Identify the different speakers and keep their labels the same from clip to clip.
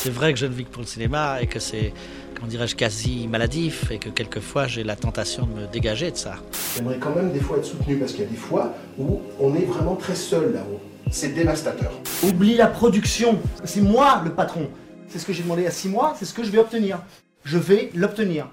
Speaker 1: C'est vrai que je ne vis que pour le cinéma et que c'est, comment dirais-je, quasi maladif et que quelquefois j'ai la tentation de me dégager de ça.
Speaker 2: J'aimerais quand même des fois être soutenu parce qu'il y a des fois où on est vraiment très seul là-haut. C'est dévastateur.
Speaker 3: Oublie la production, c'est moi le patron. C'est ce que j'ai demandé il y a 6 mois, c'est ce que je vais obtenir. Je vais l'obtenir.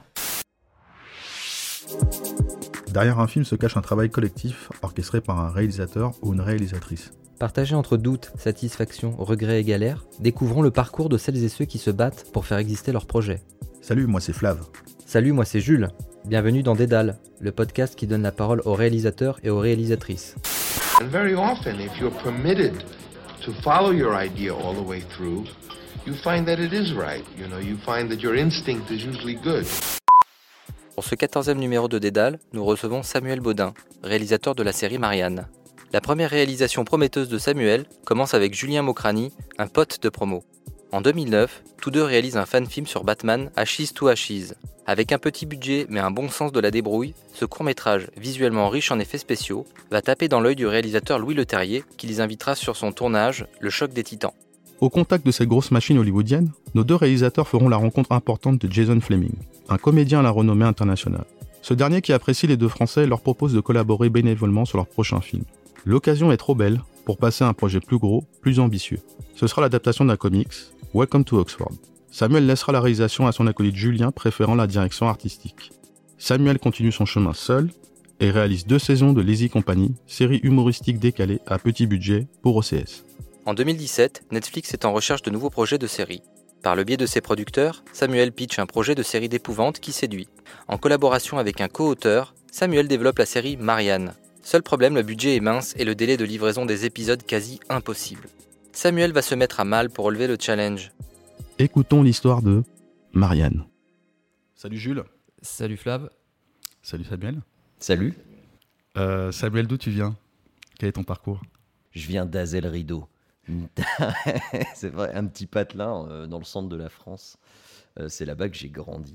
Speaker 4: Derrière un film se cache un travail collectif orchestré par un réalisateur ou une réalisatrice.
Speaker 5: Partagés entre doute, satisfaction, regret et galère, découvrons le parcours de celles et ceux qui se battent pour faire exister leur projet.
Speaker 4: Salut, moi c'est Flav.
Speaker 5: Salut, moi c'est Jules. Bienvenue dans Dédale, le podcast qui donne la parole aux réalisateurs et aux réalisatrices.
Speaker 6: And very often, if you're permitted to follow your idea all the way through, you find that it is right. You find that your instinct is usually good.
Speaker 5: Pour ce 14e numéro de Dédale, nous recevons Samuel Baudin, réalisateur de la série Marianne. La première réalisation prometteuse de Samuel commence avec Julien Mokrani, un pote de promo. En 2009, tous deux réalisent un fan-film sur Batman, Ashes to Ashes. Avec un petit budget mais un bon sens de la débrouille, ce court-métrage, visuellement riche en effets spéciaux, va taper dans l'œil du réalisateur Louis Leterrier, qui les invitera sur son tournage Le Choc des Titans.
Speaker 4: Au contact de cette grosse machine hollywoodienne, nos deux réalisateurs feront la rencontre importante de Jason Flemyng, un comédien à la renommée internationale. Ce dernier qui apprécie les deux Français leur propose de collaborer bénévolement sur leur prochain film. L'occasion est trop belle pour passer à un projet plus gros, plus ambitieux. Ce sera l'adaptation d'un comics, Welcome to Oxford. Samuel laissera la réalisation à son acolyte Julien, préférant la direction artistique. Samuel continue son chemin seul et réalise 2 saisons de Lazy Company, série humoristique décalée à petit budget pour OCS.
Speaker 5: En 2017, Netflix est en recherche de nouveaux projets de séries. Par le biais de ses producteurs, Samuel pitch un projet de série d'épouvante qui séduit. En collaboration avec un co-auteur, Samuel développe la série Marianne. Seul problème, le budget est mince et le délai de livraison des épisodes quasi impossible. Samuel va se mettre à mal pour relever le challenge.
Speaker 4: Écoutons l'histoire de Marianne. Salut Jules.
Speaker 5: Salut Flav.
Speaker 4: Salut Samuel.
Speaker 7: Salut.
Speaker 4: Samuel, d'où tu viens ? Quel est ton parcours ?
Speaker 7: Je viens d'Azel Rideau. C'est vrai, un petit patelin dans le centre de la France. C'est là-bas que j'ai grandi.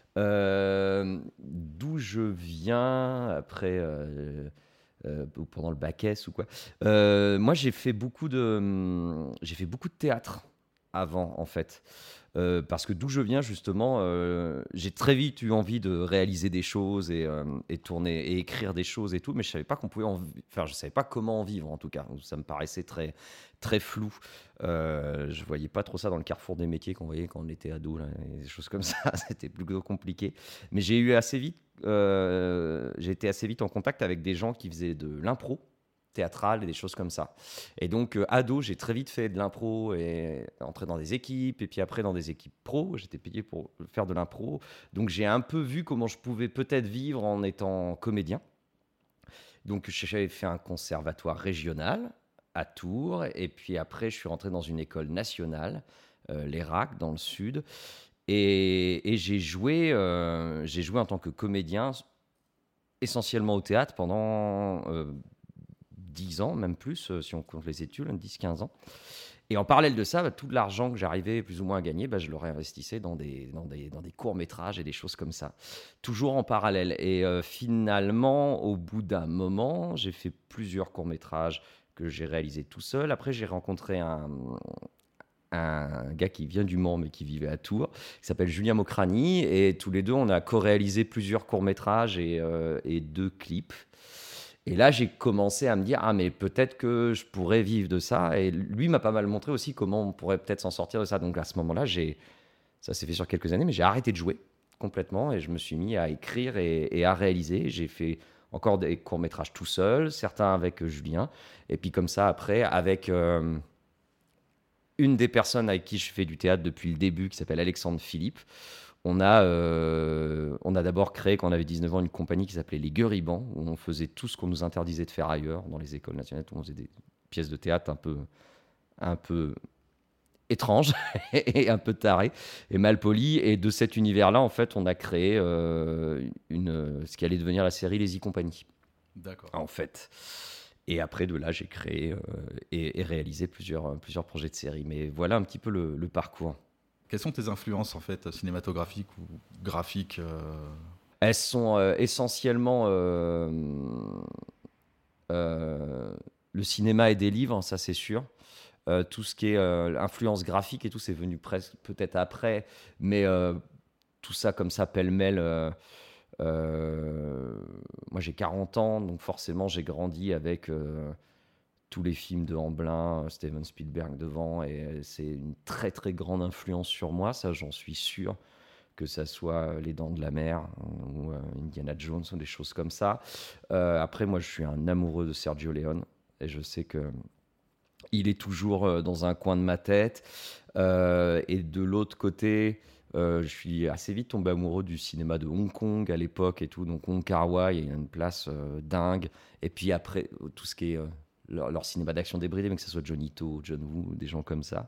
Speaker 7: D'où je viens après, pendant le bac S ou quoi. Moi, j'ai fait beaucoup de théâtre avant, en fait. Parce que d'où je viens, justement, j'ai très vite eu envie de réaliser des choses et tourner et écrire des choses et tout, mais je savais pas je savais pas comment en vivre, en tout cas. Ça me paraissait très, très flou. Je voyais pas trop ça dans le carrefour des métiers qu'on voyait quand on était ado, là, et des choses comme ça. C'était plutôt compliqué. Mais j'ai été assez vite en contact avec des gens qui faisaient de l'impro théâtrale et des choses comme ça. Et donc, ado, j'ai très vite fait de l'impro et entré dans des équipes, et puis après dans des équipes pro. J'étais payé pour faire de l'impro. Donc, j'ai un peu vu comment je pouvais peut-être vivre en étant comédien. Donc, j'avais fait un conservatoire régional à Tours, et puis après, je suis rentré dans une école nationale, l'ERAC, dans le sud. Et j'ai joué en tant que comédien, essentiellement au théâtre, pendant 10 ans, même plus, si on compte les études, 10-15 ans. Et en parallèle de ça, tout l'argent que j'arrivais plus ou moins à gagner, je le réinvestissais dans des courts-métrages et des choses comme ça. Toujours en parallèle. Et finalement, au bout d'un moment, j'ai fait plusieurs courts-métrages que j'ai réalisés tout seul. Après, j'ai rencontré un gars qui vient du Mans, mais qui vivait à Tours, qui s'appelle Julien Mokrani. Et tous les deux, on a co-réalisé plusieurs courts-métrages et 2 clips. Et là, j'ai commencé à me dire, mais peut-être que je pourrais vivre de ça. Et lui m'a pas mal montré aussi comment on pourrait peut-être s'en sortir de ça. Donc à ce moment-là, ça s'est fait sur quelques années, mais j'ai arrêté de jouer complètement et je me suis mis à écrire et à réaliser. J'ai fait encore des courts-métrages tout seul, certains avec Julien. Et puis comme ça, après, avec une des personnes avec qui je fais du théâtre depuis le début, qui s'appelle Alexandre Philippe. On a d'abord créé, quand on avait 19 ans, une compagnie qui s'appelait Les Gueribans, où on faisait tout ce qu'on nous interdisait de faire ailleurs, dans les écoles nationales, où on faisait des pièces de théâtre un peu étranges et un peu tarées et malpolies. Et de cet univers-là, en fait, on a créé ce qui allait devenir la série Lazy Company.
Speaker 4: D'accord.
Speaker 7: En fait. Et après, de là, j'ai créé et réalisé plusieurs projets de série. Mais voilà un petit peu le parcours.
Speaker 4: Quelles sont tes influences en fait cinématographiques ou graphiques
Speaker 7: Elles sont essentiellement le cinéma et des livres, ça c'est sûr. Tout ce qui est influence graphique et tout, c'est venu presque peut-être après, mais tout ça comme ça pêle-mêle. Moi j'ai 40 ans, donc forcément j'ai grandi avec tous les films de Amblin, Steven Spielberg devant, et c'est une très très grande influence sur moi, ça j'en suis sûr, que ça soit Les Dents de la Mer ou Indiana Jones ou des choses comme ça. Après moi je suis un amoureux de Sergio Leone, et je sais que il est toujours dans un coin de ma tête. Et de l'autre côté, je suis assez vite tombé amoureux du cinéma de Hong Kong à l'époque et tout. Donc Wong Kar-wai, il y a une place dingue. Et puis après, tout ce qui est leur cinéma d'action débridé, mais que ce soit Johnny To, John Woo, des gens comme ça.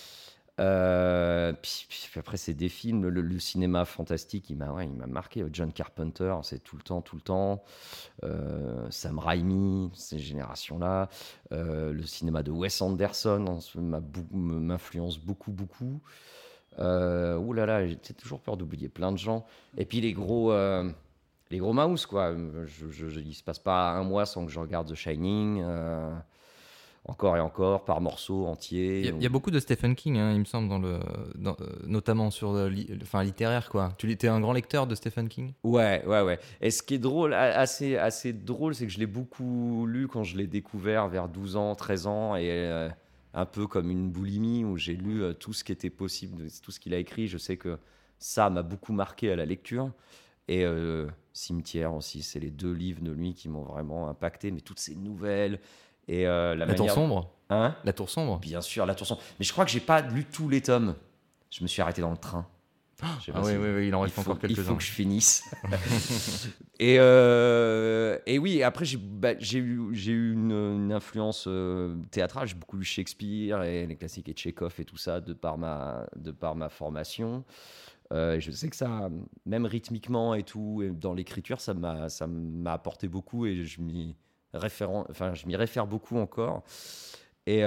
Speaker 7: Puis après, c'est des films. Le cinéma fantastique, il m'a marqué. John Carpenter, c'est tout le temps. Sam Raimi, ces générations-là. Le cinéma de Wes Anderson m'influence beaucoup. Ouh là là, j'ai toujours peur d'oublier plein de gens. Et puis les gros mouse, quoi. Il se passe pas un mois sans que je regarde The Shining. Encore et encore, par morceaux entiers.
Speaker 5: Il y a beaucoup de Stephen King, hein, il me semble, notamment sur littéraire, quoi. Tu étais un grand lecteur de Stephen King ?
Speaker 7: Ouais. Et ce qui est drôle, assez drôle, c'est que je l'ai beaucoup lu quand je l'ai découvert vers 12 ans, 13 ans, et un peu comme une boulimie, où j'ai lu tout ce qui était possible, tout ce qu'il a écrit. Je sais que ça m'a beaucoup marqué à la lecture. Et Cimetière aussi, c'est les 2 livres de lui qui m'ont vraiment impacté, mais toutes ces nouvelles... Et la
Speaker 5: Tour sombre.
Speaker 7: Hein ?
Speaker 5: La Tour sombre.
Speaker 7: Bien sûr, La Tour sombre. Mais je crois que j'ai pas lu tous les tomes. Je me suis arrêté dans le train.
Speaker 5: Oui, il en reste encore quelques-uns.
Speaker 7: Il faut que je finisse. et oui, après j'ai eu une influence théâtrale. J'ai beaucoup lu Shakespeare et les classiques et Tchekhov et tout ça de par ma formation. Je sais que ça, même rythmiquement et tout, et dans l'écriture, ça m'a apporté beaucoup, et je m'y réfère beaucoup encore. Et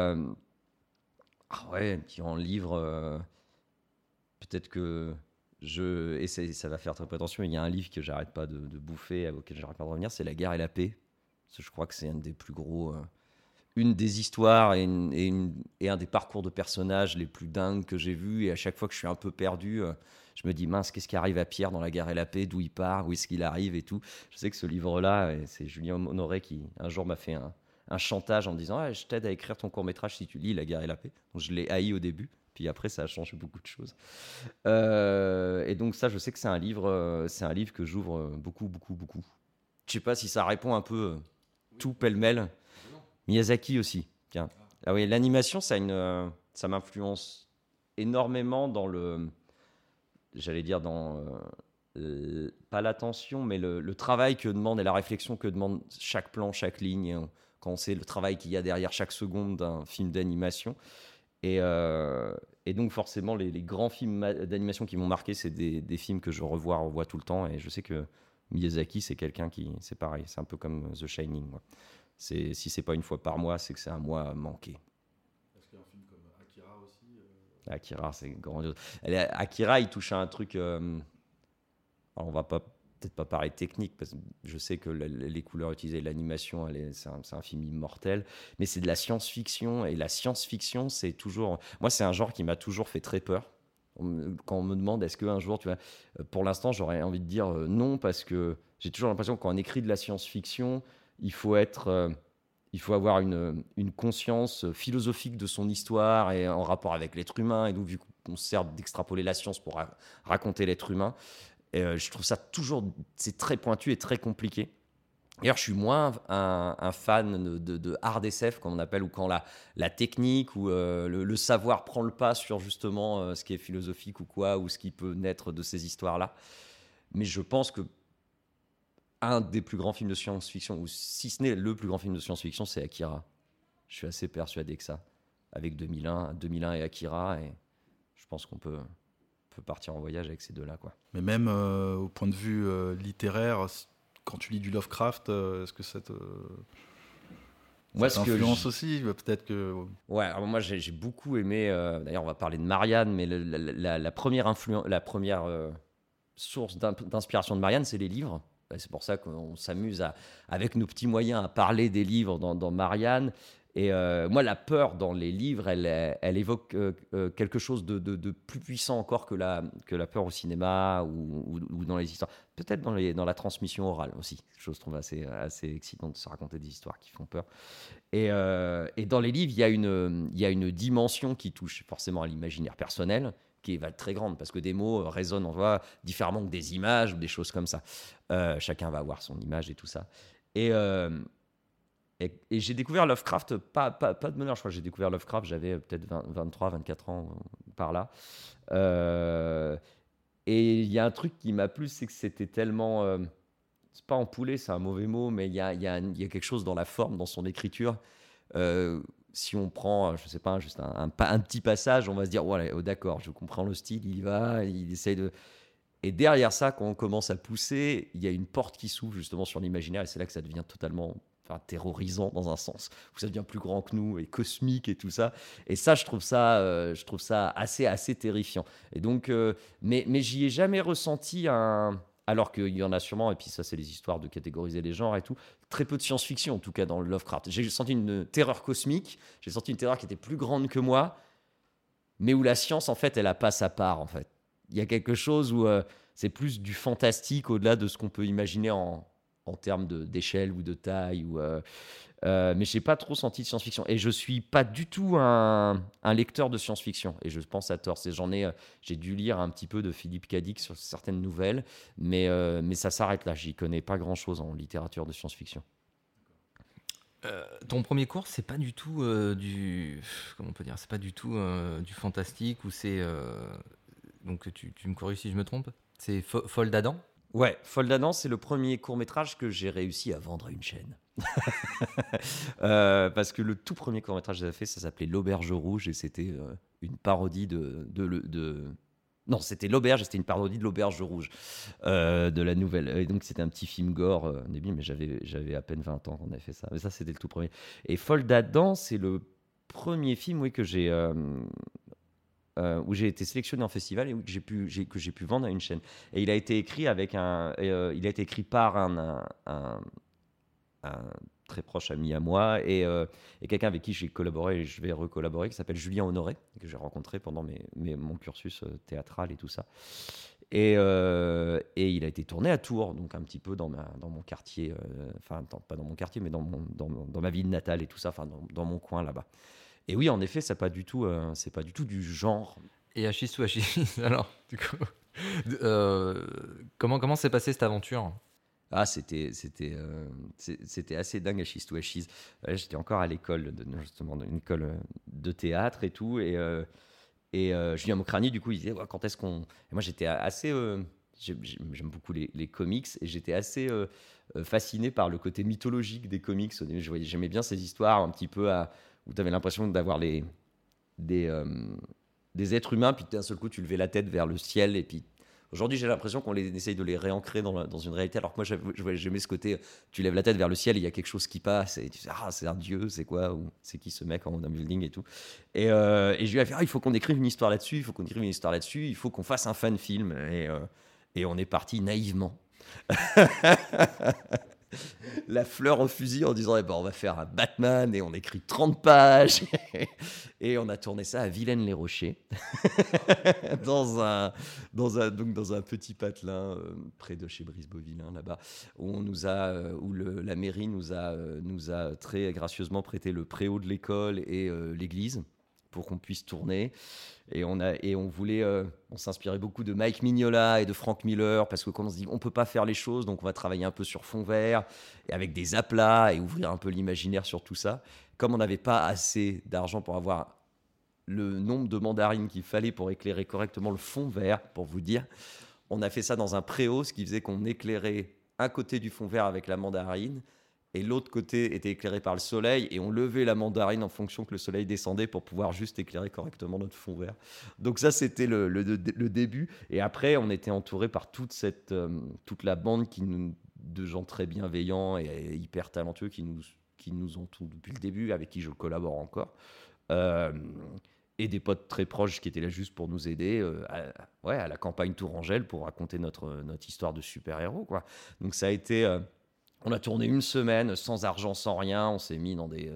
Speaker 7: puis en livre, peut-être que et ça va faire très prétentieux, il y a un livre que j'arrête pas de bouffer, auquel j'arrête pas de revenir, c'est La Guerre et la Paix. Parce que je crois que c'est un des plus gros, une des histoires et un des parcours de personnages les plus dingues que j'ai vus. Et à chaque fois que je suis un peu perdu, je me dis, mince, qu'est-ce qui arrive à Pierre dans La Guerre et la Paix, d'où il part, où est-ce qu'il arrive et tout. Je sais que ce livre-là, et c'est Julien Honoré qui un jour m'a fait un chantage en me disant, je t'aide à écrire ton court-métrage si tu lis La Guerre et la Paix. Donc je l'ai haï au début, puis après ça a changé beaucoup de choses. Et donc ça, je sais que c'est un livre que j'ouvre beaucoup. Je sais pas si ça répond un peu tout pêle-mêle. Miyazaki aussi, tiens. Ah oui, l'animation, ça m'influence énormément dans pas l'attention, mais le travail que demande et la réflexion que demande chaque plan, chaque ligne, quand on sait le travail qu'il y a derrière chaque seconde d'un film d'animation. Et donc forcément, les grands films d'animation qui m'ont marqué, c'est des films que je revois tout le temps. Et je sais que Miyazaki, c'est quelqu'un c'est pareil, c'est un peu comme The Shining, moi. Si c'est pas une fois par mois, c'est que c'est un mois manqué.
Speaker 4: Est-ce qu'il y a un film comme Akira aussi
Speaker 7: Akira, c'est grandiose. Akira, il touche à un truc... alors on va peut-être pas parler technique, parce que je sais que les couleurs utilisées, l'animation, c'est un film immortel, mais c'est de la science-fiction, et la science-fiction, c'est toujours... Moi, c'est un genre qui m'a toujours fait très peur. Quand on me demande, est-ce qu'un jour, tu vas... Pour l'instant, j'aurais envie de dire non, parce que j'ai toujours l'impression que quand on écrit de la science-fiction, il faut avoir une conscience philosophique de son histoire et en rapport avec l'être humain. Et donc, vu qu'on se sert d'extrapoler la science pour raconter l'être humain, je trouve ça toujours... C'est très pointu et très compliqué. D'ailleurs, je suis moins un fan de hard SF, comme on appelle, ou quand la technique ou le savoir prend le pas sur justement ce qui est philosophique ou quoi, ou ce qui peut naître de ces histoires-là. Mais je pense que un des plus grands films de science-fiction, ou si ce n'est le plus grand film de science-fiction, c'est Akira. Je suis assez persuadé que ça. Avec 2001 et Akira, et je pense qu'on peut partir en voyage avec ces deux-là, quoi.
Speaker 4: Mais même au point de vue littéraire, quand tu lis du Lovecraft, est-ce que ça t'influence aussi peut-être que...
Speaker 7: Ouais, alors moi j'ai beaucoup aimé, d'ailleurs on va parler de Marianne, mais la première source d'inspiration de Marianne, c'est les livres. C'est pour ça qu'on s'amuse avec nos petits moyens à parler des livres dans Marianne. Et moi, la peur dans les livres, elle évoque quelque chose de plus puissant encore que la peur au cinéma ou dans les histoires. Peut-être dans la transmission orale aussi. Je trouve assez excitant de se raconter des histoires qui font peur. Et dans les livres, il y a une dimension qui touche forcément à l'imaginaire personnel, qui va être très grande, parce que des mots résonnent, on voit, différemment que des images ou des choses comme ça. Chacun va avoir son image et tout ça. Et j'ai découvert Lovecraft, pas de bonheur, je crois que j'ai découvert Lovecraft, j'avais peut-être 23, 24 ans, par là. Et il y a un truc qui m'a plu, c'est que c'était tellement... c'est pas empoulé, c'est un mauvais mot, mais il y a quelque chose dans la forme, dans son écriture. Si on prend, je sais pas, juste un petit passage, on va se dire, ouais, oh, d'accord, je comprends le style, il y va, il essaye de... Et derrière ça, quand on commence à pousser, il y a une porte qui s'ouvre justement sur l'imaginaire, et c'est là que ça devient totalement... terrorisant dans un sens, où ça devient plus grand que nous et cosmique et tout ça. Et ça, je trouve ça assez terrifiant. Et donc, mais j'y ai jamais ressenti alors qu'il y en a sûrement, et puis ça, c'est les histoires de catégoriser les genres et tout, très peu de science-fiction, en tout cas dans le Lovecraft. J'ai senti une terreur cosmique, j'ai senti une terreur qui était plus grande que moi, mais où la science, en fait, elle a pas sa part, en fait. Il y a quelque chose où c'est plus du fantastique au-delà de ce qu'on peut imaginer en termes d'échelle ou de taille. Mais je n'ai pas trop senti de science-fiction. Et je ne suis pas du tout un lecteur de science-fiction. Et je pense à tort. J'ai dû lire un petit peu de Philippe K. Dick sur certaines nouvelles, mais ça s'arrête là. J'y connais pas grand-chose en littérature de science-fiction.
Speaker 5: Ton premier cours, c'est pas du tout comment on peut dire, c'est pas du tout du fantastique, ou c'est donc tu me corriges si je me trompe. C'est Folle d'Adam.
Speaker 7: Ouais, Folle d'Adam, c'est le premier court-métrage que j'ai réussi à vendre à une chaîne. Parce que le tout premier court-métrage que j'avais fait, ça s'appelait L'Auberge Rouge, et c'était une parodie Non, c'était L'Auberge, et c'était une parodie de L'Auberge Rouge, de la nouvelle. Et donc, c'était un petit film gore, débile, mais j'avais à peine 20 ans quand on avait fait ça. Mais ça, c'était le tout premier. Et Folle d'Adam, c'est le premier film, oui, que j'ai... où j'ai été sélectionné en festival et que j'ai pu vendre à une chaîne. Et il a été écrit par un très proche ami à moi et quelqu'un avec qui j'ai collaboré et je vais recollaborer, qui s'appelle Julien Honoré, que j'ai rencontré pendant mon cursus théâtral et tout ça. Et il a été tourné à Tours, donc un petit peu dans mon quartier, pas dans mon quartier, mais dans ma ville natale et tout ça, dans mon coin là-bas. Et oui, en effet, c'est pas du tout du genre.
Speaker 5: Et Achis ou Achis, alors, du coup, comment s'est passée cette aventure ?
Speaker 7: Ah, c'était assez dingue, Achis ou Achis. J'étais encore à l'école, justement, une école de théâtre et tout. Et Julien Mocrani, du coup, il disait, ouais, quand est-ce qu'on... Et moi, j'étais assez... j'aime beaucoup les comics, et j'étais assez fasciné par le côté mythologique des comics. J'aimais bien ces histoires un petit peu où tu avais l'impression d'avoir des êtres humains, puis d'un seul coup, tu levais la tête vers le ciel, et puis aujourd'hui, j'ai l'impression qu'on essaye de les réancrer dans une réalité, alors que moi, j'aimais ce côté, tu lèves la tête vers le ciel, et il y a quelque chose qui passe, et tu dis, ah, c'est un dieu, c'est quoi, ou c'est qui ce mec en haut d'un building et tout. Et je lui ai fait, il faut qu'on écrive une histoire là-dessus, il faut qu'on fasse un fan film, et on est parti naïvement. La fleur au fusil en disant on va faire un Batman et on écrit 30 pages et on a tourné ça à Villaines-les-Rochers dans un petit patelin près de chez Brice-Beauvillain là-bas, où la mairie nous a très gracieusement prêté le préau de l'école et l'église pour qu'on puisse tourner. Et on voulait, on s'inspirait beaucoup de Mike Mignola et de Frank Miller, parce que quand on se dit on peut pas faire les choses, donc on va travailler un peu sur fond vert et avec des aplats et ouvrir un peu l'imaginaire sur tout ça. Comme on n'avait pas assez d'argent pour avoir le nombre de mandarines qu'il fallait pour éclairer correctement le fond vert, pour vous dire, on a fait ça dans un préau, ce qui faisait qu'on éclairait un côté du fond vert avec la mandarine, et l'autre côté était éclairé par le soleil, et on levait la mandarine en fonction que le soleil descendait pour pouvoir juste éclairer correctement notre fond vert. Donc ça, c'était le début. Et après, on était entouré par toute la bande de gens très bienveillants et hyper talentueux qui nous entourent depuis le début, avec qui je collabore encore. Et des potes très proches qui étaient là juste pour nous aider à la campagne Tourangelle pour raconter notre histoire de super-héros, quoi. Donc ça a été... on a tourné une semaine sans argent, sans rien. On s'est mis dans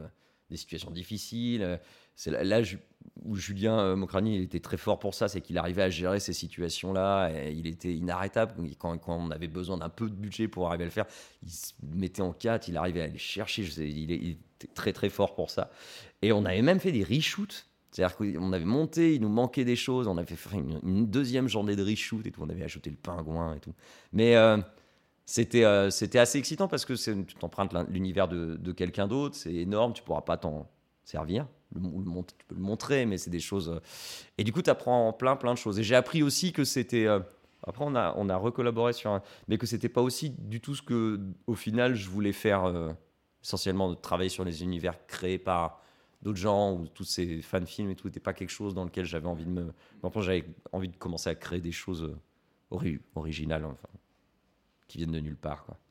Speaker 7: des situations difficiles. C'est là où Julien Mocrani il était très fort pour ça, c'est qu'il arrivait à gérer ces situations-là. Et il était inarrêtable. Quand on avait besoin d'un peu de budget pour arriver à le faire, il se mettait en 4, il arrivait à aller chercher. Il était très très fort pour ça. Et on avait même fait des reshoots. C'est-à-dire qu'on avait monté, il nous manquait des choses, on avait fait une deuxième journée de reshoot et tout, on avait ajouté le pingouin et tout. Mais c'était assez excitant parce que tu t'empruntes l'univers de quelqu'un d'autre, c'est énorme, tu pourras pas t'en servir, tu peux le montrer, mais c'est des choses... Et du coup, tu apprends plein de choses. Et j'ai appris aussi que c'était... Après, on a recollaboré sur mais que c'était pas aussi du tout ce que, au final, je voulais faire, essentiellement, de travailler sur les univers créés par d'autres gens, ou tous ces fan-films et tout, n'était pas quelque chose dans lequel j'avais envie de me... Maintenant, j'avais envie de commencer à créer des choses originales, enfin, qui viennent de nulle part, quoi.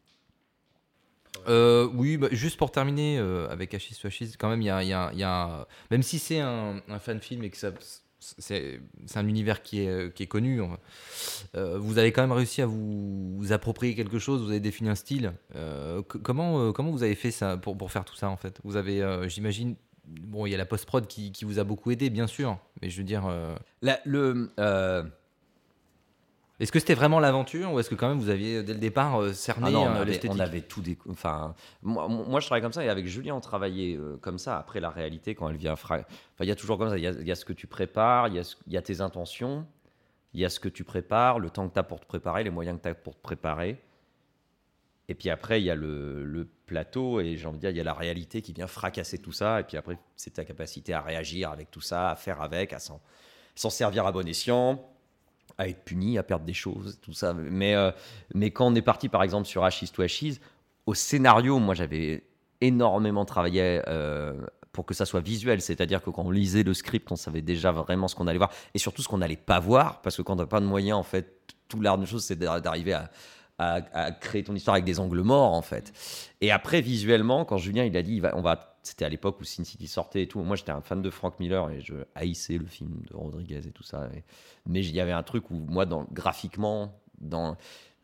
Speaker 5: Oui, juste pour terminer avec Ashes to Ashes, quand même, il y a même si c'est un fan-film et que c'est un univers qui est connu, vous avez quand même réussi à vous approprier quelque chose, vous avez défini un style. Comment vous avez fait ça pour faire tout ça, en fait? Vous avez, j'imagine, bon, il y a la post-prod qui vous a beaucoup aidé, bien sûr, mais je veux dire... Est-ce que c'était vraiment l'aventure ou est-ce que quand même vous aviez dès le départ cerné l'esthétique?
Speaker 7: On avait tout enfin, moi je travaille comme ça et avec Julien on travaillait comme ça. Après la réalité quand elle vient, il y a toujours comme ça. Il y a ce que tu prépares, il y a tes intentions, il y a ce que tu prépares, le temps que tu as pour te préparer, les moyens que tu as pour te préparer. Et puis après il y a le plateau et j'ai envie de dire il y a la réalité qui vient fracasser tout ça. Et puis après c'est ta capacité à réagir avec tout ça, à faire avec, à s'en servir à bon escient, à être puni, à perdre des choses, tout ça. Mais quand on est parti, par exemple, sur Ashes to Ashes, au scénario, moi, j'avais énormément travaillé pour que ça soit visuel. C'est-à-dire que quand on lisait le script, on savait déjà vraiment ce qu'on allait voir et surtout ce qu'on n'allait pas voir. Parce que quand on n'a pas de moyens, en fait, tout l'art de choses, c'est d'arriver à créer ton histoire avec des angles morts, en fait. Et après, visuellement, quand Julien, il a dit, c'était à l'époque où Sin City sortait et tout. Moi, j'étais un fan de Frank Miller et je haïssais le film de Rodriguez et tout ça. Mais il y avait un truc où, moi, graphiquement, dans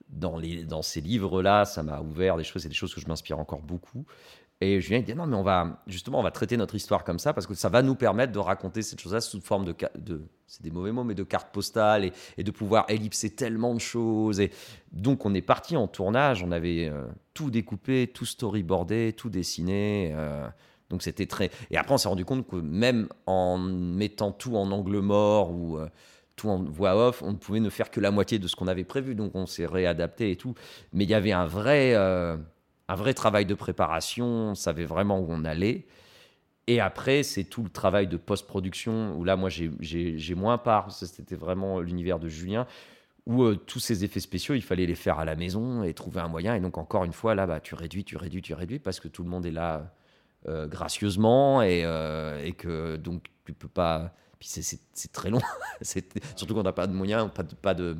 Speaker 7: ces livres-là, ça m'a ouvert des choses. C'est des choses que je m'inspire encore beaucoup. Et Julien, il dit, non, mais on va traiter notre histoire comme ça parce que ça va nous permettre de raconter cette chose-là sous forme de c'est des mauvais mots, mais de cartes postales et de pouvoir ellipser tellement de choses. Et donc, on est parti en tournage. On avait tout découpé, tout storyboardé, tout dessiné. Donc, c'était très... Et après, on s'est rendu compte que même en mettant tout en angle mort ou tout en voix off, on ne pouvait ne faire que la moitié de ce qu'on avait prévu. Donc, on s'est réadapté et tout. Mais il y avait un vrai travail de préparation. On savait vraiment où on allait. Et après, c'est tout le travail de post-production où là, moi, j'ai moins part. C'était vraiment l'univers de Julien où tous ces effets spéciaux, il fallait les faire à la maison et trouver un moyen. Et donc, encore une fois, là, tu réduis parce que tout le monde est là gracieusement et que donc tu peux pas. Puis c'est très long. Surtout quand on n'a pas de moyens, pas de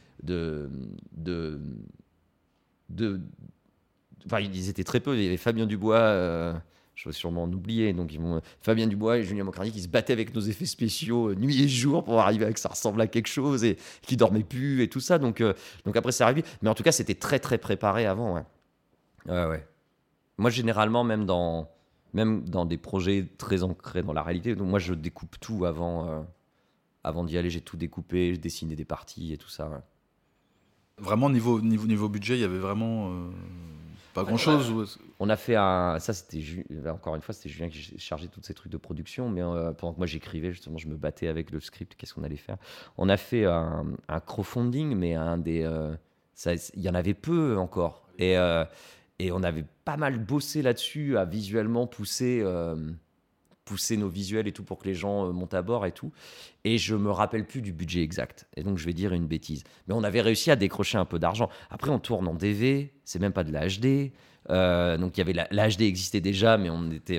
Speaker 7: enfin, ils étaient très peu. Il y avait Fabien Dubois. Je vais sûrement en oublier. Donc, Fabien Dubois et Julien Mocrani qui se battaient avec nos effets spéciaux nuit et jour pour arriver à que ça ressemble à quelque chose et qui dormaient plus et tout ça. Donc après, c'est arrivé. Mais en tout cas, c'était très, très préparé avant. Ouais. Moi, généralement, même dans des projets très ancrés dans la réalité, donc moi, je découpe tout avant d'y aller. J'ai tout découpé, je dessinais des parties et tout ça. Ouais.
Speaker 4: Vraiment, niveau budget, il y avait vraiment... pas grand-chose.
Speaker 7: On a fait encore une fois, c'était Julien qui chargeait tous ces trucs de production, mais pendant que moi j'écrivais, justement, je me battais avec le script, qu'est-ce qu'on allait faire. On a fait un crowdfunding, mais il y en avait peu encore. Et on avait pas mal bossé là-dessus, à visuellement pousser nos visuels et tout pour que les gens montent à bord et tout. Et je me rappelle plus du budget exact. Et donc, je vais dire une bêtise. Mais on avait réussi à décrocher un peu d'argent. Après, on tourne en DV. C'est même pas de la HD. Donc, il y avait la HD existait déjà, mais on était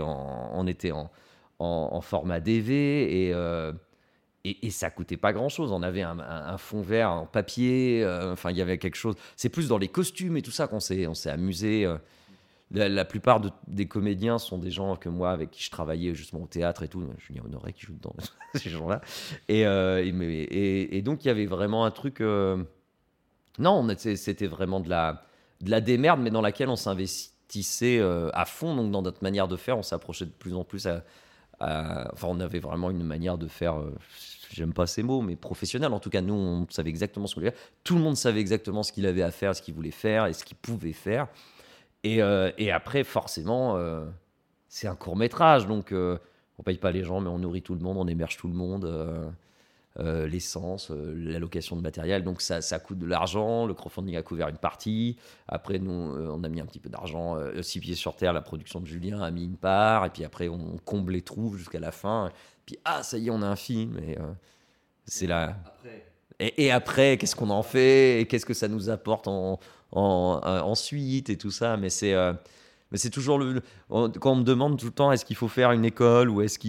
Speaker 7: en format DV. Et ça coûtait pas grand-chose. On avait un fond vert en papier. Enfin, il y avait quelque chose. C'est plus dans les costumes et tout ça qu'on s'est amusé. La plupart des comédiens sont des gens que moi, avec qui je travaillais justement au théâtre et tout. Julien Honoré qui joue dans ces gens-là. Et donc, il y avait vraiment un truc... Non, c'était vraiment de la démerde, mais dans laquelle on s'investit s'investissait à fond donc, dans notre manière de faire. On s'approchait de plus en plus enfin, on avait vraiment une manière de faire, j'aime pas ces mots, mais professionnelle. En tout cas, nous, on savait exactement ce qu'on voulait faire. Tout le monde savait exactement ce qu'il avait à faire, ce qu'il voulait faire et ce qu'il pouvait faire. Et après, forcément, c'est un court-métrage. Donc, on paye pas les gens, mais on nourrit tout le monde, on héberge tout le monde. L'essence, la location de matériel, donc ça coûte de l'argent. Le crowdfunding a couvert une partie. Après, nous, on a mis un petit peu d'argent. 6 pieds sur terre, la production de Julien a mis une part. Et puis après, on comble les trous jusqu'à la fin. Puis, ça y est, on a un film. Et c'est là. Et après, qu'est-ce qu'on en fait? Et qu'est-ce que ça nous apporte ensuite et tout ça. Mais c'est toujours quand on me demande tout le temps, est-ce qu'il faut faire une école ou est-ce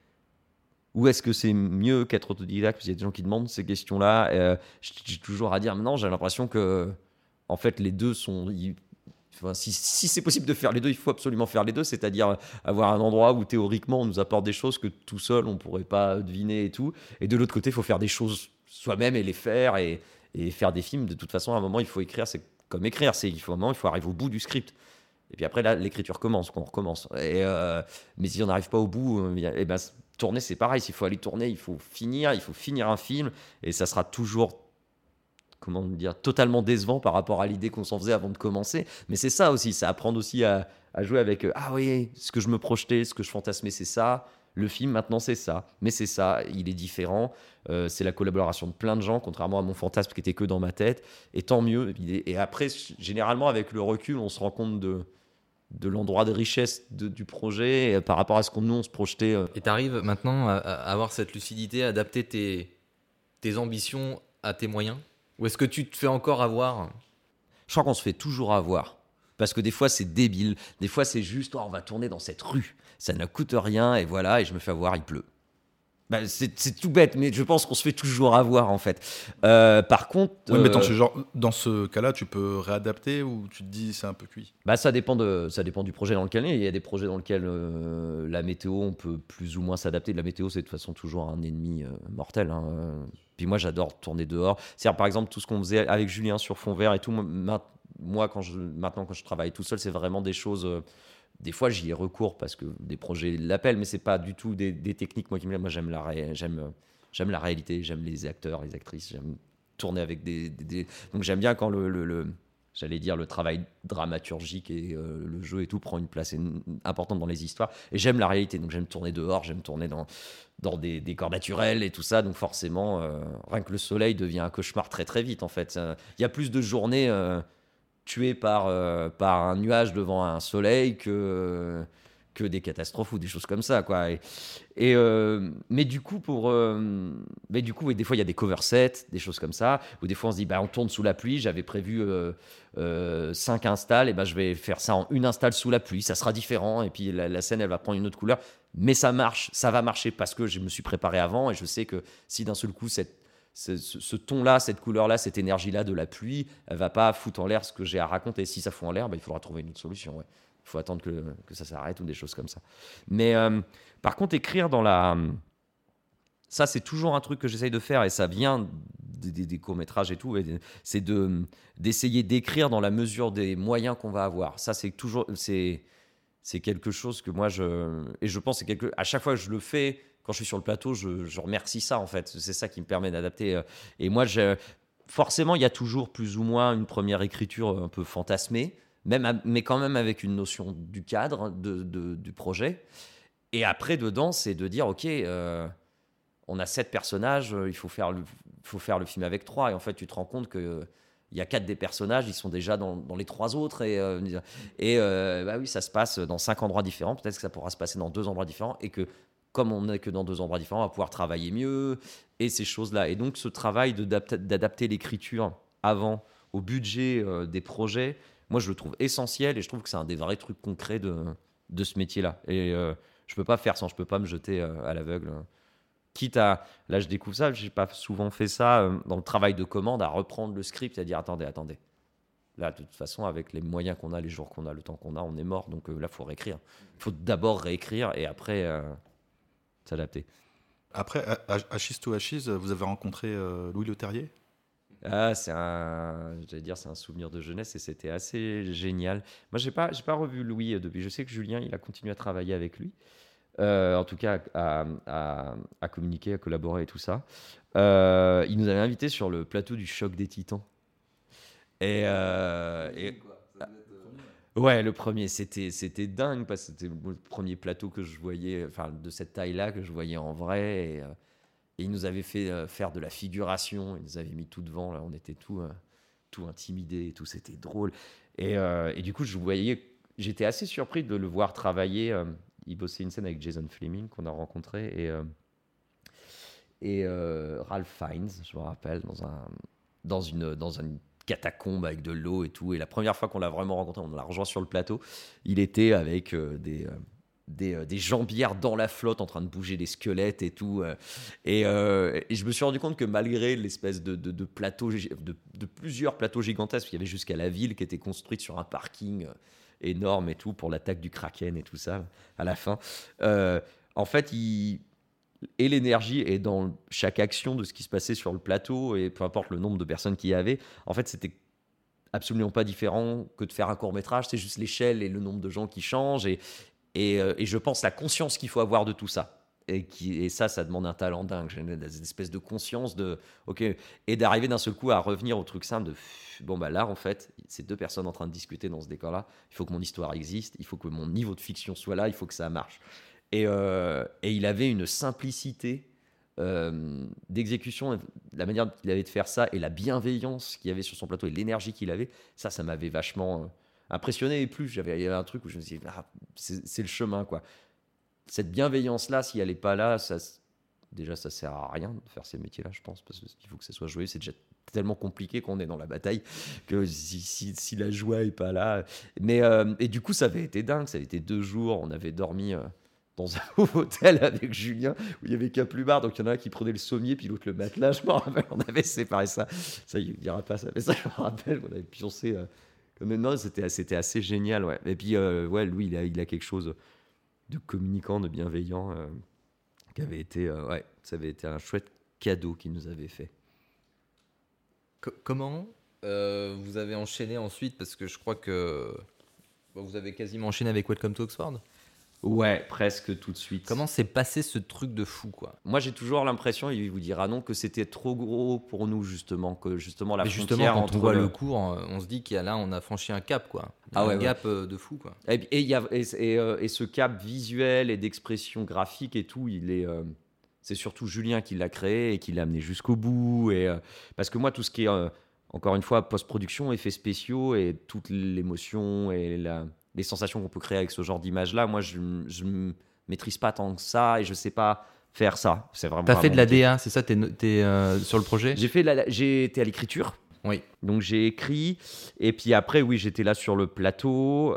Speaker 7: que c'est mieux qu'être autodidacte? Parce qu'il y a des gens qui demandent ces questions-là. J'ai toujours à dire, mais non, j'ai l'impression que, en fait, les deux sont. Si c'est possible de faire les deux, il faut absolument faire les deux. C'est-à-dire avoir un endroit où théoriquement on nous apporte des choses que tout seul on ne pourrait pas deviner et tout. Et de l'autre côté, il faut faire des choses soi-même et les faire et faire des films. De toute façon, à un moment, il faut écrire. C'est comme écrire. À un moment, il faut arriver au bout du script. Et puis après, là, l'écriture commence, on recommence. Mais si on n'arrive pas au bout, tourner, c'est pareil. S'il faut aller tourner, il faut finir un film. Et ça sera toujours, comment dire, totalement décevant par rapport à l'idée qu'on s'en faisait avant de commencer. Mais c'est ça aussi, c'est apprendre aussi à jouer avec oui, ce que je me projetais, ce que je fantasmais, c'est ça. Le film, maintenant, c'est ça. Mais c'est ça, il est différent. C'est la collaboration de plein de gens, contrairement à mon fantasme qui était que dans ma tête. Et tant mieux. Et après, généralement, avec le recul, on se rend compte de l'endroit de richesse du projet par rapport à ce qu'on nous on se projetait.
Speaker 5: Et tu arrives maintenant à avoir cette lucidité, à adapter tes ambitions à tes moyens? Ou est-ce que tu te fais encore avoir?
Speaker 7: Je crois qu'on se fait toujours avoir. Parce que des fois, c'est débile. Des fois, c'est juste, on va tourner dans cette rue. Ça ne coûte rien, et voilà, et je me fais avoir, il pleut. C'est tout bête, mais je pense qu'on se fait toujours avoir, en fait. Par contre...
Speaker 4: Oui, mais dans ce cas-là, tu peux réadapter ou tu te dis c'est un peu cuit?
Speaker 7: Ça dépend du projet dans lequel on est. Il y a des projets dans lesquels la météo, on peut plus ou moins s'adapter. La météo, c'est de toute façon toujours un ennemi mortel. Puis moi, j'adore tourner dehors. C'est-à-dire, par exemple, tout ce qu'on faisait avec Julien sur fond vert et tout, moi, maintenant, quand je travaille tout seul, c'est vraiment des choses... Des fois, j'y ai recours parce que des projets l'appellent, mais c'est pas du tout des techniques. Moi, j'aime la réalité, j'aime les acteurs, les actrices, j'aime tourner avec donc j'aime bien quand j'allais dire le travail dramaturgique et le jeu et tout prend une place importante dans les histoires. Et j'aime la réalité, donc j'aime tourner dehors, j'aime tourner dans des décors naturels et tout ça. Donc forcément, rien que le soleil devient un cauchemar très très vite en fait. Il y a plus de journées tué par un nuage devant un soleil que des catastrophes ou des choses comme ça, quoi. Mais du coup, et des fois, il y a des cover sets, des choses comme ça, où des fois, on se dit, on tourne sous la pluie, j'avais prévu 5 installs, et je vais faire ça en une install sous la pluie, ça sera différent, et puis la scène, elle va prendre une autre couleur, mais ça marche, ça va marcher parce que je me suis préparé avant, et je sais que si d'un seul coup, ce ton-là, cette couleur-là, cette énergie-là de la pluie, elle va pas foutre en l'air ce que j'ai à raconter. Si ça fout en l'air, il faudra trouver une autre solution. Ouais. Il faut attendre que ça s'arrête ou des choses comme ça. Mais par contre, écrire ça, c'est toujours un truc que j'essaye de faire et ça vient des courts-métrages et tout. C'est d'essayer d'écrire dans la mesure des moyens qu'on va avoir. Ça, c'est toujours... C'est quelque chose que moi, je pense, à chaque fois que je le fais... Quand je suis sur le plateau, je remercie ça, en fait. C'est ça qui me permet d'adapter. Et moi, forcément, il y a toujours plus ou moins une première écriture un peu fantasmée, mais quand même avec une notion du cadre du projet. Et après, dedans, c'est de dire, OK, on a 7 personnages, il faut faire le film avec 3. Et en fait, tu te rends compte que... Il y a 4 des personnages, ils sont déjà dans les 3 autres. Oui, ça se passe dans 5 endroits différents. Peut-être que ça pourra se passer dans 2 endroits différents. Et que, comme on n'est que dans 2 endroits différents, on va pouvoir travailler mieux. Et ces choses-là. Et donc, ce travail d'adapter l'écriture avant au budget des projets, moi, je le trouve essentiel. Et je trouve que c'est un des vrais trucs concrets de ce métier-là. Et je ne peux pas faire sans. Je ne peux pas me jeter à l'aveugle. Quitte à, là je découvre ça, j'ai pas souvent fait ça dans le travail de commande, à reprendre le script et à dire attendez. Là, de toute façon, avec les moyens qu'on a, les jours qu'on a, le temps qu'on a, on est mort. Donc là, il faut réécrire. Il faut d'abord réécrire et après s'adapter.
Speaker 4: Après, Ashes to Ashes, vous avez rencontré Louis Leterrier?
Speaker 7: c'est un souvenir de jeunesse et c'était assez génial. Moi, j'ai pas revu Louis depuis. Je sais que Julien, il a continué à travailler avec lui. En tout cas, à communiquer, à collaborer et tout ça. Il nous avait invités sur le plateau du Choc des Titans. Ouais, le premier, c'était dingue parce que c'était le premier plateau que je voyais, enfin de cette taille-là que je voyais en vrai. Et il nous avait fait faire de la figuration. Il nous avait mis tout devant. Là, on était tout intimidés et tout. C'était drôle. Et du coup, j'étais assez surpris de le voir travailler. Il bossait une scène avec Jason Flemyng qu'on a rencontré et Ralph Fiennes, je me rappelle, dans une catacombe avec de l'eau et tout. Et la première fois qu'on l'a vraiment rencontré, on l'a rejoint sur le plateau. Il était avec des jambières dans la flotte en train de bouger des squelettes et tout. Et je me suis rendu compte que malgré l'espèce de plateau, de plusieurs plateaux gigantesques, il y avait jusqu'à la ville qui était construite sur un parking énorme et tout pour l'attaque du Kraken et tout ça à la fin. En fait, et l'énergie est dans chaque action de ce qui se passait sur le plateau et peu importe le nombre de personnes qu'il y avait. En fait, c'était absolument pas différent que de faire un court-métrage. C'est juste l'échelle et le nombre de gens qui changent et je pense la conscience qu'il faut avoir de tout ça. Et ça demande un talent dingue. J'ai une espèce de conscience et d'arriver d'un seul coup à revenir au truc simple de là, en fait, c'est deux personnes en train de discuter dans ce décor-là. Il faut que mon histoire existe, il faut que mon niveau de fiction soit là, il faut que ça marche. Et il avait une simplicité d'exécution, la manière dont il avait de faire ça et la bienveillance qu'il y avait sur son plateau et l'énergie qu'il avait, ça m'avait vachement impressionné. Et plus, il y avait un truc où je me suis dit, c'est le chemin, quoi. Cette bienveillance-là, si elle n'est pas là, déjà, ça sert à rien de faire ces métiers-là, je pense, parce qu'il faut que ça soit joyeux. C'est déjà tellement compliqué qu'on est dans la bataille que si la joie n'est pas là. Mais, et du coup, ça avait été dingue. Ça avait été 2 jours. On avait dormi dans un hôtel avec Julien où il y avait qu'un plumard, donc il y en a un qui prenait le sommier puis l'autre le matelas. Je me rappelle, on avait séparé ça. Ça, il ne dira pas ça, mais ça, je me rappelle, on avait pioncé. Non, c'était assez génial, ouais. Et puis, lui, il a quelque chose de communicant, de bienveillant, qui avait été, ça avait été un chouette cadeau qu'il nous avait fait.
Speaker 5: Comment vous avez enchaîné ensuite, parce que je crois que vous avez quasiment enchaîné avec Welcome to Oxford.
Speaker 7: Ouais, presque tout de suite.
Speaker 5: Comment s'est passé ce truc de fou, quoi?
Speaker 7: Moi, j'ai toujours l'impression, il vous dira non, que c'était trop gros pour nous, justement, que justement la frontière
Speaker 5: quand
Speaker 7: entre
Speaker 5: on voit le cours, on se dit on a franchi un cap, quoi. Un gap de fou, quoi.
Speaker 7: Et ce cap visuel et d'expression graphique et tout, c'est surtout Julien qui l'a créé et qui l'a amené jusqu'au bout. Parce que moi, tout ce qui est, encore une fois, post-production, effets spéciaux et toute l'émotion et les sensations qu'on peut créer avec ce genre d'image-là, moi, je ne maîtrise pas tant que ça et je ne sais pas faire ça. C'est vraiment.
Speaker 5: T'as fait de la DA, c'est ça? T'es sur le projet?
Speaker 7: J'ai été à l'écriture.
Speaker 5: Oui.
Speaker 7: Donc j'ai écrit et puis après, oui, j'étais là sur le plateau.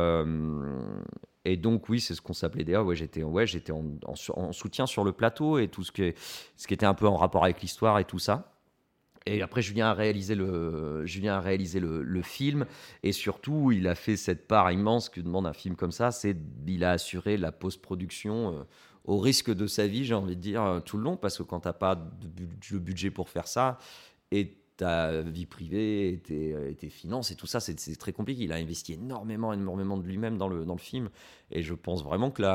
Speaker 7: Et donc oui, c'est ce qu'on s'appelait DA. Ouais, j'étais en soutien sur le plateau et tout ce qui était un peu en rapport avec l'histoire et tout ça. Et après, Julien a réalisé le film et surtout, il a fait cette part immense que demande un film comme ça. Il a assuré la post-production au risque de sa vie, j'ai envie de dire, tout le long, parce que quand t'as pas le budget pour faire ça et ta vie privée et tes finances et tout ça, c'est très compliqué. Il a investi énormément de lui-même dans le film et je pense vraiment que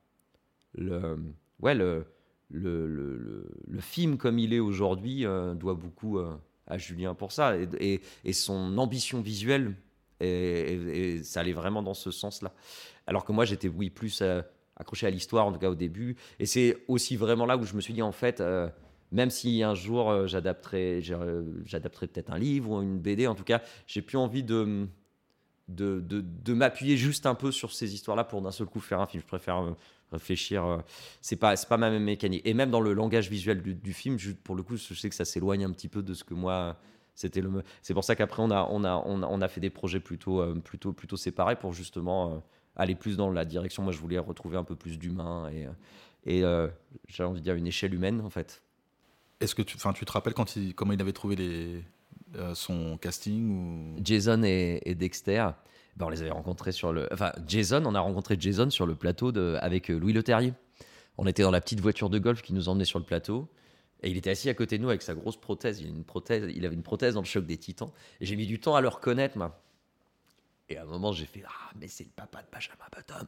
Speaker 7: le film comme il est aujourd'hui doit beaucoup à Julien pour ça et son ambition visuelle et ça allait vraiment dans ce sens-là. Alors que moi j'étais plus accroché à l'histoire en tout cas au début et c'est aussi vraiment là où je me suis dit en fait même si un jour j'adapterai peut-être un livre ou une BD, en tout cas j'ai plus envie de m'appuyer juste un peu sur ces histoires-là pour d'un seul coup faire un film. Je préfère réfléchir. C'est pas ma même mécanique. Et même dans le langage visuel du film, pour le coup, je sais que ça s'éloigne un petit peu de ce que moi c'était c'est pour ça qu'après on a fait des projets plutôt séparés pour justement aller plus dans la direction. Moi, je voulais retrouver un peu plus d'humain et j'ai envie de dire une échelle humaine en fait.
Speaker 4: Est-ce que tu te rappelles comment il avait trouvé son casting ou...
Speaker 7: Jason et Dexter, on les avait rencontrés on a rencontré Jason sur le plateau avec Louis Leterrier. On était dans la petite voiture de golf qui nous emmenait sur le plateau Et il était assis à côté de nous avec sa grosse prothèse. Il avait une prothèse dans le choc des Titans. Et j'ai mis du temps à le reconnaître, moi. Et à un moment, j'ai fait mais c'est le papa de Benjamin Button.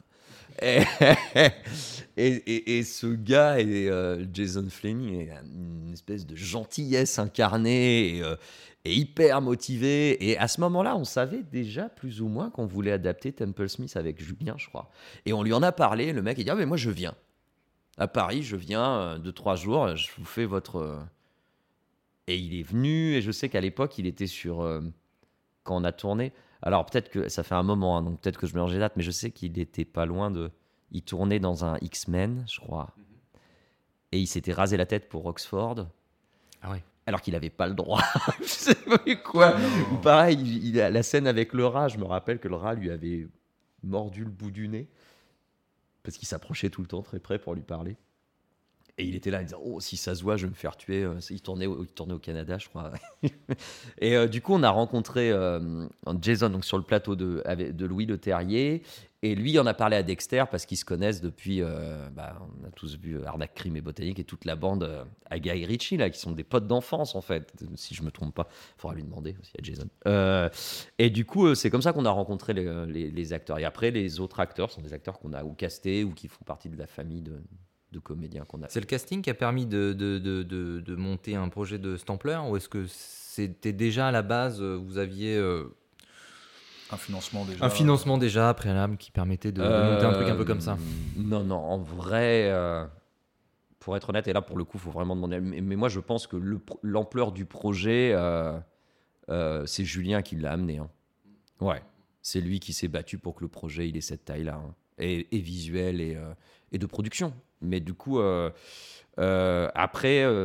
Speaker 7: Et ce gars, Jason Flemyng, est une espèce de gentillesse incarnée et hyper motivé. Et à ce moment-là, on savait déjà plus ou moins qu'on voulait adapter Temple Smith avec Julien, je crois. Et on lui en a parlé. Le mec, il dit mais moi, je viens. À Paris, je viens 2-3 jours, je vous fais votre... Et il est venu, et je sais qu'à l'époque, il était sur... Quand on a tourné... Alors, peut-être que ça fait un moment, hein, donc peut-être que je mélange les dates, mais je sais qu'il était pas loin de... Il tournait dans un X-Men, je crois. Et il s'était rasé la tête pour Oxford.
Speaker 5: Ah ouais.
Speaker 7: Alors qu'il n'avait pas le droit. Je sais pas quoi. Ou pareil, il a la scène avec le rat. Je me rappelle que le rat lui avait mordu le bout du nez. Parce qu'il s'approchait tout le temps très près pour lui parler. Et il était là, il disait si ça se voit, je vais me faire tuer. Il tournait au Canada, je crois. Et du coup, on a rencontré Jason donc, sur le plateau de Louis Leterrier. Et lui, il en a parlé à Dexter parce qu'ils se connaissent depuis. On a tous vu Arnaque, Crime et Botanique et toute la bande à Guy Ritchie, là, qui sont des potes d'enfance, en fait. Si je ne me trompe pas, il faudra lui demander aussi à Jason. Et du coup, c'est comme ça qu'on a rencontré les acteurs. Et après, les autres acteurs sont des acteurs qu'on a ou castés ou qui font partie de la famille de comédiens qu'on a.
Speaker 5: C'est le casting qui a permis de monter un projet de cette ampleur, ou est-ce que c'était déjà à la base, vous aviez
Speaker 8: un financement déjà
Speaker 5: préalable qui permettait de monter un truc un peu comme ça?
Speaker 7: Non, en vrai, pour être honnête, et là pour le coup, il faut vraiment demander. Mais moi, je pense que l'ampleur du projet, c'est Julien qui l'a amené. Hein. Ouais, c'est lui qui s'est battu pour que le projet il ait cette taille-là, hein. et visuel et de production. Mais du coup, après,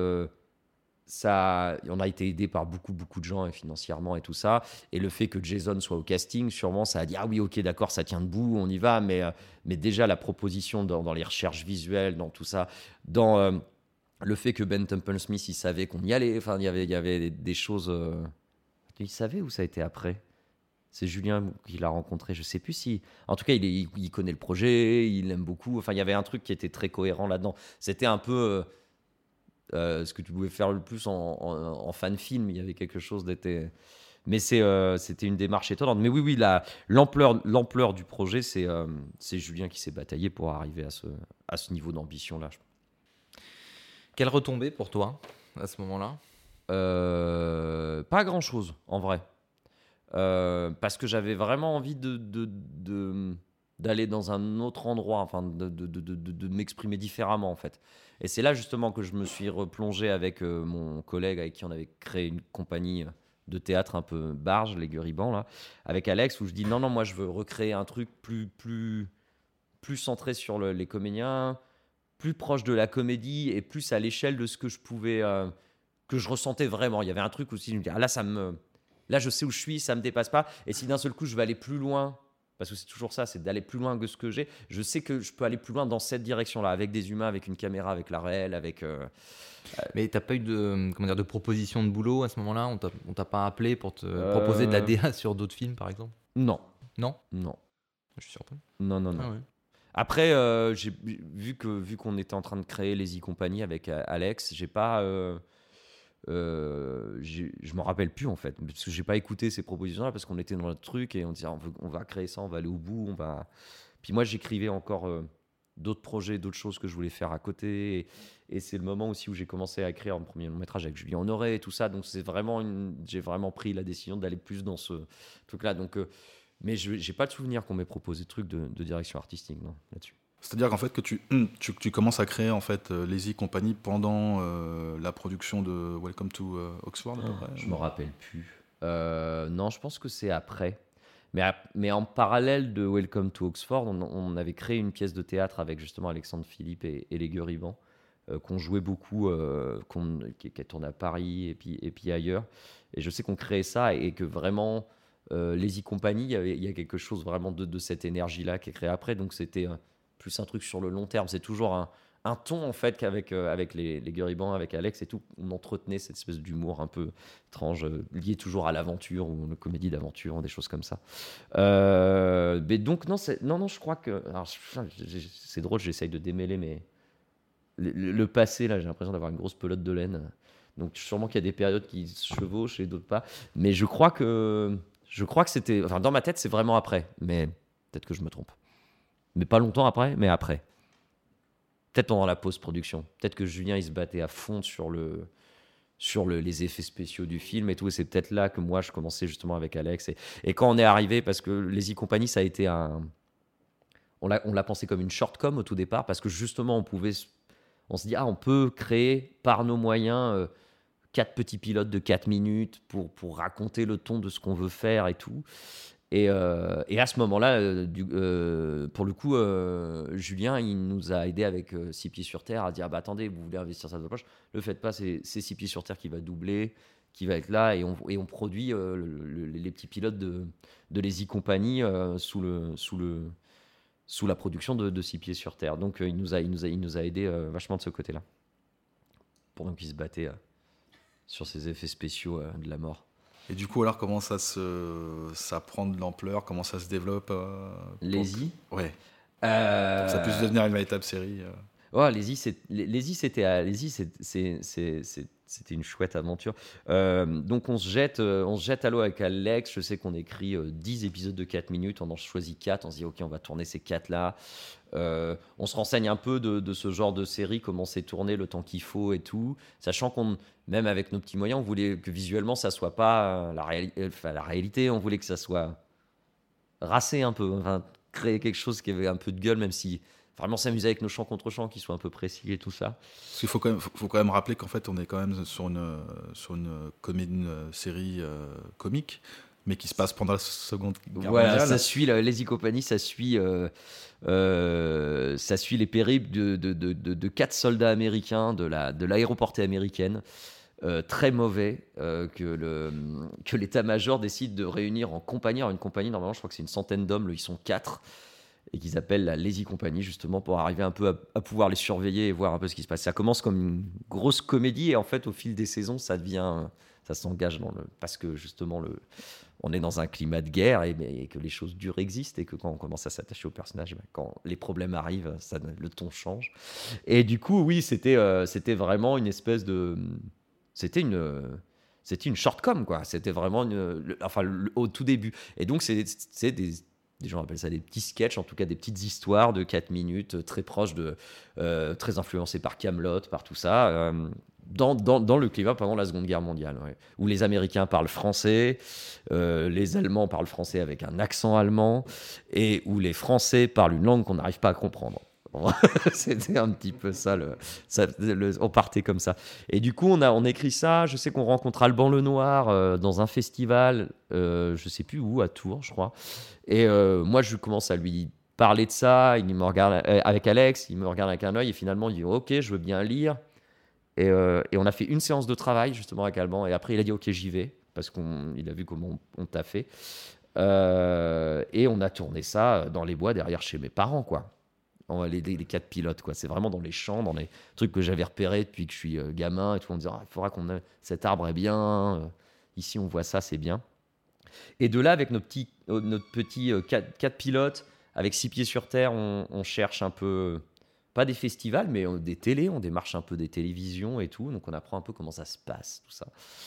Speaker 7: on a été aidé par beaucoup de gens et financièrement et tout ça. Et le fait que Jason soit au casting, sûrement, ça a dit oui, ok, d'accord, ça tient debout, on y va. Mais déjà, la proposition dans les recherches visuelles, dans tout ça, dans le fait que Ben Temple Smith, il savait qu'on y allait. Enfin, il y avait des choses. Il savait ou ça a été après? C'est Julien qui l'a rencontré, je sais plus si... En tout cas, il connaît le projet, il l'aime beaucoup. Enfin, il y avait un truc qui était très cohérent là-dedans. C'était un peu ce que tu pouvais faire le plus en fan film. Il y avait quelque chose d'était... Mais c'était une démarche étonnante. Mais oui, l'ampleur du projet, c'est Julien qui s'est bataillé pour arriver à ce niveau d'ambition-là.
Speaker 5: Quelle retombée pour toi, à ce moment-là?
Speaker 7: Pas grand-chose, en vrai. Parce que j'avais vraiment envie d'aller dans un autre endroit, enfin de m'exprimer différemment en fait. Et c'est là justement que je me suis replongé avec mon collègue avec qui on avait créé une compagnie de théâtre un peu barge, les Gueribans là, avec Alex, où je dis non, moi je veux recréer un truc plus centré sur les comédiens, plus proche de la comédie et plus à l'échelle de ce que je pouvais, que je ressentais vraiment. Il y avait un truc aussi, je me dis là, je sais où je suis, ça ne me dépasse pas. Et si d'un seul coup, je vais aller plus loin, parce que c'est toujours ça, c'est d'aller plus loin que ce que j'ai, je sais que je peux aller plus loin dans cette direction-là, avec des humains, avec une caméra, avec la réelle, avec...
Speaker 5: Mais tu n'as pas eu de proposition de boulot à ce moment-là? On t'a pas appelé pour te proposer de la DA sur d'autres films, par exemple?
Speaker 7: Non.
Speaker 5: Non?
Speaker 7: Non.
Speaker 5: Je suis surpris.
Speaker 7: Non.
Speaker 5: Ah ouais.
Speaker 7: Après, j'ai vu qu'on était en train de créer les e-compagnies avec Alex, j'ai pas... je m'en rappelle plus en fait, parce que j'ai pas écouté ces propositions-là parce qu'on était dans notre truc et on disait on va créer ça, on va aller au bout, Puis moi j'écrivais encore d'autres projets, d'autres choses que je voulais faire à côté et c'est le moment aussi où j'ai commencé à écrire mon premier long métrage avec Julien Honoré et tout ça, donc c'est vraiment j'ai vraiment pris la décision d'aller plus dans ce truc-là. Donc mais j'ai pas de souvenir qu'on m'ait proposé de trucs de direction artistique là-dessus.
Speaker 8: C'est-à-dire qu'en fait que tu commences à créer en fait les e-compagnies pendant la production de Welcome to Oxford à peu près.
Speaker 7: Je me rappelle plus. Non, je pense que c'est après. Mais en parallèle de Welcome to Oxford, on avait créé une pièce de théâtre avec justement Alexandre Philippe et les Gueribans qu'on jouait beaucoup, qui a tourné à Paris et puis ailleurs. Et je sais qu'on créait ça et que vraiment les e-compagnies, il y a quelque chose vraiment de cette énergie-là qui est créée après. Donc c'était plus un truc sur le long terme. C'est toujours un ton en fait qu'avec les Gueribans, avec Alex et tout, on entretenait cette espèce d'humour un peu étrange, lié toujours à l'aventure ou une comédie d'aventure, des choses comme ça. Mais donc non, je crois que... Alors, c'est drôle, j'essaye de démêler le passé, là, j'ai l'impression d'avoir une grosse pelote de laine. Donc sûrement qu'il y a des périodes qui se chevauchent et d'autres pas. Mais je crois que c'était... Enfin, dans ma tête, c'est vraiment après. Mais peut-être que je me trompe. Mais pas longtemps après, mais après. Peut-être pendant la post-production. Peut-être que Julien, il se battait à fond sur les effets spéciaux du film et tout. Et c'est peut-être là que moi, je commençais justement avec Alex. Et quand on est arrivé, parce que Les E-Company, ça a été un... On l'a pensé comme une short-com au tout départ, parce que justement, on se dit, on peut créer par nos moyens 4 petits pilotes de 4 minutes pour raconter le ton de ce qu'on veut faire et tout. Et à ce moment-là, pour le coup, Julien, il nous a aidé avec 6 pieds sur terre à dire attendez, vous voulez investir ça de votre poche, le faites pas, c'est 6 pieds sur terre qui va doubler, qui va être là, et on produit les petits pilotes de Les E-Company sous la production de 6 pieds sur terre. Donc il nous a aidé vachement de ce côté-là, pendant qu'il se battait sur ces effets spéciaux de la mort.
Speaker 8: Et du coup, alors, comment ça prend de l'ampleur, comment ça se développe
Speaker 7: Les-y.
Speaker 8: Ouais. Pour que ça puisse devenir une véritable série.
Speaker 7: Ouais, c'était une chouette aventure. Donc on se jette à l'eau avec Alex. Je sais qu'on écrit 10 épisodes de 4 minutes, on en choisit 4, on se dit ok, on va tourner ces 4 là. On se renseigne un peu de ce genre de série, comment c'est tourné, le temps qu'il faut et tout, sachant même avec nos petits moyens, on voulait que visuellement ça soit pas la réalité, on voulait que ça soit racé un peu, enfin, créer quelque chose qui avait un peu de gueule, même si vraiment s'amuser avec nos chants contre chants qui soient un peu précis et tout ça.
Speaker 8: Parce qu'il faut quand même rappeler qu'en fait on est quand même sur une série comique, mais qui se passe pendant la Seconde Guerre mondiale.
Speaker 7: Ça suit Les E-Company, ça suit les périples de 4 soldats américains de l'aéroportée américaine, très mauvais, que l'état-major décide de réunir en compagnie. Alors une compagnie, normalement je crois que c'est une centaine d'hommes, ils sont 4, et qu'ils appellent la Les E-Company, justement pour arriver un peu à pouvoir les surveiller et voir un peu ce qui se passe. Ça commence comme une grosse comédie, et en fait au fil des saisons ça s'engage parce que justement on est dans un climat de guerre, et que les choses dures existent, et que quand on commence à s'attacher aux personnages, quand les problèmes arrivent, le ton change. Et du coup, oui, c'était vraiment une espèce de... C'était une short-com, quoi. C'était vraiment au tout début. Et donc, c'est des gens appellent ça des petits sketchs, en tout cas des petites histoires de 4 minutes, très proches très influencées par Kaamelott, par tout ça, dans le climat pendant la Seconde Guerre mondiale, ouais, où les Américains parlent français, les Allemands parlent français avec un accent allemand, et où les Français parlent une langue qu'on n'arrive pas à comprendre. C'était un petit peu ça, on partait comme ça. Et du coup, on écrit ça. Je sais qu'on rencontre Alban Lenoir dans un festival, je sais plus où, à Tours, je crois. Et moi, je commence à lui parler de ça. Il me regarde avec Alex, il me regarde avec un œil, et finalement, il dit ok, je veux bien lire. Et on a fait une séance de travail justement avec Alban, et après il a dit ok, j'y vais, parce qu'il a vu comment on t'a fait. Et on a tourné ça dans les bois derrière chez mes parents, quoi. Les 4 pilotes, quoi. C'est vraiment dans les champs, dans les trucs que j'avais repérés depuis que je suis gamin et tout. On me disait il faudra qu'on ait cet arbre est bien, ici on voit ça, c'est bien. Et de là, avec notre petit 4 pilotes avec 6 pieds sur terre, on cherche un peu, pas des festivals, mais des télés, on démarche un peu des télévisions et tout, donc on apprend un peu comment ça se passe, tout ça.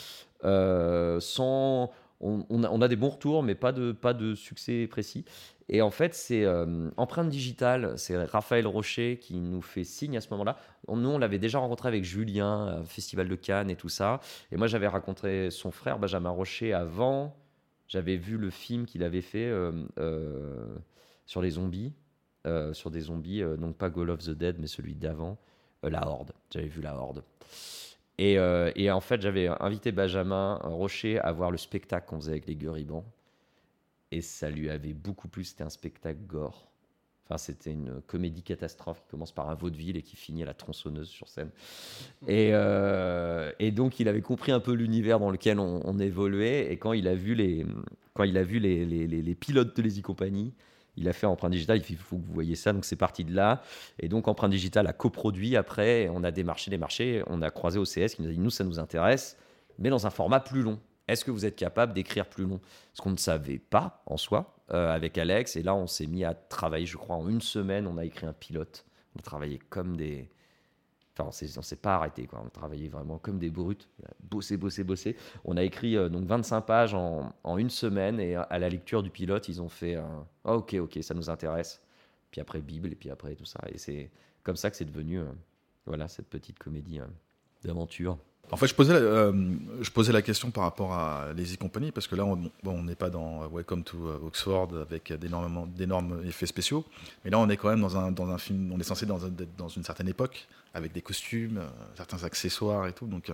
Speaker 7: On a des bons retours, mais pas de succès précis. Et en fait, c'est Empreinte Digitale, c'est Raphaël Rocher qui nous fait signe à ce moment-là. Nous, on l'avait déjà rencontré avec Julien, Festival de Cannes et tout ça. Et moi, j'avais rencontré son frère Benjamin Rocher avant. J'avais vu le film qu'il avait fait sur les zombies. Sur des zombies, donc pas Call of the Dead, mais celui d'avant, La Horde. J'avais vu La Horde. Et en fait, j'avais invité Benjamin Rocher à voir le spectacle qu'on faisait avec les Gueux-Ribans. Et ça lui avait beaucoup plu. C'était un spectacle gore. Enfin, c'était une comédie catastrophe qui commence par un vaudeville et qui finit à la tronçonneuse sur scène. Et donc, il avait compris un peu l'univers dans lequel on évoluait. Et quand il a vu les pilotes de Les E-Company, il a fait Empreinte Digitale. Il faut que vous voyez ça. Donc, c'est parti de là. Et donc, Empreinte Digitale a coproduit. Après, on a démarché les marchés. On a croisé OCS qui nous a dit nous, ça nous intéresse, mais dans un format plus long. Est-ce que vous êtes capable d'écrire plus long ? Ce qu'on ne savait pas en soi avec Alex. Et là, on s'est mis à travailler, je crois, en une semaine. On a écrit un pilote. On a travaillé comme des Enfin, on s'est pas arrêté, quoi. On a travaillé vraiment comme des brutes, bossé. On a écrit donc 25 pages en une semaine, et à la lecture du pilote, ils ont fait ah, ok, ça nous intéresse. Puis après Bible, et puis après tout ça. Et c'est comme ça que c'est devenu voilà, cette petite comédie d'aventure.
Speaker 8: En fait, je posais la question par rapport à Lazy Company, parce que là, on n'est pas dans Welcome to Oxford avec d'énormes effets spéciaux, mais là, on est quand même dans un film, on est censé être dans une certaine époque, avec des costumes, certains accessoires et tout. Donc,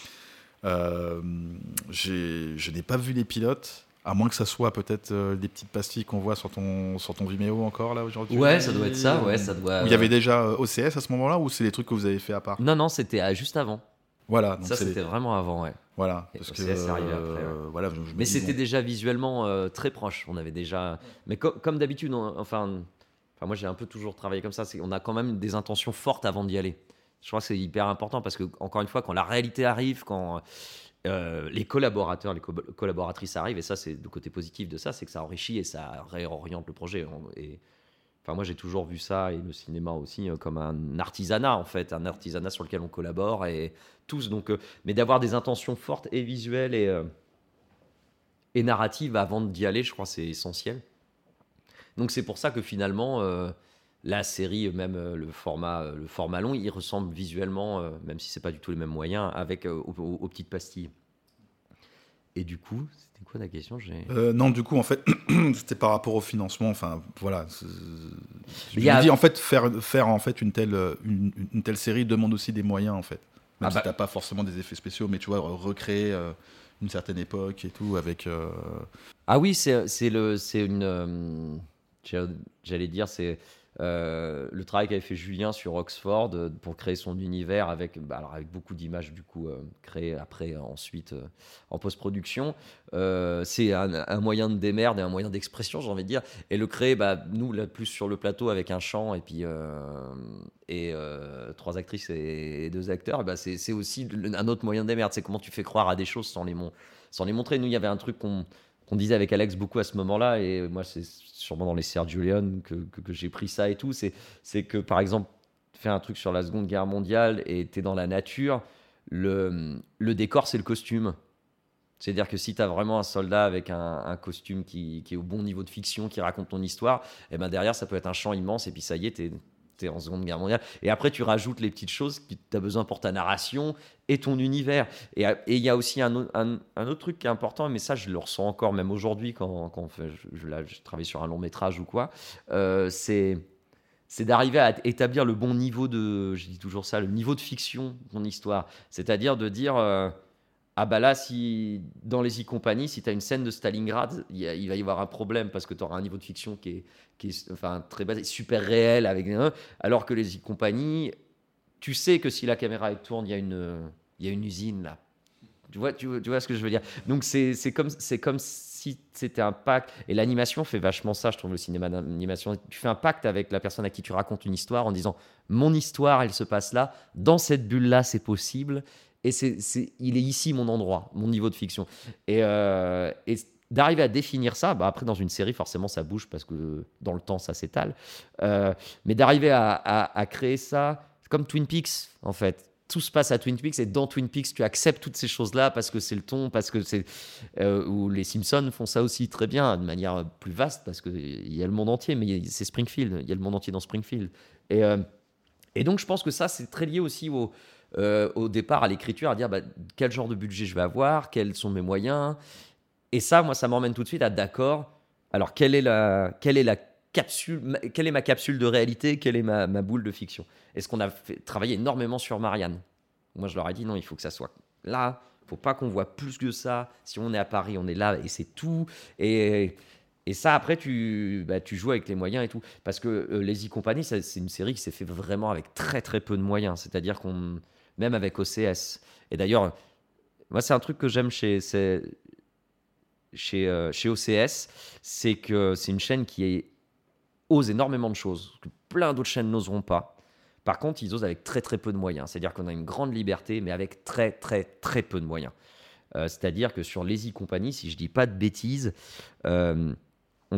Speaker 8: je n'ai pas vu les pilotes, à moins que ça soit peut-être des petites pastilles qu'on voit sur ton Vimeo encore là aujourd'hui.
Speaker 7: Ouais, ça doit être ça. Ouais, ça doit.
Speaker 8: Il y avait déjà OCS à ce moment-là, ou c'est des trucs que vous avez fait à part?
Speaker 7: Non, c'était juste avant.
Speaker 8: Voilà, donc
Speaker 7: ça c'était vraiment avant, ouais.
Speaker 8: Voilà,
Speaker 7: parce que c'est arrivé après. Ouais.
Speaker 8: Voilà,
Speaker 7: mais c'était déjà visuellement très proche. On avait déjà, mais comme d'habitude, enfin, moi j'ai un peu toujours travaillé comme ça. On a quand même des intentions fortes avant d'y aller. Je crois que c'est hyper important parce que encore une fois, quand la réalité arrive, quand les collaborateurs, les collaboratrices arrivent, et ça c'est le côté positif de ça, c'est que ça enrichit et ça réoriente le projet. Enfin, moi, j'ai toujours vu ça, et le cinéma aussi, comme un artisanat, en fait, un artisanat sur lequel on collabore, et tous. Donc, mais d'avoir des intentions fortes et visuelles et narratives avant d'y aller, je crois que c'est essentiel. Donc, c'est pour ça que finalement, la série, même le format long, il ressemble visuellement, même si c'est pas du tout les mêmes moyens, avec aux petites pastilles. Et du coup, c'était quoi la question?
Speaker 8: Non, du coup, en fait, c'était par rapport au financement. Enfin, voilà. Je me dis, en fait, faire en fait une telle série demande aussi des moyens, en fait. Même si t'as pas forcément des effets spéciaux, mais tu vois, recréer une certaine époque et tout avec.
Speaker 7: Ah oui, c'est une. J'allais dire, c'est. Le travail qu'avait fait Julien sur Oxford pour créer son univers avec beaucoup d'images du coup créées après ensuite en post-production, c'est un moyen de démerde et un moyen d'expression, j'ai envie de dire, et le créer nous là plus sur le plateau avec un chant et puis 3 actrices et 2 acteurs, c'est aussi un autre moyen de démerde. C'est comment tu fais croire à des choses sans les montrer. Nous, il y avait un truc qu'on disait avec Alex beaucoup à ce moment-là, et moi c'est sûrement dans les Sergio Leone que j'ai pris ça et tout, c'est que par exemple faire un truc sur la Seconde Guerre mondiale et t'es dans la nature, le décor c'est le costume. C'est-à-dire que si t'as vraiment un soldat avec un costume qui est au bon niveau de fiction, qui raconte ton histoire, et derrière ça peut être un champ immense, et puis ça y est, t'es en Seconde Guerre mondiale. Et après, tu rajoutes les petites choses que tu as besoin pour ta narration et ton univers. Et il y a aussi un autre truc qui est important, mais ça, je le ressens encore même aujourd'hui quand je travaille sur un long métrage ou quoi. C'est d'arriver à établir le bon niveau je dis toujours ça, le niveau de fiction de ton histoire. C'est-à-dire de dire... là, si dans les e-compagnies, si tu as une scène de Stalingrad, il va y avoir un problème parce que tu auras un niveau de fiction qui est très basé, super réel, alors que les e-compagnies, tu sais que si la caméra tourne, il y a une usine là. Tu vois ce que je veux dire? Donc c'est comme si c'était un pacte. Et l'animation fait vachement ça, je trouve, le cinéma d'animation. Tu fais un pacte avec la personne à qui tu racontes une histoire en disant mon histoire, elle se passe là, dans cette bulle là, c'est possible. Et il est ici mon endroit, mon niveau de fiction. Et d'arriver à définir ça, après dans une série, forcément, ça bouge parce que dans le temps, ça s'étale. Mais d'arriver à créer ça, c'est comme Twin Peaks, en fait. Tout se passe à Twin Peaks, et dans Twin Peaks, tu acceptes toutes ces choses-là parce que c'est le ton, parce que c'est... où les Simpsons font ça aussi très bien, de manière plus vaste, parce qu'il y a le monde entier, mais c'est Springfield, il y a le monde entier dans Springfield. Et donc, je pense que ça, c'est très lié aussi au départ à l'écriture, à dire quel genre de budget je vais avoir, quels sont mes moyens. Et ça, moi, ça m'emmène tout de suite à d'accord. Alors, quelle est ma capsule de réalité, quelle est ma boule de fiction? Est-ce qu'on a travaillé énormément sur Marianne? Moi, je leur ai dit non, il faut que ça soit là. Il ne faut pas qu'on voit plus que ça. Si on est à Paris, on est là et c'est tout. Et ça, après, tu joues avec les moyens et tout. Parce que les e-compagnies, c'est une série qui s'est fait vraiment avec très, très peu de moyens. C'est-à-dire même avec OCS. Et d'ailleurs, moi, c'est un truc que j'aime chez OCS, c'est que c'est une chaîne qui ose énormément de choses, que plein d'autres chaînes n'oseront pas. Par contre, ils osent avec très, très peu de moyens. C'est-à-dire qu'on a une grande liberté, mais avec très, très, très peu de moyens. C'est-à-dire que sur les e-compagnies, si je ne dis pas de bêtises, on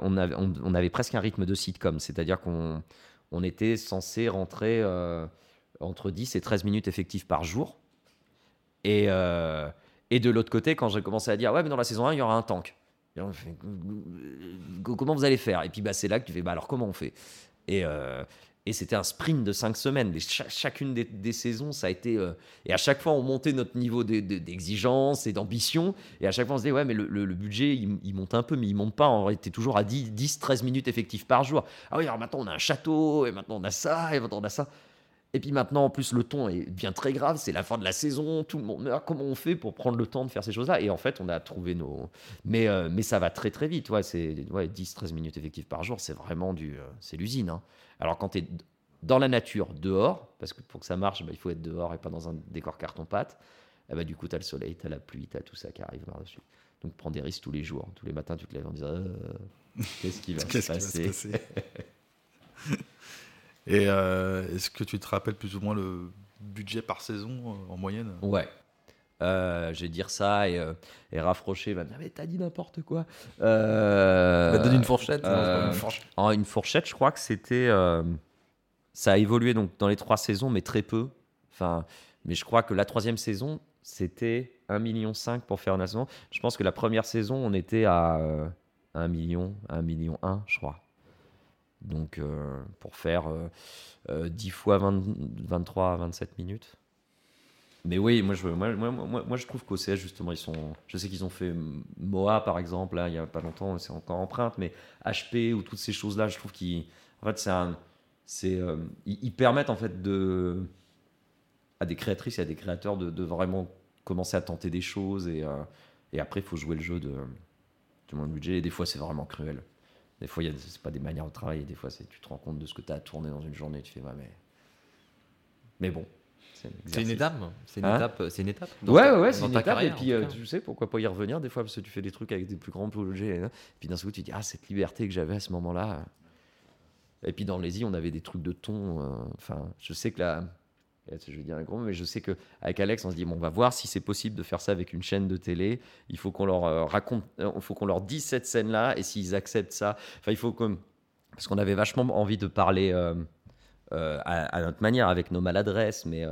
Speaker 7: avait presque un rythme de sitcom. C'est-à-dire qu'on était censé rentrer... entre 10 et 13 minutes effectives par jour. Et de l'autre côté, quand j'ai commencé à dire ouais, mais dans la saison 1, il y aura un tank. Et on fait, comment vous allez faire? Et puis c'est là que tu fais alors comment on fait? Et c'était un sprint de 5 semaines. Chacune des saisons, ça a été. Et à chaque fois, on montait notre niveau d'exigence et d'ambition. Et à chaque fois, on se disait ouais, mais le budget, il monte un peu, mais il monte pas. On était toujours à 10-13 minutes effectives par jour. Ah oui, alors maintenant, on a un château, et maintenant, on a ça, et maintenant, on a ça. Et puis maintenant, en plus, le ton devient très grave. C'est la fin de la saison, tout le monde meurt. Comment on fait pour prendre le temps de faire ces choses-là? Et en fait, on a trouvé nos... Mais ça va très, très vite. Ouais, 10-13 minutes effectives par jour, c'est vraiment c'est l'usine. Hein. Alors, quand tu es dans la nature, dehors, parce que pour que ça marche, il faut être dehors et pas dans un décor carton-pâte, du coup, tu as le soleil, tu as la pluie, tu as tout ça qui arrive par-dessus. Donc, prends des risques tous les jours. Tous les matins, tu te lèves en disant qu'est-ce qui va se passer?
Speaker 8: Et est-ce que tu te rappelles plus ou moins le budget par saison en moyenne?
Speaker 7: Ouais. Je vais dire ça et Raph Rocher va me dire mais t'as dit n'importe quoi. Va
Speaker 5: te donner une fourchette.
Speaker 7: Une fourchette, je crois que c'était. Ça a évolué donc dans les 3 saisons, mais très peu. Enfin, mais je crois que la 3e saison, c'était 1,5 million pour faire une saison. Je pense que la première saison, on était à 1 million, 1,1 million, je crois. Donc, pour faire 10 fois 23 à 27 minutes. Mais oui, moi je trouve qu'OCS, justement, je sais qu'ils ont fait Moa, par exemple, là, il n'y a pas longtemps, c'est encore empreinte, mais HP ou toutes ces choses-là, je trouve qu'ils en fait, ils permettent en fait à des créatrices et à des créateurs de vraiment commencer à tenter des choses et après, il faut jouer le jeu de mon budget. Et des fois, c'est vraiment cruel. Des fois, c'est pas des manières de travailler. Des fois, tu te rends compte de ce que tu as à tourner dans une journée. Tu fais, ouais, mais bon.
Speaker 5: C'est une étape. C'est une étape.
Speaker 7: Ouais, c'est une étape.
Speaker 5: Carrière,
Speaker 7: et puis, tu sais, pourquoi pas y revenir des fois, parce que tu fais des trucs avec des plus grands projets. Et puis d'un coup, tu te dis, cette liberté que j'avais à ce moment-là. Et puis dans les on avait des trucs de ton. Je sais que là. Je vais dire un gros mot, mais je sais qu'avec Alex, on se dit, on va voir si c'est possible de faire ça avec une chaîne de télé. Il faut qu'on leur raconte, il faut qu'on leur dise cette scène-là, et s'ils acceptent ça, il faut parce qu'on avait vachement envie de parler à notre manière, avec nos maladresses, mais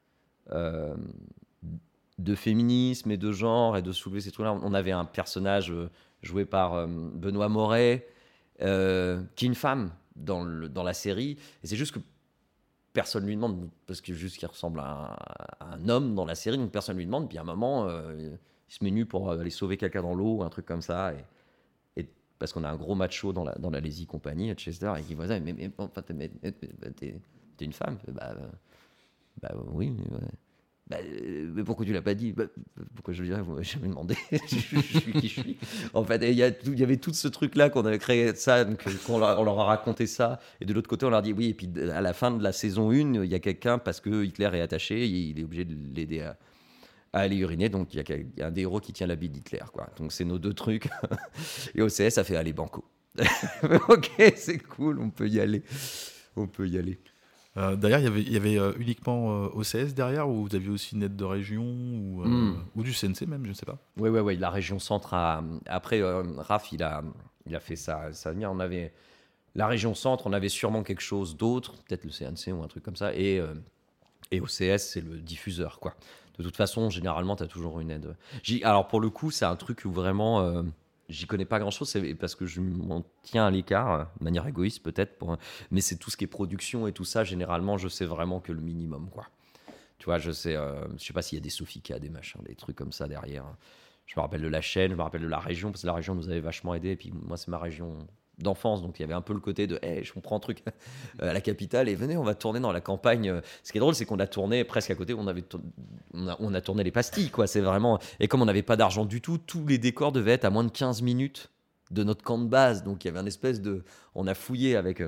Speaker 7: de féminisme et de genre, et de soulever ces trucs-là. On avait un personnage joué par Benoît Moret, qui est une femme dans la série, et c'est juste que personne lui demande, parce que juste qu'il ressemble à un homme dans la série, donc personne lui demande. Puis à un moment, il se met nu pour aller sauver quelqu'un dans l'eau, un truc comme ça. Et parce qu'on a un gros macho dans la Lazy Company à Chester, et qui voit ça, mais t'es une femme? Oui. Mais pourquoi tu l'as pas dit? Pourquoi je le dirais? Vous m'avez jamais demandé. je suis qui je suis. En fait, il y avait tout ce truc-là qu'on avait créé, ça, donc on leur a raconté ça. Et de l'autre côté, on leur dit oui. Et puis à la fin de la saison 1, il y a quelqu'un, parce que Hitler est attaché, il est obligé de l'aider à aller uriner. Donc il y a un des héros qui tient la bite d'Hitler, quoi. Donc c'est nos 2 trucs. Et OCS, ça fait allez, banco. Ok, c'est cool, on peut y aller.
Speaker 8: Derrière, il y avait uniquement OCS derrière, ou vous aviez aussi une aide de région ou du CNC même, je ne sais pas.
Speaker 7: Oui, la région centre après Raph, il a fait ça. On avait la région centre, on avait sûrement quelque chose d'autre, peut-être le CNC ou un truc comme ça, et OCS, c'est le diffuseur, quoi. De toute façon, généralement, tu as toujours une aide. Alors pour le coup, c'est un truc où vraiment... j'y connais pas grand-chose, c'est parce que je m'en tiens à l'écart, de manière égoïste peut-être, mais c'est tout ce qui est production et tout ça, généralement, je sais vraiment que le minimum, quoi. Tu vois, je sais pas s'il y a des Sofica, des machins, des trucs comme ça derrière. Je me rappelle de la chaîne, je me rappelle de la région, parce que la région nous avait vachement aidé, et puis moi, c'est ma région d'enfance, donc il y avait un peu le côté de je comprends un truc à la capitale, et venez, on va tourner dans la campagne. Ce qui est drôle, c'est qu'on a tourné presque à côté, on a tourné les pastilles, quoi. C'est vraiment, et comme on n'avait pas d'argent du tout, tous les décors devaient être à moins de 15 minutes de notre camp de base, donc il y avait un espèce de, on a fouillé avec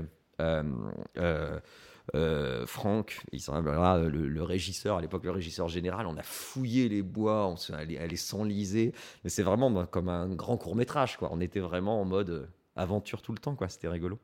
Speaker 7: Franck, il s'en rappellera, le régisseur, à l'époque le régisseur général, on a fouillé les bois, on allait s'enliser, mais c'est vraiment comme un grand court-métrage, quoi. On était vraiment en mode aventure tout le temps, quoi. C'était rigolo.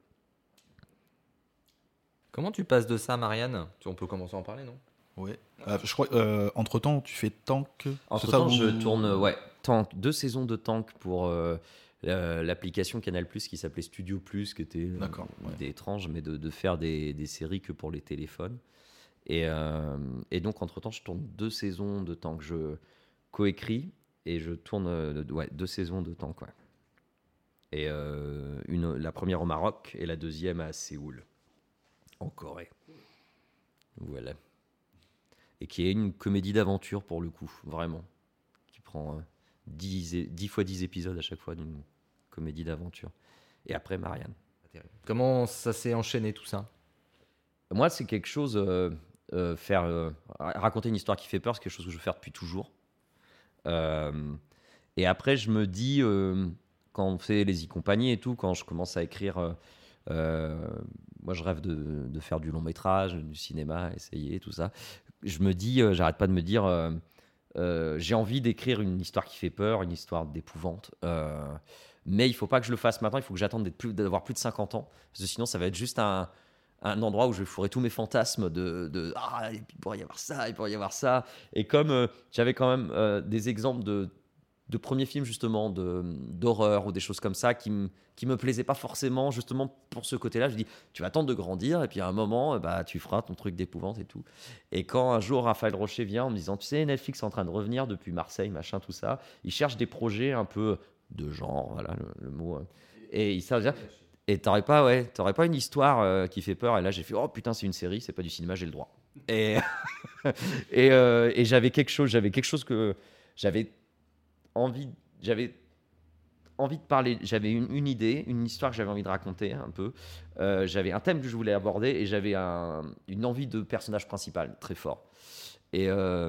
Speaker 5: Comment tu passes de ça, Marianne? On peut commencer à en parler, non?
Speaker 8: Oui. Je crois entre-temps, tu fais Tank.
Speaker 7: Entre-temps, je tourne Tank, 2 saisons de Tank pour l'application Canal+, qui s'appelait Studio+, qui était étrange, mais de faire des séries que pour les téléphones. Et donc, entre-temps, je tourne 2 saisons de temps que je coécris et je tourne 2 saisons de temps, quoi. Et la première au Maroc et la deuxième à Séoul, en Corée. Voilà. Et qui est une comédie d'aventure pour le coup, vraiment. Qui prend 10 fois 10 épisodes à chaque fois d'une comédie d'aventure. Et après, Marianne.
Speaker 5: Comment ça s'est enchaîné tout ça?
Speaker 7: Moi, c'est quelque chose... raconter une histoire qui fait peur, c'est quelque chose que je veux faire depuis toujours. Et après, je me dis, quand on fait les e-compagnies et tout, quand je commence à écrire, moi je rêve de faire du long métrage, du cinéma, essayer tout ça. Je me dis, j'arrête pas de me dire, j'ai envie d'écrire une histoire qui fait peur, une histoire d'épouvante. Mais il faut pas que je le fasse maintenant, il faut que j'attende d'avoir plus de 50 ans, parce que sinon ça va être juste un endroit où je fourrais tous mes fantasmes il pourrait y avoir ça, il pourrait y avoir ça. Et comme j'avais quand même des exemples de premiers films justement d'horreur ou des choses comme ça qui me plaisaient pas forcément justement pour ce côté-là, je dis tu vas attendre de grandir et puis à un moment tu feras ton truc d'épouvante et tout. Et quand un jour Raphaël Rocher vient en me disant tu sais Netflix est en train de revenir depuis Marseille machin tout ça, il cherche des projets un peu de genre, voilà le mot, et il savent dire. Et t'aurais pas une histoire qui fait peur. Et là, j'ai fait, oh putain, c'est une série, c'est pas du cinéma, j'ai le droit. Et j'avais quelque chose que j'avais envie de parler. J'avais une idée, une histoire que j'avais envie de raconter un peu. J'avais un thème que je voulais aborder et j'avais une envie de personnage principal très fort. Et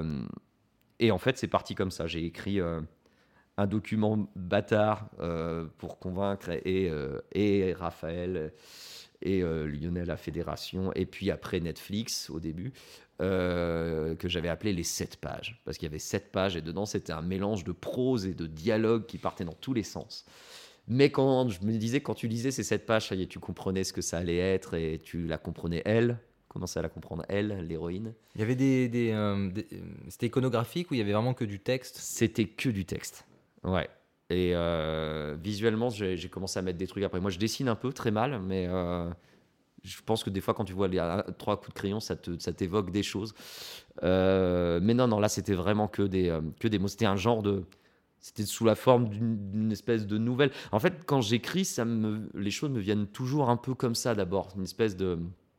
Speaker 7: en fait, c'est parti comme ça. J'ai écrit un document bâtard pour convaincre et Raphaël et Lionel à Fédération, et puis après Netflix au début, que j'avais appelé les 7 pages, parce qu'il y avait 7 pages et dedans c'était un mélange de prose et de dialogue qui partait dans tous les sens. Mais quand je me disais, quand tu lisais ces 7 pages, ça y est, tu comprenais ce que ça allait être et tu la comprenais elle. Commençais à la comprendre, elle, l'héroïne.
Speaker 5: Il y avait c'était iconographique ou il y avait vraiment que du texte?
Speaker 7: C'était que du texte. Ouais. Et visuellement, j'ai commencé à mettre des trucs après. Moi, je dessine un peu, très mal, mais je pense que des fois, quand tu vois les 3 coups de crayon, ça t'évoque des choses. Mais non, là, c'était vraiment que des mots. C'était un genre de... C'était sous la forme d'une espèce de nouvelle. En fait, quand j'écris, les choses me viennent toujours un peu comme ça, d'abord. Une espèce de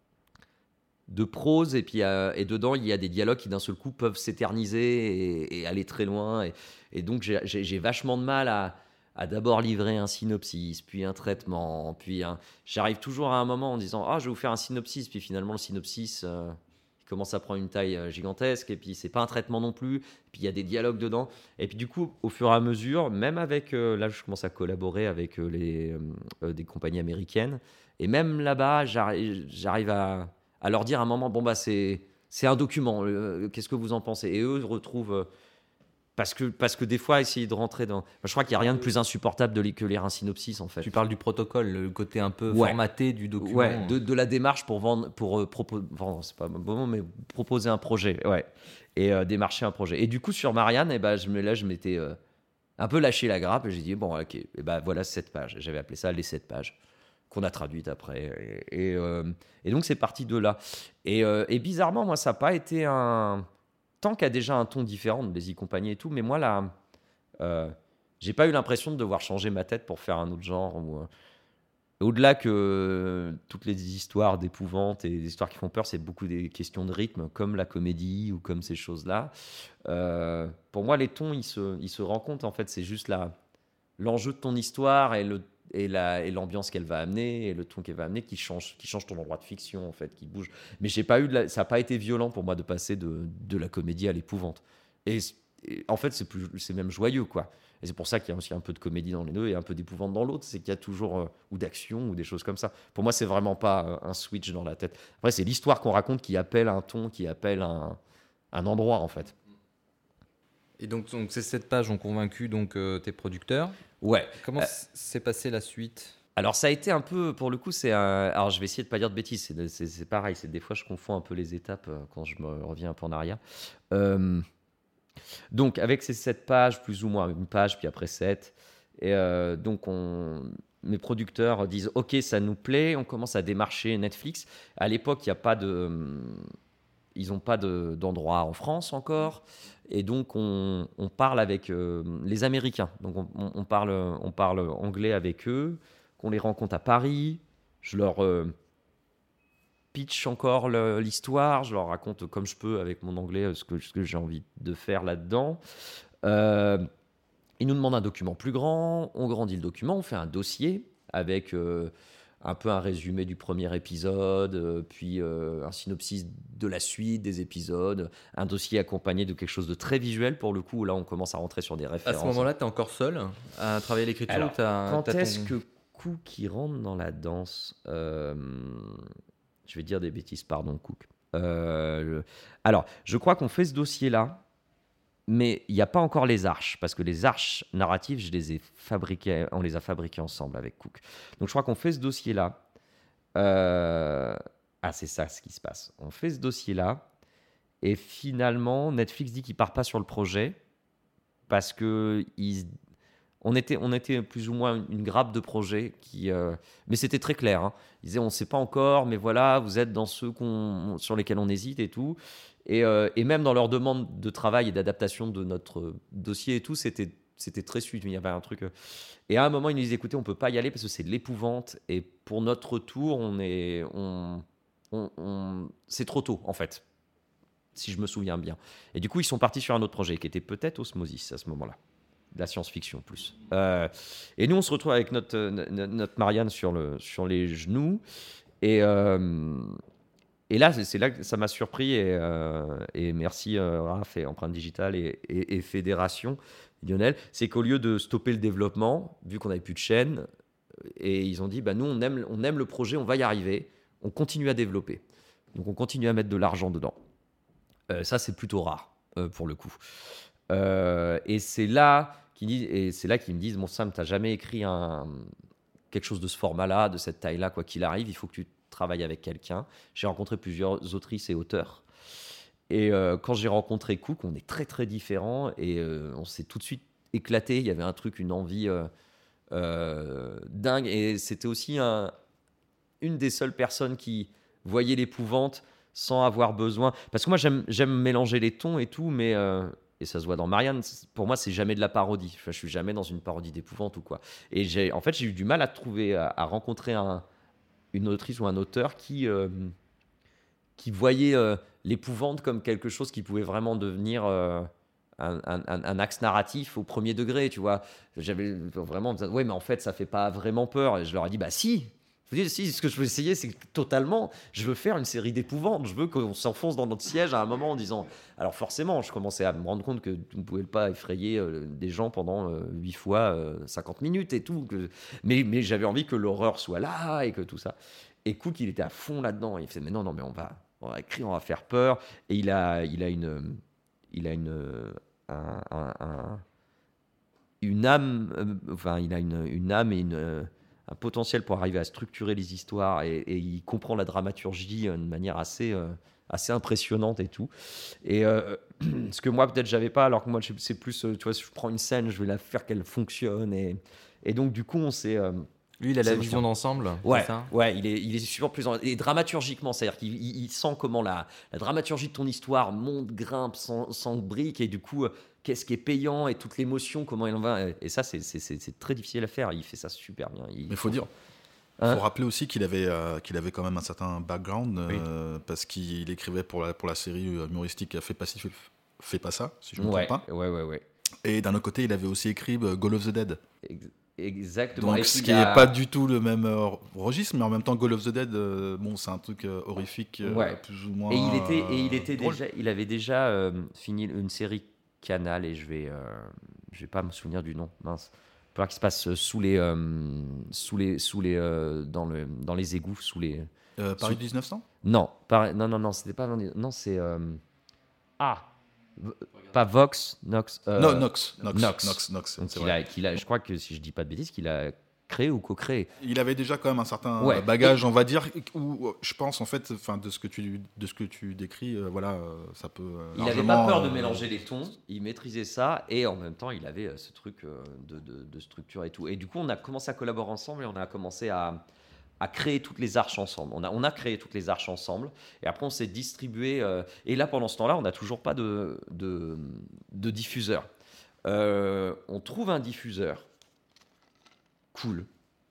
Speaker 7: prose, et puis et dedans il y a des dialogues qui d'un seul coup peuvent s'éterniser et aller très loin, et donc j'ai vachement de mal à d'abord livrer un synopsis, puis un traitement, puis j'arrive toujours à un moment en disant je vais vous faire un synopsis, puis finalement le synopsis il commence à prendre une taille gigantesque, et puis c'est pas un traitement non plus, puis il y a des dialogues dedans, et puis du coup au fur et à mesure, même avec là je commence à collaborer avec des compagnies américaines, et même là-bas j'arrive à leur dire à un moment, c'est un document, qu'est-ce que vous en pensez? Et eux retrouvent, parce que des fois, essayer de rentrer dans... je crois qu'il n'y a rien de plus insupportable que lire un synopsis, en fait.
Speaker 5: Tu parles du protocole, le côté un peu formaté du document.
Speaker 7: Ouais, de la démarche pour vendre, c'est pas un bon mot, mais proposer un projet, ouais, et démarcher un projet. Et du coup, sur Marianne, je m'étais un peu lâché la grappe, et j'ai dit, bon, ok, voilà 7 pages. J'avais appelé ça les 7 pages. Qu'on a traduite après. Et donc, c'est parti de là. Et bizarrement, moi, ça n'a pas été un... Tant qu'il y a déjà un ton différent des e-compagnies et tout, mais moi, là, j'ai pas eu l'impression de devoir changer ma tête pour faire un autre genre. Au-delà que toutes les histoires d'épouvante et des histoires qui font peur, c'est beaucoup des questions de rythme, comme la comédie ou comme ces choses-là. Pour moi, les tons, ils se rencontrent. En fait, c'est juste l'enjeu de ton histoire et l'ambiance qu'elle va amener et le ton qu'elle va amener qui change ton endroit de fiction, en fait, qui bouge. Mais ça n'a pas été violent pour moi de passer de la comédie à l'épouvante. Et en fait, c'est même joyeux, quoi. Et c'est pour ça qu'il y a aussi un peu de comédie dans les deux et un peu d'épouvante dans l'autre. C'est qu'il y a toujours ou d'action ou des choses comme ça. Pour moi, c'est vraiment pas un switch dans la tête. Après, c'est l'histoire qu'on raconte qui appelle un ton, qui appelle un endroit, en fait.
Speaker 5: Et donc ces 7 pages ont convaincu tes producteurs.
Speaker 7: Ouais.
Speaker 5: Comment s'est passée la suite?
Speaker 7: Alors ça a été un peu, pour le coup, alors je vais essayer de pas dire de bêtises, c'est pareil, des fois je confonds un peu les étapes quand je me reviens un peu en arrière. Donc avec ces 7 pages, plus ou moins une page, puis après 7, et donc mes producteurs disent ok, ça nous plaît, on commence à démarcher Netflix. À l'époque, il n'y a pas de... ils n'ont pas d'endroit en France encore. Et donc, on parle avec les Américains. Donc, on parle anglais avec eux, qu'on les rencontre à Paris. Je leur pitch encore l'histoire. Je leur raconte comme je peux avec mon anglais ce que j'ai envie de faire là-dedans. Ils nous demandent un document plus grand. On grandit le document. On fait un dossier avec un peu un résumé du premier épisode, puis un synopsis de la suite des épisodes, un dossier accompagné de quelque chose de très visuel pour le coup. Là, on commence à rentrer sur des références.
Speaker 5: À ce moment-là, tu es encore seul à travailler l'écriture?
Speaker 7: Alors, quand
Speaker 5: t'as
Speaker 7: est-ce que Cook il rentre dans la danse? Je vais dire des bêtises, pardon, Cook. Alors, je crois qu'on fait ce dossier-là, mais il n'y a pas encore les arches, parce que les arches narratives, on les a fabriquées ensemble avec Cook. Donc je crois qu'on fait ce dossier-là. C'est ça ce qui se passe. On fait ce dossier-là, et finalement, Netflix dit qu'il ne part pas sur le projet, parce que on était plus ou moins une grappe de projets, mais c'était très clair. Hein. Ils disaient, on ne sait pas encore, mais voilà, vous êtes dans ceux sur lesquels on hésite et tout. Et même dans leur demande de travail et d'adaptation de notre dossier et tout, c'était très suite. Il y avait un truc. Et à un moment, ils nous disaient, écoutez, on ne peut pas y aller parce que c'est de l'épouvante. Et pour notre retour, c'est trop tôt, en fait, si je me souviens bien. Et du coup, ils sont partis sur un autre projet qui était peut-être Osmosis à ce moment-là. De la science-fiction plus. Et nous, on se retrouve avec notre Marianne sur les genoux. Et là, c'est là que ça m'a surpris. Et merci Raph et Empreinte Digitale et Fédération, Lionel. C'est qu'au lieu de stopper le développement, vu qu'on n'avait plus de chaîne, et ils ont dit, nous, on aime le projet, on va y arriver. On continue à développer. Donc, on continue à mettre de l'argent dedans. Ça, c'est plutôt rare, pour le coup. Et c'est là qu'ils me disent, bon Sam, t'as jamais écrit quelque chose de ce format-là, de cette taille-là, quoi qu'il arrive, il faut que tu travailles avec quelqu'un. J'ai rencontré plusieurs autrices et auteurs. Et quand j'ai rencontré Cook, on est très très différents et on s'est tout de suite éclaté. Il y avait un truc, une envie dingue. Et c'était aussi une des seules personnes qui voyait l'épouvante sans avoir besoin. Parce que moi, j'aime mélanger les tons et tout, mais et ça se voit dans Marianne, pour moi, c'est jamais de la parodie. Enfin, je suis jamais dans une parodie d'épouvante ou quoi. Et j'ai eu du mal à rencontrer une autrice ou un auteur qui voyait l'épouvante comme quelque chose qui pouvait vraiment devenir un axe narratif au premier degré, tu vois. J'avais vraiment dit, ouais, mais en fait, ça fait pas vraiment peur. Et je leur ai dit, si. Si, ce que je veux essayer, c'est que totalement, je veux faire une série d'épouvantes. Je veux qu'on s'enfonce dans notre siège à un moment en disant... Alors forcément, je commençais à me rendre compte que vous ne pouvez pas effrayer des gens pendant 8 fois 50 minutes et tout. Mais j'avais envie que l'horreur soit là et que tout ça. Et Cook, il était à fond là-dedans. Il faisait, mais non, mais on va écrire, on va faire peur. Et il a une âme, il a une âme et un potentiel pour arriver à structurer les histoires et il comprend la dramaturgie de manière assez impressionnante et tout. Et ce que moi peut-être j'avais pas, alors que moi c'est plus, tu vois, si je prends une scène, je vais la faire qu'elle fonctionne et donc du coup on s'est
Speaker 5: lui, il a la vision d'ensemble.
Speaker 7: Ouais,
Speaker 5: c'est ça
Speaker 7: il est super plus et dramaturgiquement, c'est-à-dire qu'il sent comment la dramaturgie de ton histoire monte, grimpe, s'embrique et du coup qu'est-ce qui est payant et toute l'émotion, comment il en va. Et ça, c'est très difficile à faire. Il fait ça super bien.
Speaker 8: Mais il faut dire. Il faut rappeler aussi qu'il avait quand même un certain background, parce qu'il écrivait pour la série humoristique Fais pas ça, si je ne me trompe pas.
Speaker 7: Ouais.
Speaker 8: Et d'un autre côté, il avait aussi écrit Goal of the Dead.
Speaker 7: Exactement.
Speaker 8: Donc, ce qui n'est pas du tout le même registre, mais en même temps, Goal of the Dead, c'est un truc horrifique, plus ou moins.
Speaker 7: Il avait déjà fini une série Canal et je vais pas me souvenir du nom. Mince. Il faudra qu'il se passe dans les égouts, sous les.
Speaker 8: Paris 1900 ?
Speaker 7: Non, c'était pas. Non, c'est. Pas Vox, Nox.
Speaker 8: Nox.
Speaker 7: Je crois que si je dis pas de bêtises, qu'il a créé ou co-créé.
Speaker 8: Il avait déjà quand même un certain bagage, on va dire, où je pense en fait, de ce que tu décris, ça peut.
Speaker 7: Il n'avait pas peur de mélanger les tons, il maîtrisait ça et en même temps il avait ce truc de structure et tout. Et du coup on a commencé à collaborer ensemble et on a commencé à à créer toutes les arches ensemble. On a créé toutes les arches ensemble, et après on s'est distribué. Et là, pendant ce temps-là, on n'a toujours pas de diffuseur. On trouve un diffuseur. Cool.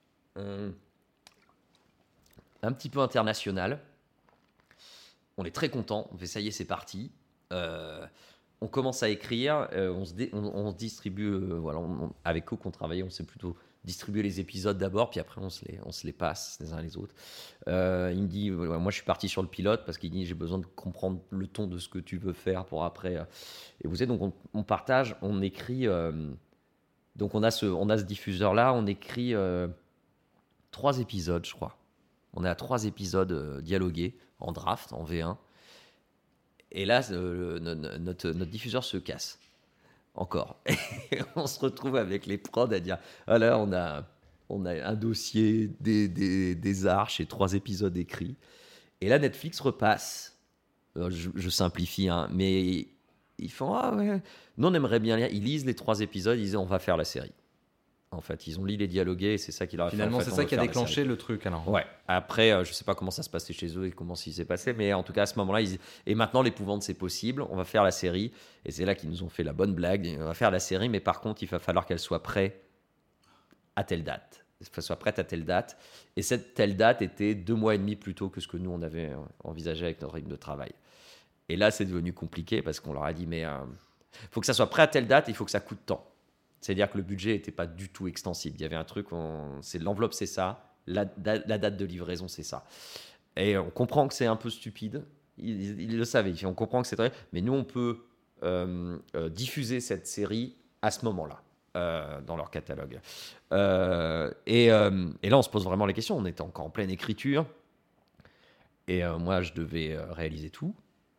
Speaker 7: Un petit peu international. On est très content. On fait ça y est, c'est parti. On commence à écrire. On se distribue. Voilà, avec Cook, on travaillait. On s'est plutôt distribuer les épisodes d'abord, puis après on se les passe les uns les autres. Il me dit, moi je suis parti sur le pilote parce qu'il dit j'ai besoin de comprendre le ton de ce que tu veux faire pour après. Et vous savez, donc on partage, on écrit. Donc on a ce diffuseur là, on écrit 3 épisodes, je crois. On est à 3 épisodes dialogués en draft, en V1. Et là, notre diffuseur se casse. Encore. Et on se retrouve avec les prods à dire ah là, on a un dossier, des arches et 3 épisodes écrits. Et là, Netflix repasse. Alors, je simplifie, hein, mais ils font ah ouais, nous on aimerait bien lire. Ils lisent les 3 épisodes, ils disent on va faire la série. En fait, ils ont lu les dialogués et c'est ça qui leur a
Speaker 5: Finalement,
Speaker 7: fait. En fait,
Speaker 5: c'est ça qui a déclenché le truc alors.
Speaker 7: Ouais. Après, je sais pas comment ça se passait chez eux et comment ça s'est passé, mais en tout cas à ce moment-là, et maintenant l'épouvante c'est possible, on va faire la série. Et c'est là qu'ils nous ont fait la bonne blague. On va faire la série, mais par contre, il va falloir qu'elle soit prête à telle date. Qu'elle soit prête à telle date. Et cette telle date était 2 mois et demi plus tôt que ce que nous on avait envisagé avec notre rythme de travail. Et là, c'est devenu compliqué parce qu'on leur a dit mais faut que ça soit prêt à telle date, il faut que ça coûte tant. C'est-à-dire que le budget n'était pas du tout extensible. Il y avait un truc, c'est l'enveloppe, c'est ça, la date de livraison, c'est ça. Et on comprend que c'est un peu stupide. Ils le savaient. On comprend que c'est très. Mais nous, on peut diffuser cette série à ce moment-là dans leur catalogue. Et là, on se pose vraiment les questions. On était encore en pleine écriture. Et moi, je devais réaliser tout.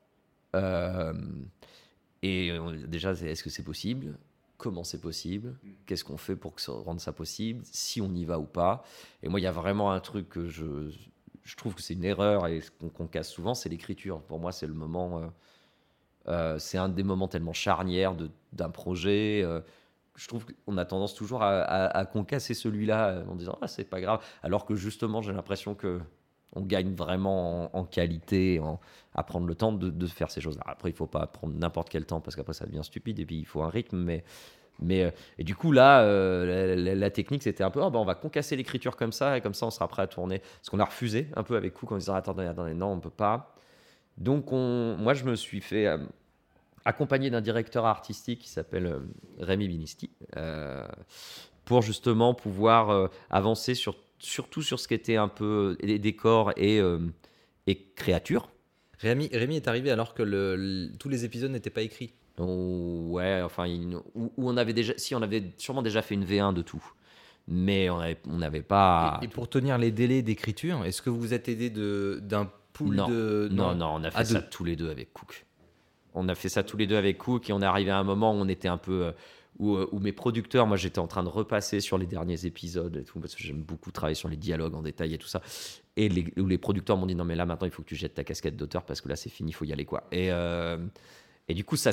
Speaker 7: Déjà, est-ce que c'est possible ? Comment c'est possible ? Qu'est-ce qu'on fait pour rendre ça possible ? Si on y va ou pas ? Et moi, il y a vraiment un truc que je trouve que c'est une erreur et qu'on casse souvent, c'est l'écriture. Pour moi, c'est le moment... c'est un des moments tellement charnières d'un projet. Je trouve qu'on a tendance toujours à concasser celui-là en disant « Ah, c'est pas grave ». Alors que justement, j'ai l'impression qu'on gagne vraiment en qualité, à prendre le temps de faire ces choses-là. Après, il ne faut pas prendre n'importe quel temps parce qu'après, ça devient stupide et puis il faut un rythme. Et du coup, là, la technique, c'était un peu on va concasser l'écriture comme ça et comme ça, on sera prêt à tourner. Parce qu'on a refusé un peu avec Cook en disant attendez, non, on ne peut pas. Donc, moi, je me suis fait accompagné d'un directeur artistique qui s'appelle Rémi Binisti pour justement pouvoir avancer surtout sur ce qui était un peu les décors et créatures.
Speaker 5: Rémi est arrivé alors que tous les épisodes n'étaient pas écrits.
Speaker 7: Ouais, enfin, où on avait sûrement déjà fait une V1 de tout. Mais on n'avait pas...
Speaker 5: Et pour tenir les délais d'écriture, est-ce que vous vous êtes aidé d'un pool de...
Speaker 7: Non, on a fait ça tous les deux avec Cook. On a fait ça tous les deux avec Cook et on est arrivé à un moment où on était un peu... Où mes producteurs, moi j'étais en train de repasser sur les derniers épisodes et tout, parce que j'aime beaucoup travailler sur les dialogues en détail et tout ça. Et où les producteurs m'ont dit non mais là maintenant il faut que tu jettes ta casquette d'auteur parce que là c'est fini, il faut y aller quoi. Et du coup ça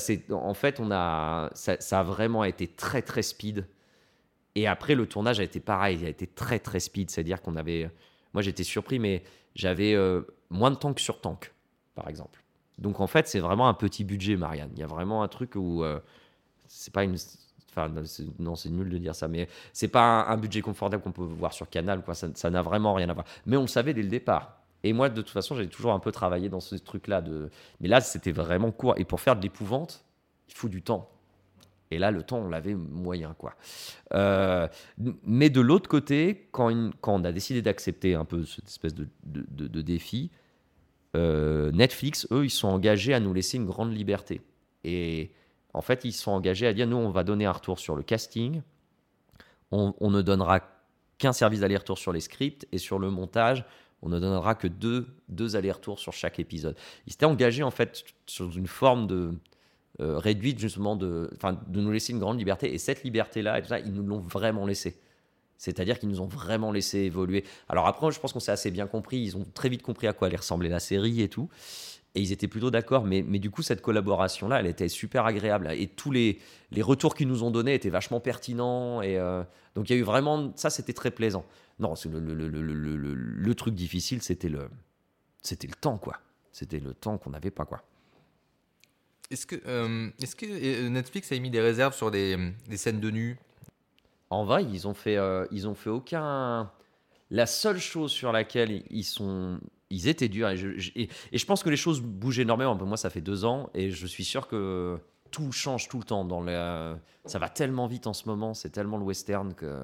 Speaker 7: a vraiment été très très speed. Et après le tournage a été pareil, il a été très très speed, c'est-à-dire moi j'étais surpris mais j'avais moins de temps que sur Tank par exemple. Donc en fait c'est vraiment un petit budget Marianne. Il y a vraiment un truc où c'est pas une... Enfin, non, c'est nul de dire ça, mais c'est pas un budget confortable qu'on peut voir sur Canal, quoi. Ça n'a vraiment rien à voir. Mais on le savait dès le départ. Et moi, de toute façon, j'avais toujours un peu travaillé dans ce truc-là. Mais là, c'était vraiment court. Et pour faire de l'épouvante, il faut du temps. Et là, le temps, on l'avait moyen, quoi. Mais de l'autre côté, quand on a décidé d'accepter un peu cette espèce de défi, Netflix, eux, ils sont engagés à nous laisser une grande liberté. Et... En fait, ils sont engagés à dire, nous, on va donner un retour sur le casting, on ne donnera qu'un service d'aller-retour sur les scripts, et sur le montage, on ne donnera que deux allers-retours sur chaque épisode. Ils s'étaient engagés, en fait, sur une forme de réduite, justement, de nous laisser une grande liberté, et cette liberté-là, et tout ça, ils nous l'ont vraiment laissé. C'est-à-dire qu'ils nous ont vraiment laissé évoluer. Alors après, je pense qu'on s'est assez bien compris, ils ont très vite compris à quoi allait ressembler la série et tout. Et ils étaient plutôt d'accord, mais du coup, cette collaboration-là, elle était super agréable. Et tous les retours qu'ils nous ont donnés étaient vachement pertinents. Et donc, il y a eu vraiment... Ça, c'était très plaisant. Non, le truc difficile, c'était le temps, quoi. C'était le temps qu'on n'avait pas, quoi.
Speaker 9: Est-ce que Netflix a émis des réserves sur des scènes de nu?
Speaker 7: En vrai, ils ont fait aucun... La seule chose sur laquelle ils étaient durs, et je pense que les choses bougent énormément. Moi, ça fait 2 ans, et je suis sûr que tout change tout le temps. Ça va tellement vite en ce moment, c'est tellement le western que...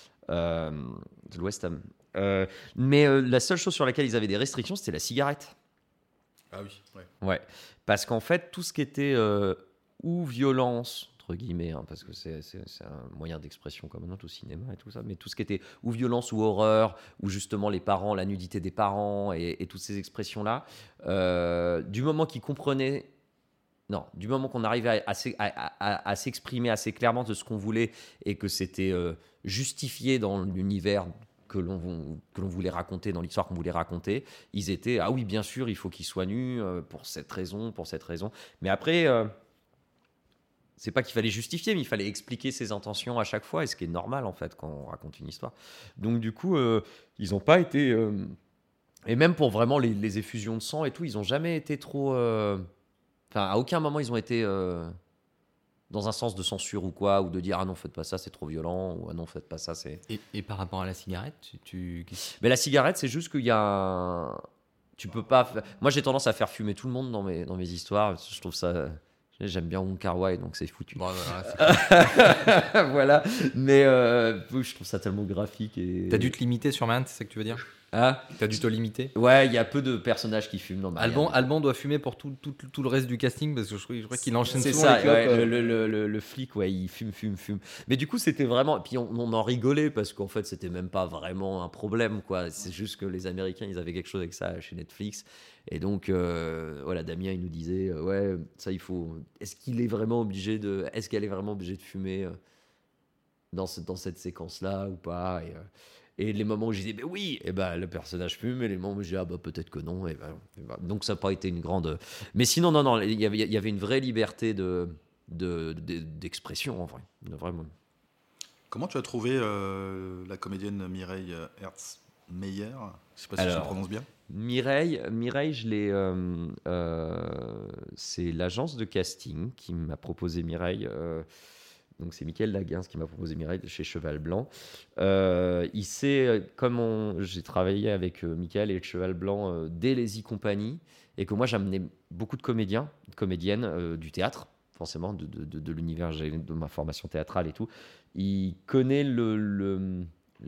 Speaker 7: le West Ham. Mais la seule chose sur laquelle ils avaient des restrictions, c'était la cigarette.
Speaker 8: Ah oui, ouais.
Speaker 7: Ouais, parce qu'en fait, tout ce qui était ou violence, entre guillemets, hein, parce que c'est un moyen d'expression comme un autre au cinéma et tout ça, mais tout ce qui était ou violence ou horreur, ou justement les parents, la nudité des parents et toutes ces expressions-là, du moment qu'ils comprenaient, non, du moment qu'on arrivait à s'exprimer assez clairement de ce qu'on voulait et que c'était justifié dans l'univers que l'on voulait raconter, dans l'histoire qu'on voulait raconter, ils étaient, ah oui, bien sûr, il faut qu'ils soient nus pour cette raison. Mais après, c'est pas qu'il fallait justifier, mais il fallait expliquer ses intentions à chaque fois, et ce qui est normal, en fait, quand on raconte une histoire. Donc, du coup, ils n'ont pas été... et même pour vraiment les effusions de sang et tout, ils n'ont jamais été trop... Enfin, à aucun moment, ils ont été... dans un sens de censure ou quoi, ou de dire ah non, faites pas ça, c'est trop violent, ou ah non, faites pas ça, c'est...
Speaker 9: Et par rapport à la cigarette,
Speaker 7: Mais la cigarette, c'est juste qu'il y a tu peux pas... Moi, j'ai tendance à faire fumer tout le monde dans mes histoires. Je trouve ça... J'aime bien Wong Kar-wai, donc c'est foutu.
Speaker 9: Bon, voilà,
Speaker 7: voilà. Mais je trouve ça tellement graphique. Et...
Speaker 9: T'as dû te limiter sur Marianne, c'est ça que tu veux dire?
Speaker 7: Ah,
Speaker 9: t'as dû te limiter?
Speaker 7: Ouais, il y a peu de personnages qui fument dans Marianne.
Speaker 9: Alban doit fumer pour tout le reste du casting, parce que je crois qu'il enchaîne
Speaker 7: c'est
Speaker 9: souvent
Speaker 7: ça,
Speaker 9: les clopes.
Speaker 7: Ouais, le flic, ouais, il fume. Mais du coup, c'était vraiment... Puis on en rigolait, parce qu'en fait, c'était même pas vraiment un problème, quoi. C'est juste que les Américains, ils avaient quelque chose avec ça chez Netflix. Et donc, voilà, Damien, il nous disait, ouais, ça, il faut... Est-ce qu'elle est vraiment obligée de fumer dans cette séquence-là ou pas? Et les moments où je disais, mais oui, et ben, le personnage fume, et les moments où je disais, ah bah peut-être que non. Et ben, donc, ça n'a pas été une grande... Mais sinon, non, il y avait une vraie liberté d'expression, en vrai. Vraiment.
Speaker 8: Comment tu as trouvé la comédienne Mireille Herzmeyer? Je ne sais pas si je le prononce bien.
Speaker 7: Mireille, je l'ai. C'est l'agence de casting qui m'a proposé Mireille. Donc c'est Mickaël Laguens qui m'a proposé Mireille de chez Cheval Blanc. Il sait, j'ai travaillé avec Mickaël et Cheval Blanc dès les e-compagnies, et que moi j'amenais beaucoup de comédiennes du théâtre, forcément de l'univers de ma formation théâtrale et tout. Il connaît le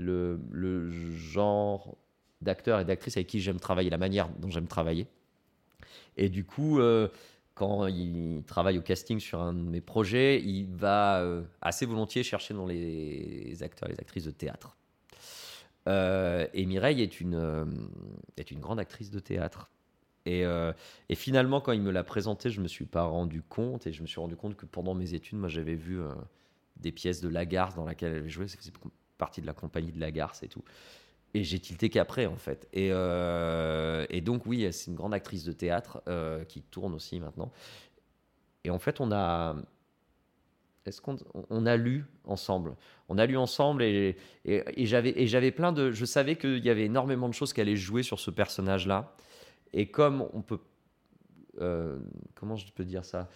Speaker 7: genre d'acteurs et d'actrices avec qui j'aime travailler, la manière dont j'aime travailler. Et du coup, quand il travaille au casting sur un de mes projets, il va assez volontiers chercher dans les acteurs et les actrices de théâtre. Et Mireille est une grande actrice de théâtre. Et finalement, quand il me l'a présentée, je ne me suis pas rendu compte. Et je me suis rendu compte que pendant mes études, moi, j'avais vu des pièces de Lagarce dans laquelle elle avait joué. Ça faisait partie de la compagnie de Lagarce et tout. Et j'ai tilté qu'après, en fait. Et donc, oui, c'est une grande actrice de théâtre qui tourne aussi maintenant. Et en fait, on a lu ensemble. On a lu ensemble et j'avais plein de... Je savais qu'il y avait énormément de choses qui allaient jouer sur ce personnage-là. Et comme on peut... comment je peux dire ça,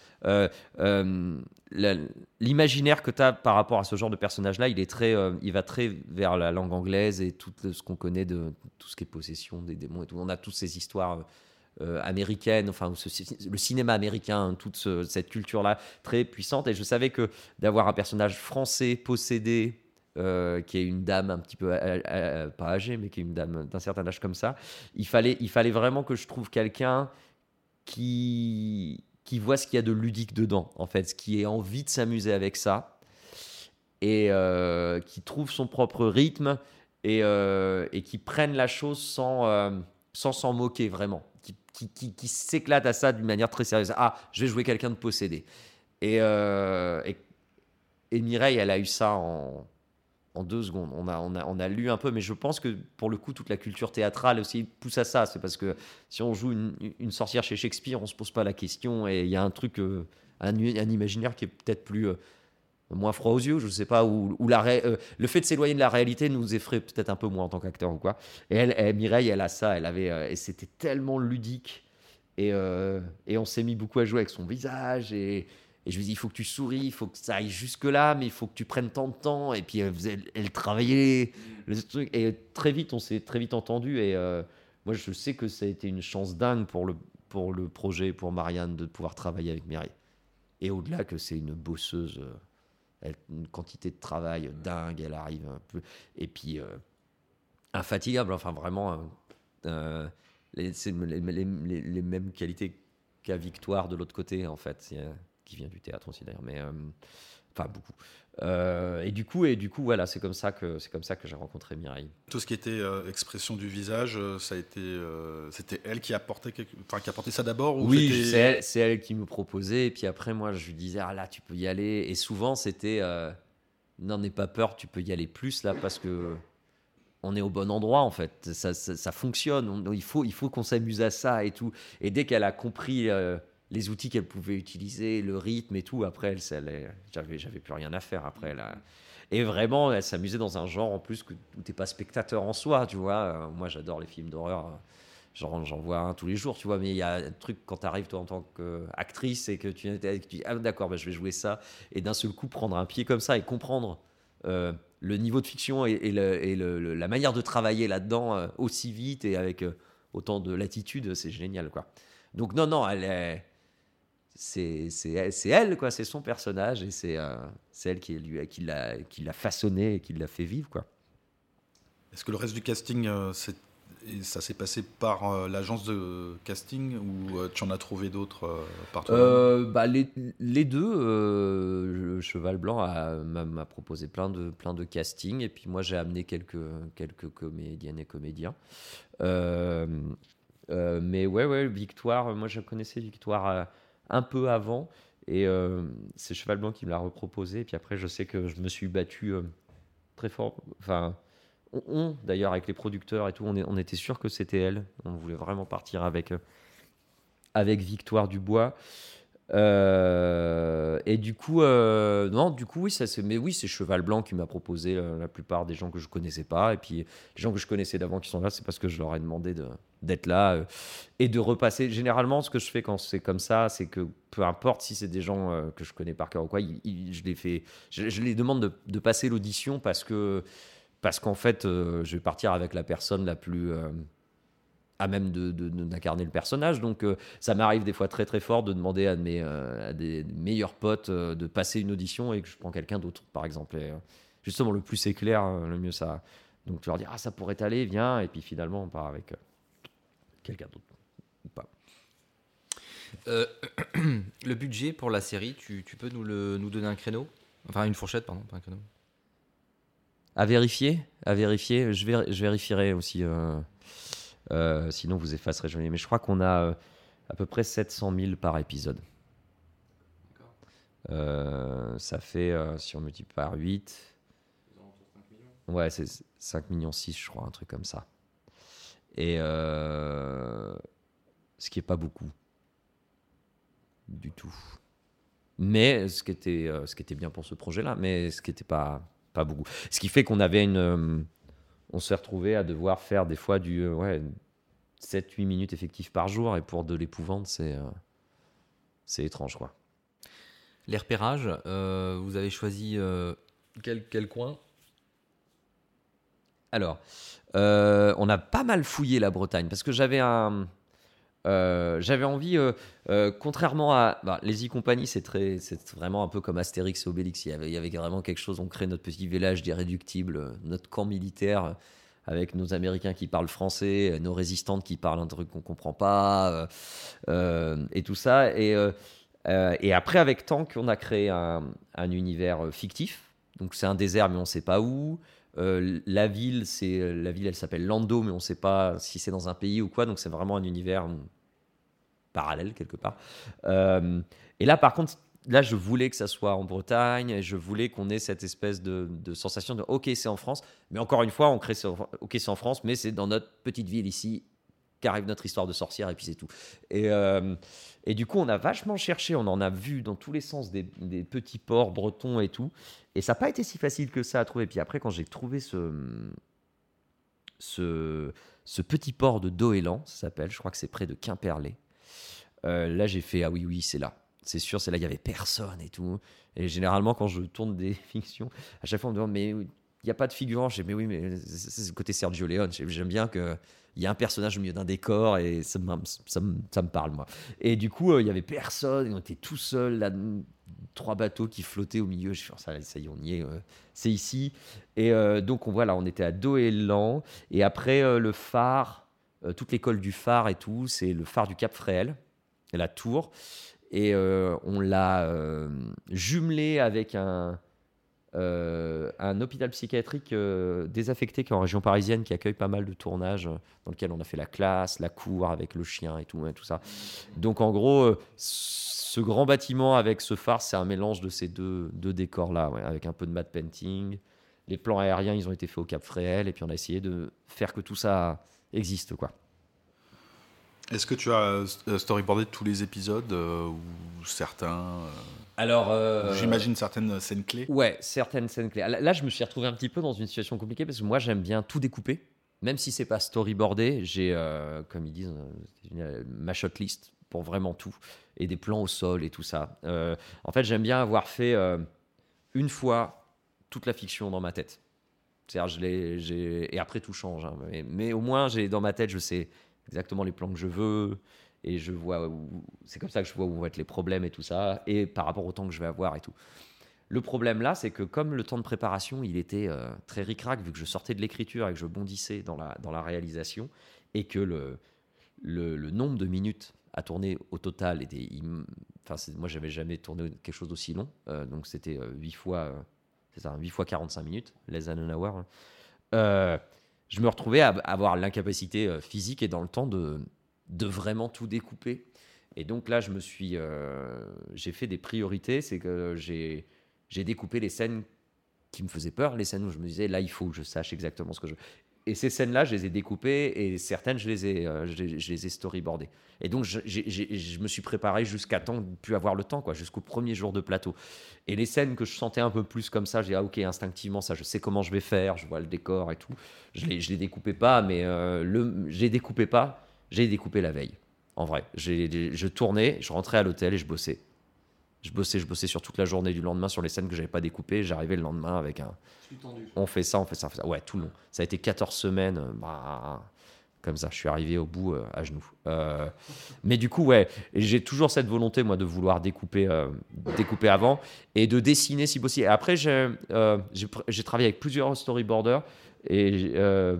Speaker 7: l'imaginaire que tu as par rapport à ce genre de personnage-là, il va très vers la langue anglaise et tout ce qu'on connaît de tout ce qui est possession des démons et tout. On a toutes ces histoires américaines, enfin le cinéma américain, toute cette culture-là très puissante. Et je savais que d'avoir un personnage français possédé, qui est une dame un petit peu pas âgée, mais qui est une dame d'un certain âge comme ça, il fallait vraiment que je trouve quelqu'un qui voit ce qu'il y a de ludique dedans, en fait, qui ait envie de s'amuser avec ça, et qui trouve son propre rythme, et qui prenne la chose sans s'en moquer vraiment, qui s'éclate à ça d'une manière très sérieuse. Ah, je vais jouer quelqu'un de possédé. Et Mireille, elle a eu ça en 2 secondes. On a lu un peu, mais je pense que pour le coup, toute la culture théâtrale aussi pousse à ça. C'est parce que si on joue une sorcière chez Shakespeare, on se pose pas la question et il y a un truc, un imaginaire qui est peut-être plus moins froid aux yeux, je sais pas, ou le fait de s'éloigner de la réalité nous effraie peut-être un peu moins en tant qu'acteur ou quoi. Et Mireille, elle a ça, elle avait, et c'était tellement ludique. Et on s'est mis beaucoup à jouer avec son visage et je lui dis il faut que tu souris, il faut que ça aille jusque là, mais il faut que tu prennes tant de temps. Et puis elle travaillait le truc et très vite on s'est très vite entendu et moi je sais que ça a été une chance dingue pour le projet, pour Marianne, de pouvoir travailler avec Mireille. Et au-delà que c'est une bosseuse, une quantité de travail dingue, elle arrive un peu et puis infatigable, enfin vraiment c'est les mêmes qualités qu'à Victoire de l'autre côté en fait, qui vient du théâtre aussi d'ailleurs, mais enfin beaucoup. Et du coup voilà, c'est comme ça que j'ai rencontré Mireille.
Speaker 8: Tout ce qui était expression du visage, ça a été c'était elle qui apportait qui apportait ça d'abord ou
Speaker 7: oui, c'est elle qui me proposait et puis après moi je lui disais ah là tu peux y aller et souvent c'était n'en aie pas peur, tu peux y aller plus là parce que on est au bon endroit en fait, ça fonctionne, il faut qu'on s'amuse à ça et tout. Et dès qu'elle a compris les outils qu'elle pouvait utiliser, le rythme et tout, après j'avais plus rien à faire après là. Et vraiment elle s'amusait dans un genre en plus où t'es pas spectateur en soi, tu vois. Moi j'adore les films d'horreur, j'en vois un tous les jours, tu vois, mais il y a un truc quand t'arrives toi en tant qu'actrice et que tu dis ah d'accord je vais jouer ça et d'un seul coup prendre un pied comme ça et comprendre le niveau de fiction et la manière de travailler là-dedans aussi vite et avec autant de latitude, c'est génial quoi. Donc non, c'est elle quoi, c'est son personnage et c'est elle qui l'a façonné et qui l'a fait vivre quoi.
Speaker 8: Est-ce que le reste du casting ça s'est passé par l'agence de casting ou tu en as trouvé d'autres par toi?
Speaker 7: Les deux. Cheval Blanc m'a proposé plein de castings et puis moi j'ai amené quelques comédiennes et comédiens. Mais ouais, Victoire, moi je connaissais Victoire un peu avant et c'est Cheval Blanc qui me l'a reproposé et puis après je sais que je me suis battu très fort. Enfin. D'ailleurs avec les producteurs et tout, on était sûr que c'était elle. On voulait vraiment partir avec Victoire Dubois. Et du coup, oui, c'est Cheval Blanc qui m'a proposé la plupart des gens que je connaissais pas. Et puis les gens que je connaissais d'avant qui sont là, c'est parce que je leur ai demandé d'être là et de repasser. Généralement, ce que je fais quand c'est comme ça, c'est que peu importe si c'est des gens que je connais par cœur ou quoi, je les demande de passer l'audition parce qu'en fait, je vais partir avec la personne la plus à même d'incarner le personnage. Donc, ça m'arrive des fois très très fort de demander à des meilleurs potes de passer une audition et que je prends quelqu'un d'autre, par exemple. Et, justement, le plus c'est clair, le mieux ça. Donc, tu leur dis, ça pourrait t'aller, viens. Et puis finalement, on part avec quelqu'un d'autre. Ou pas.
Speaker 9: Le budget pour la série, tu peux nous donner un créneau? Enfin, une fourchette, pardon, pas un créneau.
Speaker 7: À vérifier. Je vérifierai aussi. Sinon, vous effacerez jamais. Mais je crois qu'on a à peu près 700 000 par épisode. Ça fait, si on multiplie par 8... Ouais, c'est 5,6 millions, je crois, un truc comme ça. Et ce qui n'est pas beaucoup. Du tout. Mais ce qui était bien pour ce projet-là, mais ce qui n'était pas beaucoup. Ce qui fait qu'on avait on s'est retrouvé à devoir faire des fois du 7-8 minutes effectives par jour, et pour de l'épouvante, c'est étrange, quoi.
Speaker 9: Les repérages, vous avez choisi quel coin?
Speaker 7: Alors, on a pas mal fouillé la Bretagne, parce que j'avais envie, contrairement à les e-compagnies, c'est vraiment un peu comme Astérix et Obélix. Il y avait vraiment quelque chose. On crée notre petit village d'irréductibles, notre camp militaire avec nos Américains qui parlent français, nos résistantes qui parlent un truc qu'on comprend pas, et tout ça. Et après, avec Tank, on a créé un univers fictif. Donc c'est un désert, mais on sait pas où. La ville, elle s'appelle Lando, mais on ne sait pas si c'est dans un pays ou quoi. Donc c'est vraiment un univers parallèle quelque part. Et là, par contre, là, je voulais que ça soit en Bretagne, et je voulais qu'on ait cette espèce de sensation de ok, c'est en France, mais encore une fois, ok, c'est en France, mais c'est dans notre petite ville ici qu'arrive notre histoire de sorcière, et puis c'est tout. Et du coup, on a vachement cherché, on en a vu dans tous les sens des petits ports bretons et tout, et ça n'a pas été si facile que ça à trouver. Puis après, quand j'ai trouvé ce petit port de Doélan, ça s'appelle, je crois que c'est près de Quimperlé. Là, j'ai fait, ah oui, c'est là. C'est sûr, c'est là, il n'y avait personne et tout. Et généralement, quand je tourne des fictions, à chaque fois, on me demande, mais il n'y a pas de figurant. Je dis, mais oui, mais c'est le côté Sergio Leone. J'aime bien qu'il y ait un personnage au milieu d'un décor et ça me parle, moi. Et du coup, il n'y avait personne. On était tout seuls, là, 3 bateaux qui flottaient au milieu. Je suis ça y est, on y est. C'est ici. Et donc, on était à Doélan. Et après, le phare, toute l'école du phare et tout, c'est le phare du Cap Fréhel, la tour. Et on l'a jumelé avec un hôpital psychiatrique désaffecté qui est en région parisienne, qui accueille pas mal de tournages, dans lequel on a fait la classe, la cour avec le chien et tout ça. Donc en gros, ce grand bâtiment avec ce phare, c'est un mélange de ces deux décors-là, avec un peu de matte painting. Les plans aériens, ils ont été faits au Cap Fréhel, et puis on a essayé de faire que tout ça existe, quoi.
Speaker 8: Est-ce que tu as storyboardé tous les épisodes ou certains
Speaker 7: Alors,
Speaker 8: j'imagine certaines scènes clés.
Speaker 7: Ouais, certaines scènes clés. Là, je me suis retrouvé un petit peu dans une situation compliquée parce que moi, j'aime bien tout découper, même si c'est pas storyboardé. J'ai, comme ils disent, ma shotlist pour vraiment tout et des plans au sol et tout ça. En fait, j'aime bien avoir fait une fois toute la fiction dans ma tête. C'est-à-dire, et après tout change. Hein, mais au moins, dans ma tête, je sais exactement les plans que je veux, et je vois c'est comme ça que je vois où vont être les problèmes et tout ça, et par rapport au temps que je vais avoir et tout. Le problème là, c'est que comme le temps de préparation, il était très ric-rac, vu que je sortais de l'écriture et que je bondissais dans la réalisation, et que le nombre de minutes à tourner au total était... moi, j'avais jamais tourné quelque chose d'aussi long, donc c'était 8 fois 45 minutes, less than an hour. Je me retrouvais à avoir l'incapacité physique et dans le temps de vraiment tout découper. Et donc là, j'ai fait des priorités. C'est que j'ai découpé les scènes qui me faisaient peur, les scènes où je me disais, là, il faut que je sache exactement ce que je veux. Et ces scènes-là, je les ai découpées, et certaines, je les ai storyboardées. Et donc, je me suis préparé jusqu'à temps de plus avoir le temps, quoi, jusqu'au premier jour de plateau. Et les scènes que je sentais un peu plus comme ça, j'ai dit, ah, ok, instinctivement, ça, je sais comment je vais faire, je vois le décor et tout. Je les découpais pas, mais j'ai découpé la veille, en vrai. Je tournais, je rentrais à l'hôtel et je bossais. Je bossais sur toute la journée du lendemain sur les scènes que j'avais pas découpées. J'arrivais le lendemain avec on fait ça. Ouais, tout le long. Ça a été 14 semaines. Comme ça, je suis arrivé au bout à genoux. Mais du coup, ouais, j'ai toujours cette volonté, moi, de vouloir découper avant et de dessiner si possible. Et après, j'ai travaillé avec plusieurs storyboarders et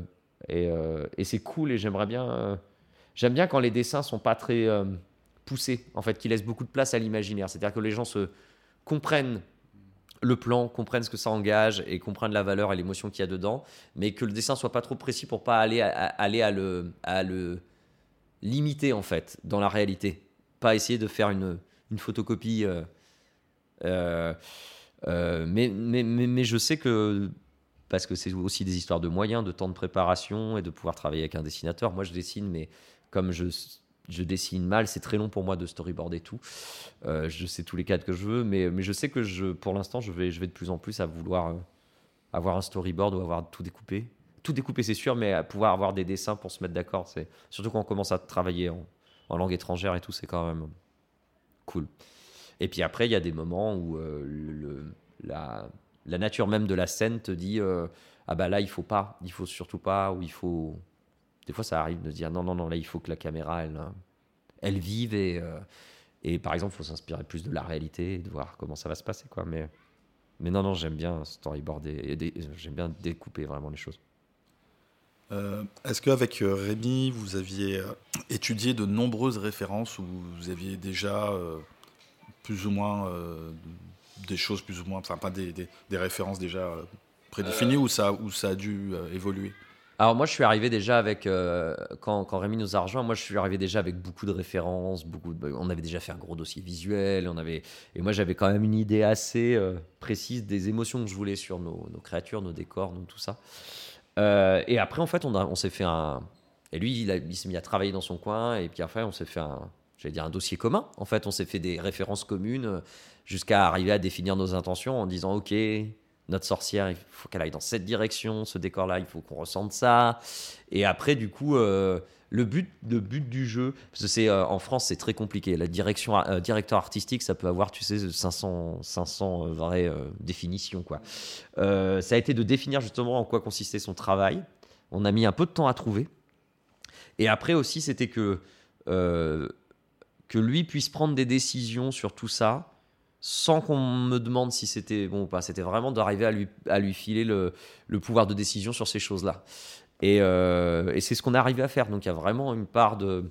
Speaker 7: c'est cool, et j'aime bien quand les dessins sont pas très poussés, en fait, qui laissent beaucoup de place à l'imaginaire. C'est-à-dire que les gens se comprennent le plan, comprennent ce que ça engage et comprennent la valeur et l'émotion qu'il y a dedans, mais que le dessin soit pas trop précis pour pas aller à le limiter, en fait, dans la réalité. Pas essayer de faire une photocopie. Mais je sais que, parce que c'est aussi des histoires de moyens, de temps de préparation et de pouvoir travailler avec un dessinateur. Moi, je dessine, mais comme je dessine mal, c'est très long pour moi de storyboarder tout. Je sais tous les cadres que je veux, mais je sais que pour l'instant, je vais de plus en plus à vouloir avoir un storyboard ou avoir tout découpé. Tout découpé, c'est sûr, mais à pouvoir avoir des dessins pour se mettre d'accord. Surtout quand on commence à travailler en langue étrangère et tout, c'est quand même cool. Et puis après, il y a des moments où la nature même de la scène te dit ah bah là, il faut surtout pas, ou il faut... Des fois, ça arrive de dire non, là, il faut que la caméra, elle vive, et par exemple, il faut s'inspirer plus de la réalité et de voir comment ça va se passer, quoi. Mais non, j'aime bien storyboarder, j'aime bien découper vraiment les choses.
Speaker 8: Est-ce qu'avec Rémi, vous aviez étudié de nombreuses références, où vous aviez déjà plus ou moins des choses plus ou moins, enfin pas des références déjà prédéfinies, ou ça a dû évoluer?
Speaker 7: Alors moi je suis arrivé déjà avec quand Rémi nous a rejoint, moi je suis arrivé déjà avec beaucoup de références, on avait déjà fait un gros dossier visuel, et moi j'avais quand même une idée assez précise des émotions que je voulais sur nos créatures, nos décors, tout ça. Et après en fait on s'est fait et lui il s'est mis à travailler dans son coin, et puis après on s'est fait un dossier commun. En fait on s'est fait des références communes jusqu'à arriver à définir nos intentions en disant ok, notre sorcière, il faut qu'elle aille dans cette direction, ce décor-là, il faut qu'on ressente ça. Et après, du coup, le but du jeu, parce que en France, c'est très compliqué. La directeur artistique, ça peut avoir, 500 vraies définitions, quoi. Ça a été de définir justement en quoi consistait son travail. On a mis un peu de temps à trouver. Et après aussi, c'était que lui puisse prendre des décisions sur tout ça, sans qu'on me demande si c'était bon ou pas. C'était vraiment d'arriver à lui filer le pouvoir de décision sur ces choses-là. Et c'est ce qu'on est arrivé à faire. Donc il y a vraiment une part de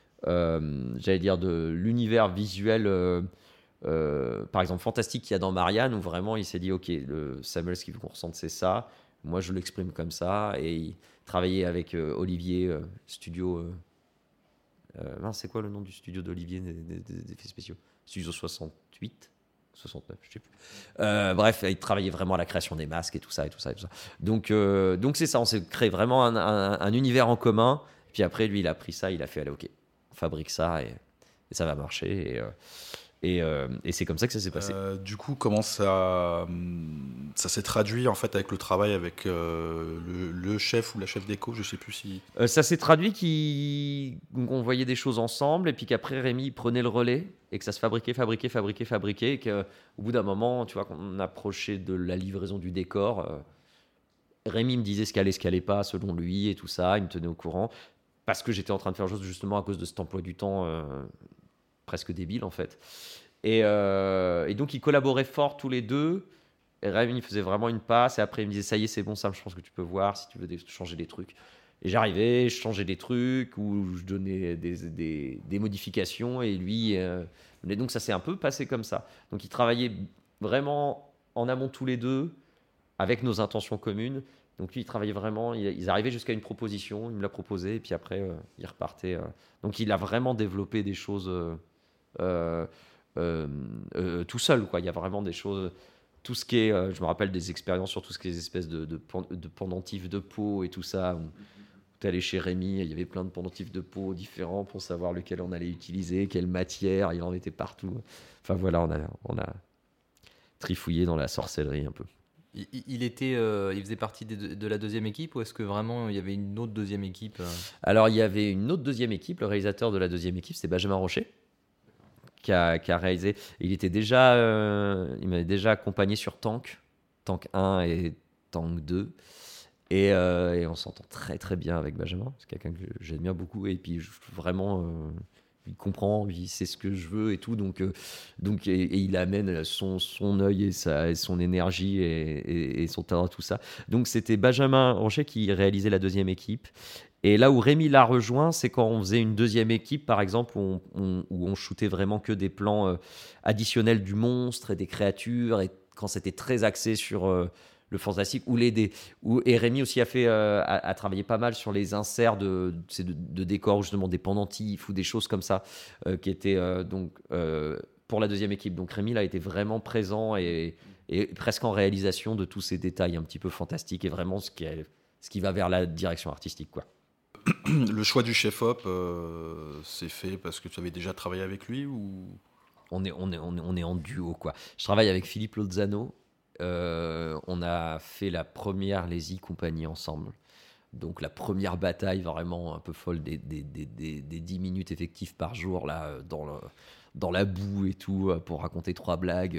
Speaker 7: l'univers visuel, par exemple fantastique qu'il y a dans Marianne, où vraiment il s'est dit ok, Samuel, ce qu'il veut qu'on ressente, c'est ça. Moi je l'exprime comme ça. Et il travaillait avec Olivier, studio. C'est quoi le nom du studio d'Olivier des effets spéciaux? Studio 68. 69, je sais plus. Bref, il travaillait vraiment à la création des masques et tout ça. Donc c'est ça, on s'est créé vraiment un univers en commun. Puis après, lui, il a pris ça, il a fait allez, ok, on fabrique ça et ça va marcher. Et c'est comme ça que ça s'est passé.
Speaker 8: Du coup, comment ça s'est traduit en fait avec le travail avec le chef ou la chef d'éco, je sais plus si.
Speaker 7: Ça s'est traduit qu'on voyait des choses ensemble, et puis qu'après Rémi prenait le relais et que ça se fabriquait, et qu'au bout d'un moment, tu vois, qu'on approchait de la livraison du décor, Rémi me disait ce qui allait pas selon lui et tout ça, il me tenait au courant parce que j'étais en train de faire chose justement à cause de cet emploi du temps presque débile en fait. Et donc ils collaboraient fort tous les deux. Et Rémi faisait vraiment une passe, et après il me disait ça y est, c'est bon Sam, je pense que tu peux voir si tu veux changer des trucs. Et j'arrivais, je changeais des trucs ou je donnais des modifications, et lui et donc ça s'est un peu passé comme ça. Donc ils travaillaient vraiment en amont tous les deux avec nos intentions communes. Donc lui il travaillait vraiment, ils arrivaient jusqu'à une proposition, il me l'a proposé, et puis après il repartait. Donc il a vraiment développé des choses tout seul, quoi. Il y a vraiment des choses, tout ce qui est je me rappelle des expériences sur tout ce qui est des espèces de pendentifs de peau et tout ça, où tu allais chez Rémi, il y avait plein de pendentifs de peau différents pour savoir lequel on allait utiliser, quelle matière, il en était partout. Enfin voilà, on a trifouillé dans la sorcellerie un peu.
Speaker 9: Il faisait partie de la deuxième équipe, ou est-ce que vraiment il y avait une autre deuxième équipe
Speaker 7: Alors il y avait une autre deuxième équipe. Le réalisateur de la deuxième équipe, c'est Benjamin Rocher, qui a réalisé. Il m'avait déjà accompagné sur Tank 1 et Tank 2. Et on s'entend très très bien avec Benjamin. C'est quelqu'un que j'admire beaucoup. Et puis vraiment, il comprend, il sait ce que je veux et tout. Donc il amène son œil et son énergie et son talent, tout ça. Donc c'était Benjamin Rocher qui réalisait la deuxième équipe. Et là où Rémi l'a rejoint, c'est quand on faisait une deuxième équipe, par exemple, où on shootait vraiment que des plans additionnels du monstre et des créatures, et quand c'était très axé sur le fantastique, et Rémi aussi a travaillé pas mal sur les inserts de décors, justement des pendentifs ou des choses comme ça, qui étaient pour la deuxième équipe. Donc Rémi là, a été vraiment présent et presque en réalisation de tous ces détails un petit peu fantastiques, et vraiment ce qui va vers la direction artistique, quoi.
Speaker 8: Le choix du chef-op, c'est fait parce que tu avais déjà travaillé avec lui, ou
Speaker 7: on est en duo, quoi. Je travaille avec Philippe Lozano. On a fait la première Lazy Company ensemble. Donc la première bataille vraiment un peu folle des 10 minutes effectives par jour là, dans la boue et tout, pour raconter 3 blagues.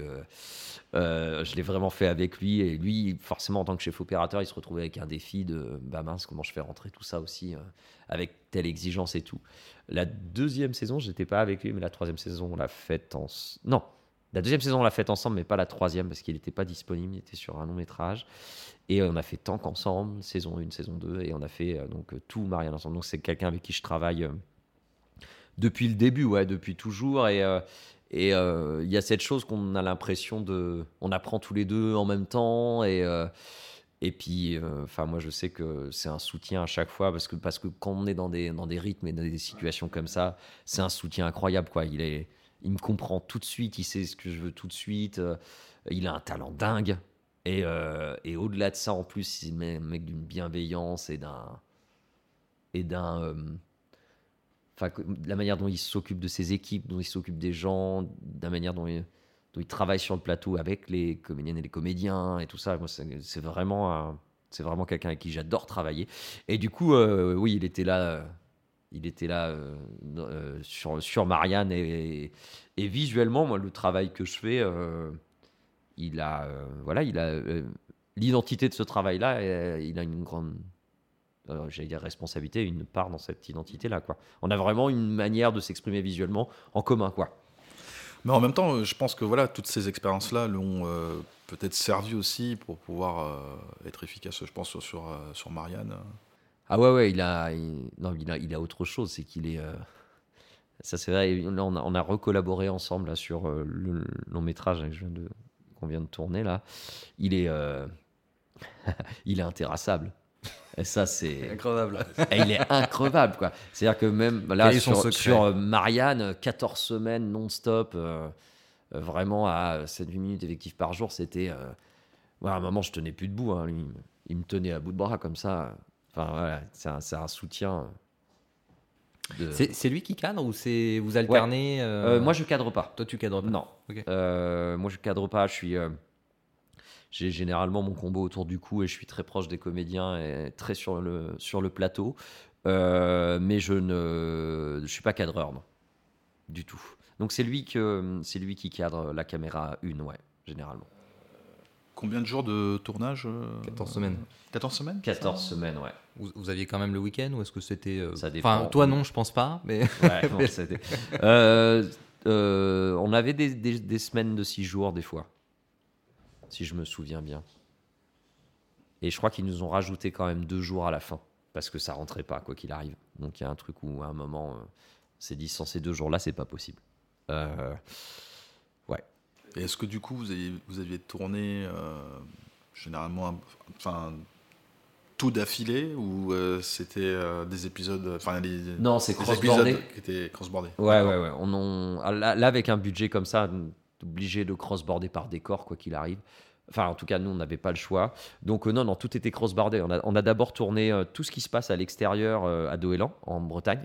Speaker 7: Je l'ai vraiment fait avec lui, et lui forcément en tant que chef opérateur, il se retrouvait avec un défi de mince, comment je fais rentrer tout ça aussi avec telle exigence et tout. La deuxième saison, j'étais pas avec lui, mais la troisième saison on l'a faite la deuxième saison on l'a faite ensemble, mais pas la troisième parce qu'il n'était pas disponible, il était sur un long métrage. Et on a fait Tank ensemble, saison 1, saison 2, et on a fait tout Marianne ensemble. Donc c'est quelqu'un avec qui je travaille depuis le début, depuis toujours. Et il y a cette chose qu'on a l'impression on apprend tous les deux en même temps, et Et puis, moi, je sais que c'est un soutien à chaque fois parce que quand on est dans des rythmes et dans des situations comme ça, c'est un soutien incroyable, quoi. Il me comprend tout de suite, il sait ce que je veux tout de suite. Il a un talent dingue. Et au-delà de ça, en plus, il est un mec d'une bienveillance et la manière dont il s'occupe de ses équipes, dont il s'occupe des gens, de la manière dont il travaille sur le plateau avec les comédiennes et les comédiens et tout ça. Moi, c'est vraiment quelqu'un avec qui j'adore travailler. Et du coup, oui, il était là sur Marianne et visuellement, moi, le travail que je fais, il a l'identité de ce travail-là. Il a une grande, j'allais dire responsabilité, une part dans cette identité-là, quoi. On a vraiment une manière de s'exprimer visuellement en commun, quoi.
Speaker 8: Mais en même temps, je pense que voilà, toutes ces expériences-là l'ont peut-être servi aussi pour pouvoir être efficace, je pense, sur Marianne.
Speaker 7: Ah ouais, il a autre chose, c'est qu'il est... ça c'est vrai, là, on a recollaboré ensemble là, sur le long métrage qu'on vient de tourner là. Il est intéressable. Et ça, c'est
Speaker 9: increvable.
Speaker 7: Et il est increvable, quoi. C'est-à-dire que même là, sur Marianne, 14 semaines non-stop, vraiment à 7-8 minutes effectif par jour, c'était... à un moment, je tenais plus debout. Hein. Lui, il me tenait à bout de bras comme ça. Enfin, voilà, c'est un soutien.
Speaker 9: C'est lui qui cadre ou vous alternez?
Speaker 7: Moi, je cadre pas.
Speaker 9: Toi, tu cadres pas?
Speaker 7: Non.
Speaker 9: Okay.
Speaker 7: Moi, je cadre pas. J'ai généralement mon combo autour du cou et je suis très proche des comédiens et très sur le plateau. Mais je suis pas cadreur, non, du tout. Donc c'est lui qui cadre la caméra 1, ouais, généralement.
Speaker 8: Combien de jours de tournage
Speaker 9: 14 semaines.
Speaker 8: 14 semaines
Speaker 7: 14 semaines, ouais.
Speaker 9: Vous aviez quand même le week-end ou est-ce que c'était...
Speaker 7: Ça dépend.
Speaker 9: Enfin, toi non, je pense pas, mais...
Speaker 7: Ouais, non, c'était... on avait des semaines de 6 jours des fois, si je me souviens bien. Et je crois qu'ils nous ont rajouté quand même 2 jours à la fin, parce que ça rentrait pas, quoi qu'il arrive. Donc il y a un truc où, à un moment, c'est dit, sans ces 2 jours-là, c'est pas possible. Ouais.
Speaker 8: Et est-ce que du coup, vous aviez tourné généralement, tout d'affilée, ou c'était des épisodes...
Speaker 7: Non, c'est cross-bordé.
Speaker 8: Qui étaient cross-bordés.
Speaker 7: Ouais. Là, avec un budget comme ça, obligé de cross-border par décor, quoi qu'il arrive. Enfin, en tout cas, nous, on n'avait pas le choix. Donc, non, tout était cross-bordé. On a d'abord tourné tout ce qui se passe à l'extérieur, à Doëlan, en Bretagne.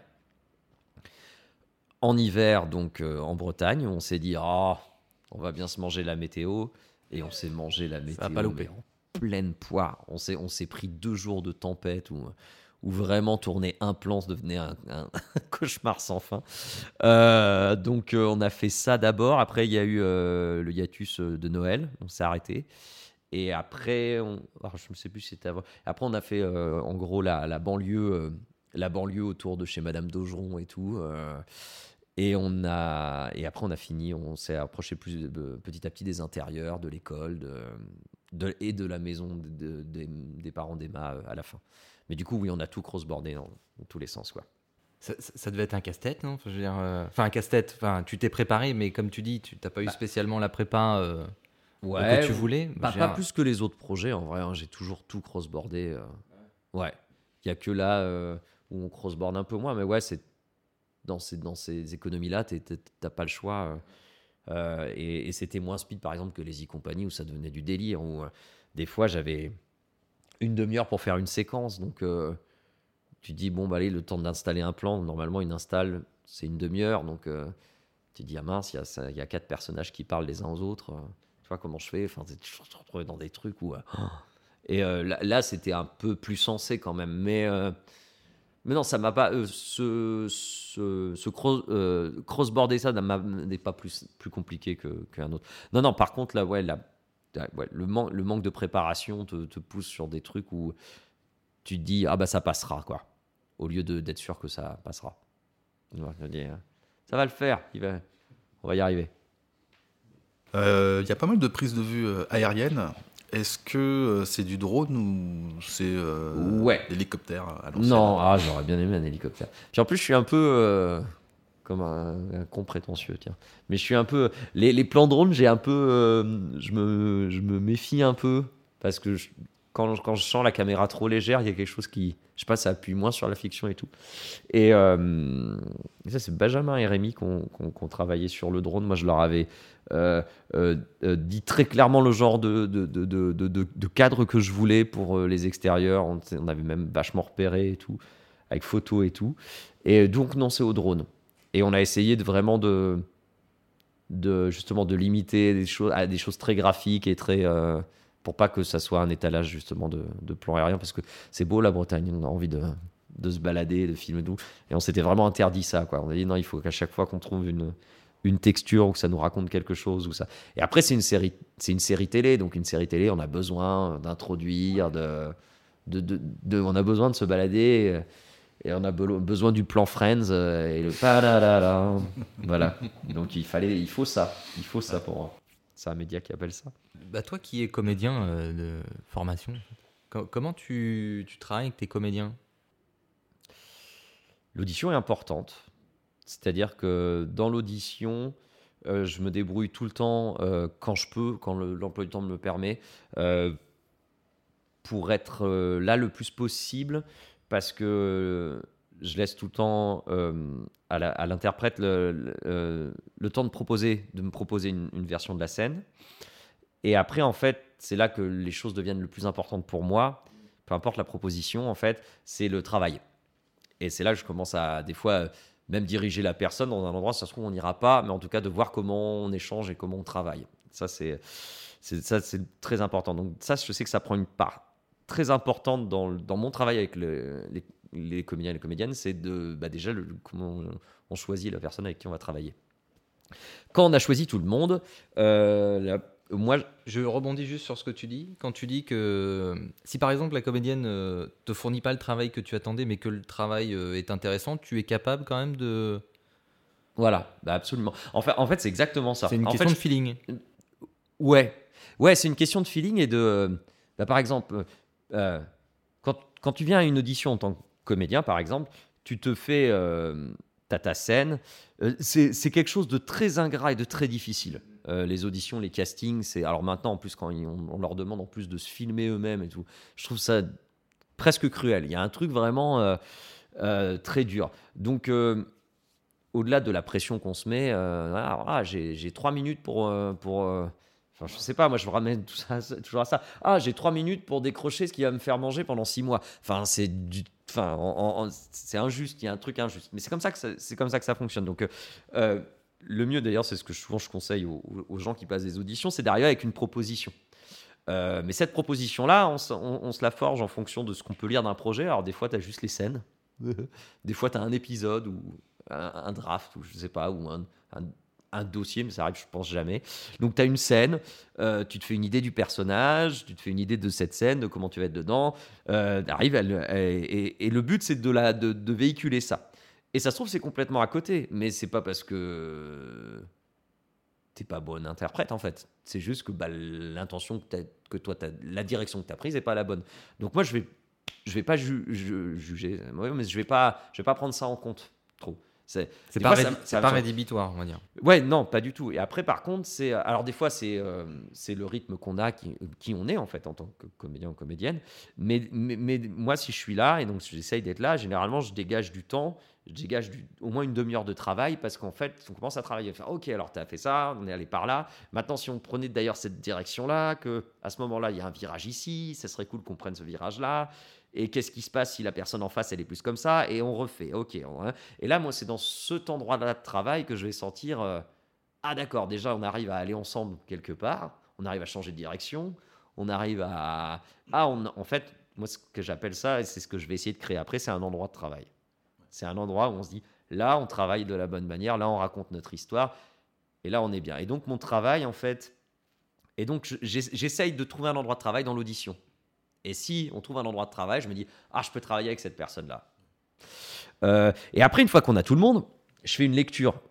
Speaker 7: En hiver, donc, en Bretagne, on s'est dit, on va bien se manger la météo. Et on s'est mangé la météo.
Speaker 9: Ça n'a pas loupé.
Speaker 7: En pleine poire. On s'est pris 2 jours de tempête où vraiment tourner un plan devenait un cauchemar sans fin. Donc on a fait ça d'abord. Après il y a eu le hiatus de Noël, on s'est arrêté. Et après, je ne sais plus si c'était avant. Après on a fait en gros la banlieue autour de chez Madame Daugeron et tout. Et après on a fini, on s'est approché petit à petit des intérieurs, de l'école, et de la maison des parents d'Emma à la fin. Mais du coup, oui, on a tout cross-bordé dans tous les sens, quoi.
Speaker 9: Ça devait être un casse-tête, non ? Enfin, je veux dire, un casse-tête. Enfin, tu t'es préparé, mais comme tu dis, tu n'as pas eu spécialement la prépa que tu voulais.
Speaker 7: Pas plus que les autres projets, en vrai. Hein, j'ai toujours tout cross-bordé. Ouais. Il n'y a que là où on cross-borde un peu moins. Mais ouais, c'est dans ces économies-là, tu n'as pas le choix. Et c'était moins speed, par exemple, que les e-compagnies où ça devenait du délire. Où des fois, j'avais 1 demi-heure pour faire une séquence. Donc, tu dis, bon, allez, le temps d'installer un plan. Normalement, une install, c'est 1 demi-heure. Donc, tu dis, mince, il y a 4 personnages qui parlent les uns aux autres. Tu vois comment je fais ? Enfin, je me retrouvais dans des trucs où... Et là, c'était un peu plus sensé quand même. Mais non, ça m'a pas... cross-border ça n'est pas plus compliqué qu'un autre. Non, par contre, là, le manque de préparation te pousse sur des trucs où tu te dis, ça passera, quoi. Au lieu d'être sûr que ça passera. Ça va le faire, on va y arriver.
Speaker 8: Il y a pas mal de prises de vue aériennes. Est-ce que c'est du drone ou c'est l'hélicoptère à l'ancienne ?
Speaker 7: Non, j'aurais bien aimé un hélicoptère. Puis en plus, je suis un peu comme un con prétentieux, tiens. Mais je suis un peu... Les plans drone, j'ai un peu... je me méfie un peu parce que quand je sens la caméra trop légère, il y a quelque chose qui, je sais pas, ça appuie moins sur la fiction et tout. Et ça, c'est Benjamin et Rémi qui ont travaillé sur le drone. Moi, je leur avais dit très clairement le genre de cadre que je voulais pour les extérieurs. On avait même vachement repéré et tout, avec photos et tout. Et donc, non, c'est au drone. Et on a essayé justement de limiter des choses à des choses très graphiques et très pour pas que ça soit un étalage justement de plans aériens, parce que c'est beau la Bretagne, on a envie de se balader, de filmer tout, et on s'était vraiment interdit ça, quoi. On a dit non, il faut qu'à chaque fois qu'on trouve une texture ou que ça nous raconte quelque chose ou ça. Et après c'est une série télé, donc une série télé, on a besoin d'introduire, on a besoin de se balader. Et on a besoin du plan Friends et le pa-la-la-la. Voilà. Donc il faut ça pour. C'est un média qui appelle ça.
Speaker 9: Bah toi qui es comédien de formation, comment tu travailles avec tes comédiens ?
Speaker 7: L'audition est importante. C'est-à-dire que dans l'audition, je me débrouille tout le temps quand je peux, quand l'emploi du temps me le permet, pour être là le plus possible. Parce que je laisse tout le temps à l'interprète le temps de me proposer une version de la scène. Et après, en fait, c'est là que les choses deviennent le plus importantes pour moi. Peu importe la proposition, en fait, c'est le travail. Et c'est là que je commence à, des fois, même diriger la personne dans un endroit, ça se trouve, on n'ira pas, mais en tout cas, de voir comment on échange et comment on travaille. Ça, c'est très important. Donc ça, je sais que ça prend une part très importante dans mon travail avec les comédiens et les comédiennes, c'est déjà comment on choisit la personne avec qui on va travailler. Quand on a choisi tout le monde, moi...
Speaker 9: Je rebondis juste sur ce que tu dis. Quand tu dis que si par exemple la comédienne te fournit pas le travail que tu attendais, mais que le travail est intéressant, tu es capable quand même de...
Speaker 7: Voilà, absolument. En fait, c'est exactement ça.
Speaker 9: C'est une question de feeling.
Speaker 7: Ouais, c'est une question de feeling et de... par exemple... quand tu viens à une audition en tant que comédien, par exemple, tu te fais ta scène. C'est quelque chose de très ingrat et de très difficile. Les auditions, les castings, alors maintenant, en plus, quand on leur demande en plus de se filmer eux-mêmes et tout, je trouve ça presque cruel. Il y a un truc vraiment très dur. Donc, au-delà de la pression qu'on se met, j'ai 3 minutes pour je sais pas, moi je ramène tout ça, toujours à ça. J'ai 3 minutes pour décrocher ce qui va me faire manger pendant 6 mois. Enfin, c'est injuste, il y a un truc injuste. Mais c'est comme ça que ça fonctionne. Donc, le mieux d'ailleurs, c'est ce que souvent je conseille aux gens qui passent des auditions, c'est d'arriver avec une proposition. Mais cette proposition-là, on se la forge en fonction de ce qu'on peut lire d'un projet. Alors des fois, tu as juste les scènes. Des fois, tu as un épisode ou un draft, ou je sais pas, ou un dossier, mais ça arrive, je pense jamais. Donc, tu as une scène, tu te fais une idée du personnage, tu te fais une idée de cette scène, de comment tu vas être dedans. Et le but, c'est de véhiculer ça. Et ça se trouve, c'est complètement à côté, mais c'est pas parce que t'es pas bonne interprète, en fait. C'est juste que l'intention que toi, la direction que tu as prise n'est pas la bonne. Donc, moi, je vais pas juger, mais je vais pas prendre ça en compte trop.
Speaker 9: C'est pas rédhibitoire, on va dire.
Speaker 7: Ouais, non, pas du tout. Et après, par contre, alors des fois, c'est le rythme qu'on a, qui on est en fait en tant que comédien ou comédienne. Mais moi, si je suis là et donc j'essaye d'être là, généralement, je dégage du temps, au moins une demi-heure de travail parce qu'en fait, on commence à travailler. Faire, ok, alors tu as fait ça, on est allé par là. Maintenant, si on prenait d'ailleurs cette direction-là, que à ce moment-là, il y a un virage ici, ça serait cool qu'on prenne ce virage-là. Et qu'est-ce qui se passe si la personne en face, elle est plus comme ça? Et on refait. Ok. Et là, moi, c'est dans cet endroit-là de travail que je vais sentir d'accord, déjà, on arrive à aller ensemble quelque part. On arrive à changer de direction. On arrive à... en fait, moi, ce que j'appelle ça, et c'est ce que je vais essayer de créer après, c'est un endroit de travail. C'est un endroit où on se dit, là, on travaille de la bonne manière. Là, on raconte notre histoire. Et là, on est bien. Et donc, mon travail, en fait... Et donc, j'essaye de trouver un endroit de travail dans l'audition. Et si on trouve un endroit de travail, je me dis, je peux travailler avec cette personne-là. Et après, une fois qu'on a tout le monde, je fais une lecture.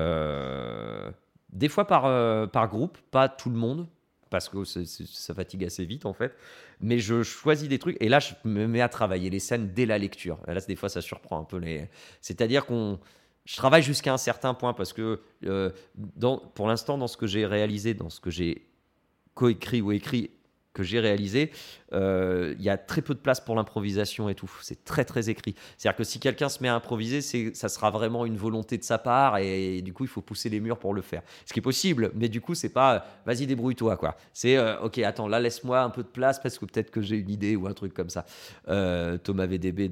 Speaker 7: Des fois par groupe, pas tout le monde, parce que ça fatigue assez vite, en fait. Mais je choisis des trucs, et là, je me mets à travailler les scènes dès la lecture. Et là, des fois, ça surprend un peu C'est-à-dire je travaille jusqu'à un certain point, parce que pour l'instant, dans ce que j'ai réalisé, dans ce que j'ai coécrit ou écrit, j'ai réalisé, il y a très peu de place pour l'improvisation et tout. C'est très très écrit. C'est-à-dire que si quelqu'un se met à improviser, ça sera vraiment une volonté de sa part et du coup il faut pousser les murs pour le faire. Ce qui est possible, mais du coup c'est pas vas-y débrouille-toi quoi. C'est ok attends là laisse-moi un peu de place parce que peut-être que j'ai une idée ou un truc comme ça. Thomas VDB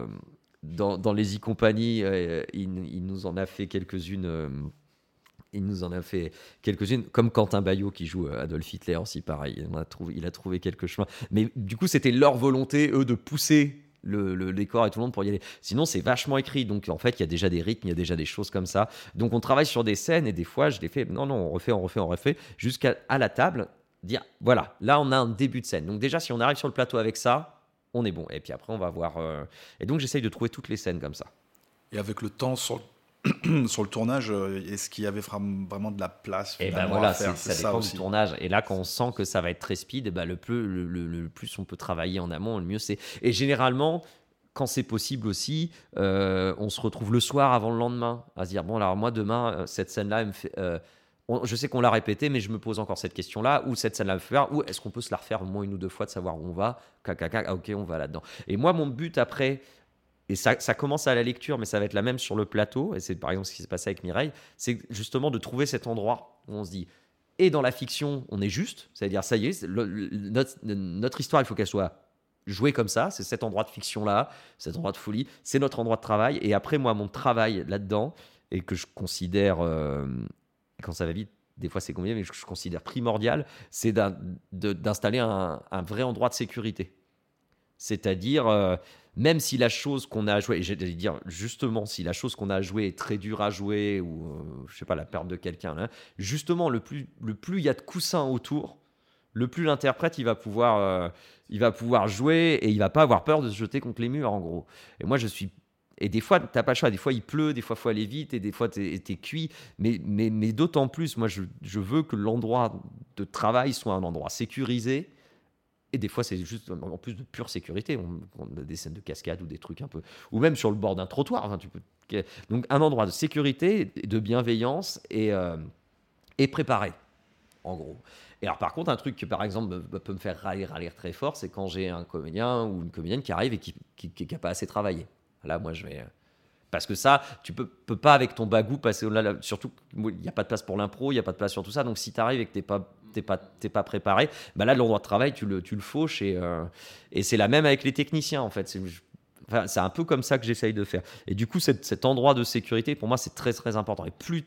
Speaker 7: dans les e-compagnies, il nous en a fait quelques-unes. Il nous en a fait quelques-unes, comme Quentin Baillot qui joue Adolf Hitler aussi, pareil. Il a trouvé quelques chemins. Mais du coup, c'était leur volonté, eux, de pousser le décor et tout le monde pour y aller. Sinon, c'est vachement écrit. Donc, en fait, il y a déjà des rythmes, il y a déjà des choses comme ça. Donc, on travaille sur des scènes et des fois, je les fais, non, on refait, jusqu'à la table, dire, voilà, là, on a un début de scène. Donc, déjà, si on arrive sur le plateau avec ça, on est bon. Et puis après, on va voir. Et donc, j'essaye de trouver toutes les scènes comme ça.
Speaker 8: Et avec le temps sur le tournage, est-ce qu'il y avait vraiment de la place
Speaker 7: et ben voilà, ça dépend du tournage. Et là, quand on sent que ça va être très speed, le plus on peut travailler en amont, le mieux c'est. Et généralement, quand c'est possible aussi, on se retrouve le soir avant le lendemain à se dire bon, alors moi demain, cette scène-là, elle me fait. Je sais qu'on l'a répété, mais je me pose encore cette question-là. Ou cette scène-là me fait faire, ou est-ce qu'on peut se la refaire au moins une ou deux fois de savoir où on va. Ok, on va là-dedans. Et moi, mon but après. Et ça commence à la lecture, mais ça va être la même sur le plateau. Et c'est par exemple ce qui s'est passé avec Mireille. C'est justement de trouver cet endroit où on se dit, et dans la fiction, on est juste. C'est-à-dire, ça y est, notre histoire, il faut qu'elle soit jouée comme ça. C'est cet endroit de fiction-là, cet endroit de folie. C'est notre endroit de travail. Et après, moi, mon travail là-dedans, et que je considère, quand ça va vite, des fois c'est compliqué, mais que je considère primordial, c'est d'installer un vrai endroit de sécurité. C'est-à-dire, même si la chose qu'on a à jouer, et j'allais dire justement, si la chose qu'on a à jouer est très dure à jouer, ou je sais pas, la perte de quelqu'un, là, justement, le plus il y a de coussins autour, le plus l'interprète il va pouvoir jouer et il va pas avoir peur de se jeter contre les murs, en gros. Et moi, et des fois, t'as pas le choix. Des fois, il pleut, des fois, il faut aller vite, et des fois, t'es cuit. Mais d'autant plus, moi, je veux que l'endroit de travail soit un endroit sécurisé. Et des fois, c'est juste en plus de pure sécurité. On a des scènes de cascade ou des trucs un peu. Ou même sur le bord d'un trottoir. Enfin, donc, un endroit de sécurité, de bienveillance et préparé, en gros. Et alors, par contre, un truc qui, par exemple, peut me faire râler très fort, c'est quand j'ai un comédien ou une comédienne qui arrive et qui n'a pas assez travaillé. Là, moi, je vais. Parce que ça, tu peux pas avec ton bagou passer au-delà. Surtout, il n'y a pas de place pour l'impro, il n'y a pas de place sur tout ça. Donc, si tu arrives et que t'es pas préparé, là, l'endroit de travail, tu le fauches. Et c'est la même avec les techniciens, en fait. C'est un peu comme ça que j'essaye de faire. Et du coup, cet endroit de sécurité, pour moi, c'est très, très important. Et plus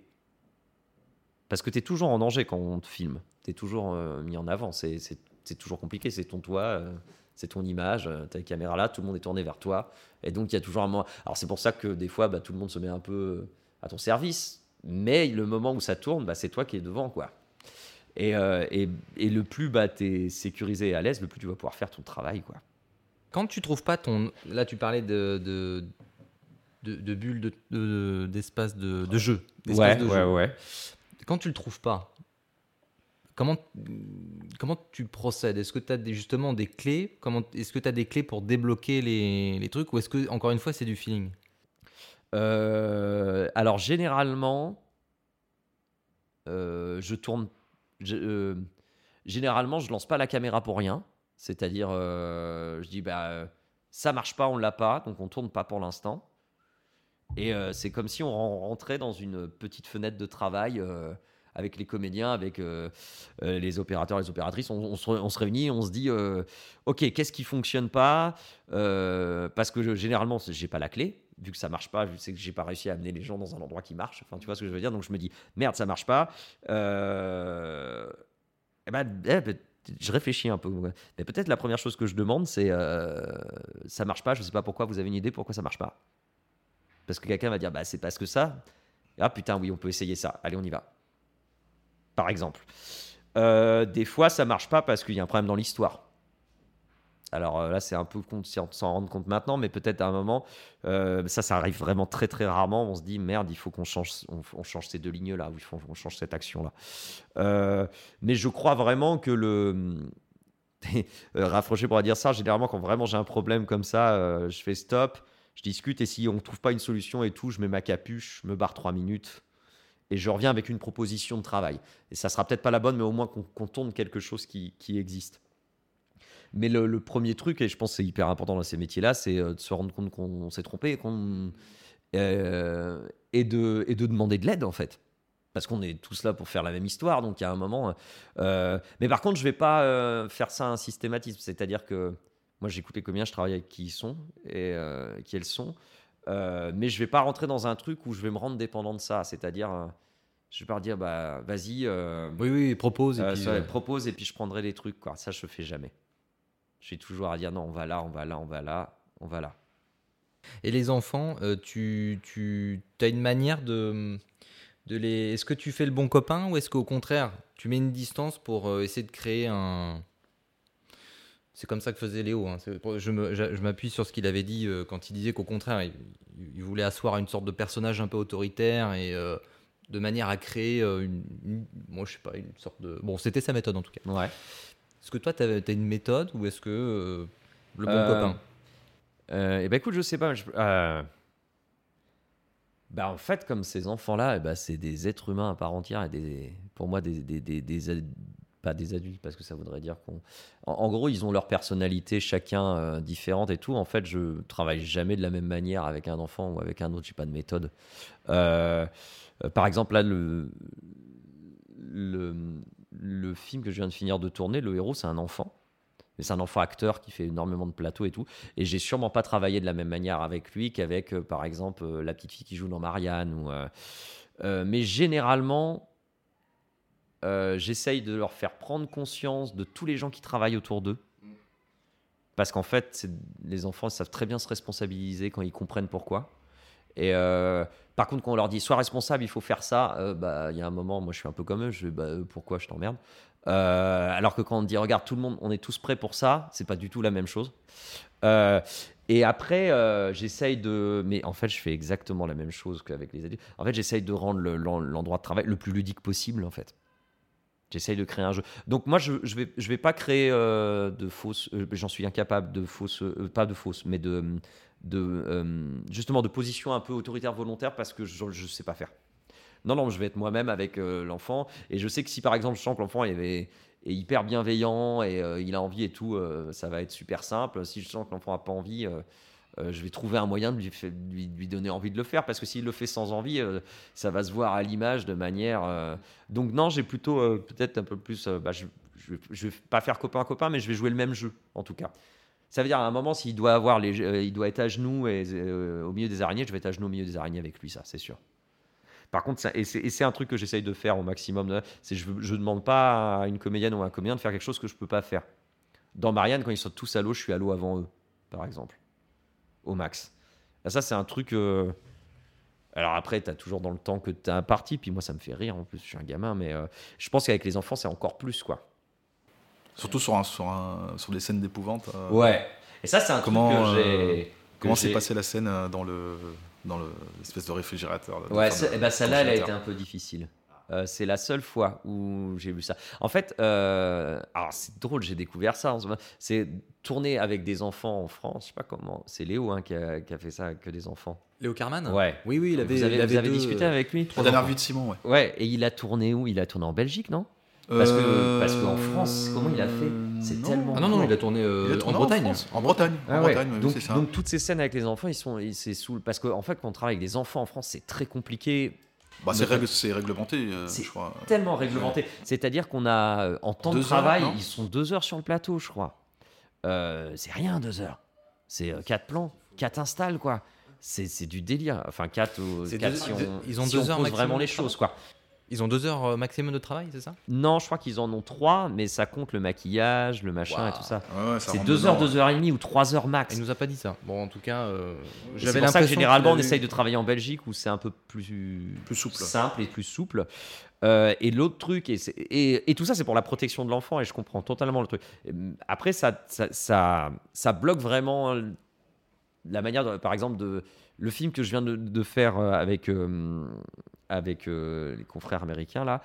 Speaker 7: parce que tu es toujours en danger quand on te filme. Tu es toujours mis en avant. C'est toujours compliqué. C'est ton toit. C'est ton image, ta caméra là, tout le monde est tourné vers toi. Et donc, il y a toujours un moment. Alors, c'est pour ça que des fois, tout le monde se met un peu à ton service. Mais le moment où ça tourne, c'est toi qui es devant, quoi. Et le plus tu es sécurisé et à l'aise, le plus tu vas pouvoir faire ton travail, quoi.
Speaker 9: Quand tu trouves pas ton. Là, tu parlais de bulles d'espace de jeu.
Speaker 7: Ouais.
Speaker 9: Quand tu le trouves pas, comment tu procèdes? Est-ce que tu as justement des clés? Est-ce que tu as des clés pour débloquer les trucs? Ou est-ce que, encore une fois, c'est du feeling?
Speaker 7: Alors, généralement, généralement, je lance pas la caméra pour rien. C'est-à-dire, je dis, ça marche pas, on l'a pas, donc on tourne pas pour l'instant. Et c'est comme si on rentrait dans une petite fenêtre de travail avec les comédiens, avec les opérateurs, les opératrices. On se réunit, on se dit, ok, qu'est-ce qui fonctionne pas? Parce que généralement, j'ai pas la clé. Vu que ça marche pas, je sais que j'ai pas réussi à amener les gens dans un endroit qui marche. Enfin, tu vois ce que je veux dire? Donc je me dis, merde, ça marche pas. Je réfléchis un peu. Mais peut-être la première chose que je demande, c'est ça marche pas, je sais pas pourquoi, vous avez une idée pourquoi ça marche pas? Parce que quelqu'un va dire, c'est parce que ça. Ah putain, oui, on peut essayer ça. Allez, on y va. Par exemple. Des fois, ça marche pas parce qu'il y a un problème dans l'histoire. Alors là, c'est un peu s'en rendre compte maintenant, mais peut-être à un moment, ça arrive vraiment très très rarement. On se dit merde, il faut qu'on change, on change ces deux lignes là, ou il faut qu'on change cette action là. Mais je crois vraiment que rapproché pour dire ça, généralement quand vraiment j'ai un problème comme ça, je fais stop, je discute et si on ne trouve pas une solution et tout, je mets ma capuche, je me barre 3 minutes et je reviens avec une proposition de travail. Et ça sera peut-être pas la bonne, mais au moins qu'on tourne quelque chose qui existe. Mais le premier truc, et je pense que c'est hyper important dans ces métiers-là, c'est de se rendre compte qu'on s'est trompé et de demander de l'aide, en fait. Parce qu'on est tous là pour faire la même histoire, donc il y a un moment... mais par contre, je ne vais pas faire ça un systématisme. C'est-à-dire que moi, j'écoute les comédiens, je travaille avec qui ils sont et qui elles sont. Mais je ne vais pas rentrer dans un truc où je vais me rendre dépendant de ça. C'est-à-dire, je ne vais pas leur dire, bah, vas-y...
Speaker 9: Oui, propose.
Speaker 7: propose et puis je prendrai les trucs, quoi. Ça, je ne fais jamais. Je suis toujours à dire, non, on va là.
Speaker 9: Et les enfants, tu as une manière de les... Est-ce que tu fais le bon copain ou est-ce qu'au contraire, tu mets une distance pour essayer de créer un... C'est comme ça que faisait Léo. Hein. Je m'appuie sur ce qu'il avait dit quand il disait qu'au contraire, il voulait asseoir une sorte de personnage un peu autoritaire et de manière à créer moi, je sais pas, une sorte de... Bon, c'était sa méthode en tout cas.
Speaker 7: Ouais.
Speaker 9: Est-ce que toi, tu as une méthode ou est-ce que le bon copain
Speaker 7: Eh ben écoute, je sais pas. Bah en fait, comme ces enfants-là, c'est des êtres humains à part entière et pour moi pas des adultes parce que ça voudrait dire en gros ils ont leur personnalité chacun différente et tout. En fait, je travaille jamais de la même manière avec un enfant ou avec un autre. J'ai pas de méthode. Par exemple là le film que je viens de finir de tourner, le héros c'est un enfant. Mais c'est un enfant acteur qui fait énormément de plateaux et tout. Et j'ai sûrement pas travaillé de la même manière avec lui qu'avec, par exemple, la petite fille qui joue dans Marianne. Mais généralement, j'essaye de leur faire prendre conscience de tous les gens qui travaillent autour d'eux. Parce qu'en fait, les enfants savent très bien se responsabiliser quand ils comprennent pourquoi. Et par contre, quand on leur dit « sois responsable, il faut faire ça », y a un moment, moi je suis un peu comme eux, je dis « pourquoi je t'emmerde ?» Alors que quand on dit regarde tout le monde on est tous prêts pour ça, c'est pas du tout la même chose. Et après j'essaye de, mais en fait je fais exactement la même chose qu'avec les adultes. En fait j'essaye de rendre l'endroit de travail le plus ludique possible. En fait j'essaye de créer un jeu. Donc moi je vais pas créer de fausses, j'en suis incapable de fausses, pas de fausses mais justement de positions un peu autoritaires volontaires parce que je sais pas faire. Non, je vais être moi-même avec l'enfant. Et je sais que si, par exemple, je sens que l'enfant est hyper bienveillant et il a envie et tout, ça va être super simple. Si je sens que l'enfant n'a pas envie, je vais trouver un moyen de lui donner envie de le faire. Parce que s'il le fait sans envie, ça va se voir à l'image de manière... Donc non, j'ai plutôt peut-être un peu plus... je vais pas faire copain-copain, mais je vais jouer le même jeu, en tout cas. Ça veut dire, à un moment, s'il doit il doit être à genoux au milieu des araignées, je vais être à genoux au milieu des araignées avec lui, ça, c'est sûr. Par contre, c'est un truc que j'essaye de faire au maximum. Je ne demande pas à une comédienne ou à un comédien de faire quelque chose que je ne peux pas faire. Dans Marianne, quand ils sautent tous à l'eau, je suis à l'eau avant eux, par exemple. Au max. Et ça, c'est un truc... Alors après, tu as toujours dans le temps que tu as imparti. Puis moi, ça me fait rire. En plus, je suis un gamin. Mais je pense qu'avec les enfants, c'est encore plus, quoi.
Speaker 8: Surtout sur des scènes d'épouvante.
Speaker 7: Ouais. Et ça, c'est un truc que j'ai...
Speaker 8: Comment s'est passée la scène dans l'espèce de réfrigérateur
Speaker 7: Ouais, celle-là, elle a été un peu difficile. C'est la seule fois où j'ai vu ça. En fait, alors c'est drôle, j'ai découvert ça en ce moment. C'est tourner avec des enfants en France, je sais pas comment. C'est Léo qui a fait ça avec des enfants.
Speaker 9: Léo Carman ?
Speaker 7: Ouais.
Speaker 9: Oui, il avait.
Speaker 7: Vous avez discuté avec lui ?
Speaker 8: La dernière vue de Simon, ouais.
Speaker 7: Ouais, et il a tourné où ? Il a tourné en Belgique, non ? Parce qu'en France, comment il a fait ? C'est tellement.
Speaker 9: Ah non, il a tourné en Bretagne.
Speaker 8: En Bretagne.
Speaker 7: Donc,
Speaker 8: c'est ça.
Speaker 7: donc toutes ces scènes avec les enfants, c'est sous. Parce qu'en fait, quand on travaille avec des enfants en France, c'est très compliqué.
Speaker 8: C'est réglementé,
Speaker 7: c'est
Speaker 8: je crois.
Speaker 7: Tellement réglementé. C'est-à-dire qu'on a en temps de travail, ils sont 2 heures sur le plateau, je crois. C'est rien 2 heures. C'est 4 plans, 4 installs, quoi. C'est du délire. Enfin 4 si
Speaker 9: ils ont
Speaker 7: si
Speaker 9: 2 heures
Speaker 7: on pose
Speaker 9: maximum
Speaker 7: vraiment
Speaker 9: de
Speaker 7: les choses, quoi.
Speaker 9: Ils ont 2 heures maximum de travail, c'est ça ?
Speaker 7: Non, je crois qu'ils en ont 3, mais ça compte le maquillage, le machin et tout ça.
Speaker 8: Ouais,
Speaker 7: c'est 2 heures, 2 heures et demie ou 3 heures max.
Speaker 9: Il nous a pas dit ça. Bon, en tout cas,
Speaker 7: j'avais l'impression que généralement on essaye de travailler en Belgique où c'est un peu plus
Speaker 8: souple,
Speaker 7: simple et plus souple. Et l'autre truc, et tout ça c'est pour la protection de l'enfant et je comprends totalement le truc. Après, ça bloque vraiment la manière, par exemple, le film que je viens de faire avec les confrères américains là,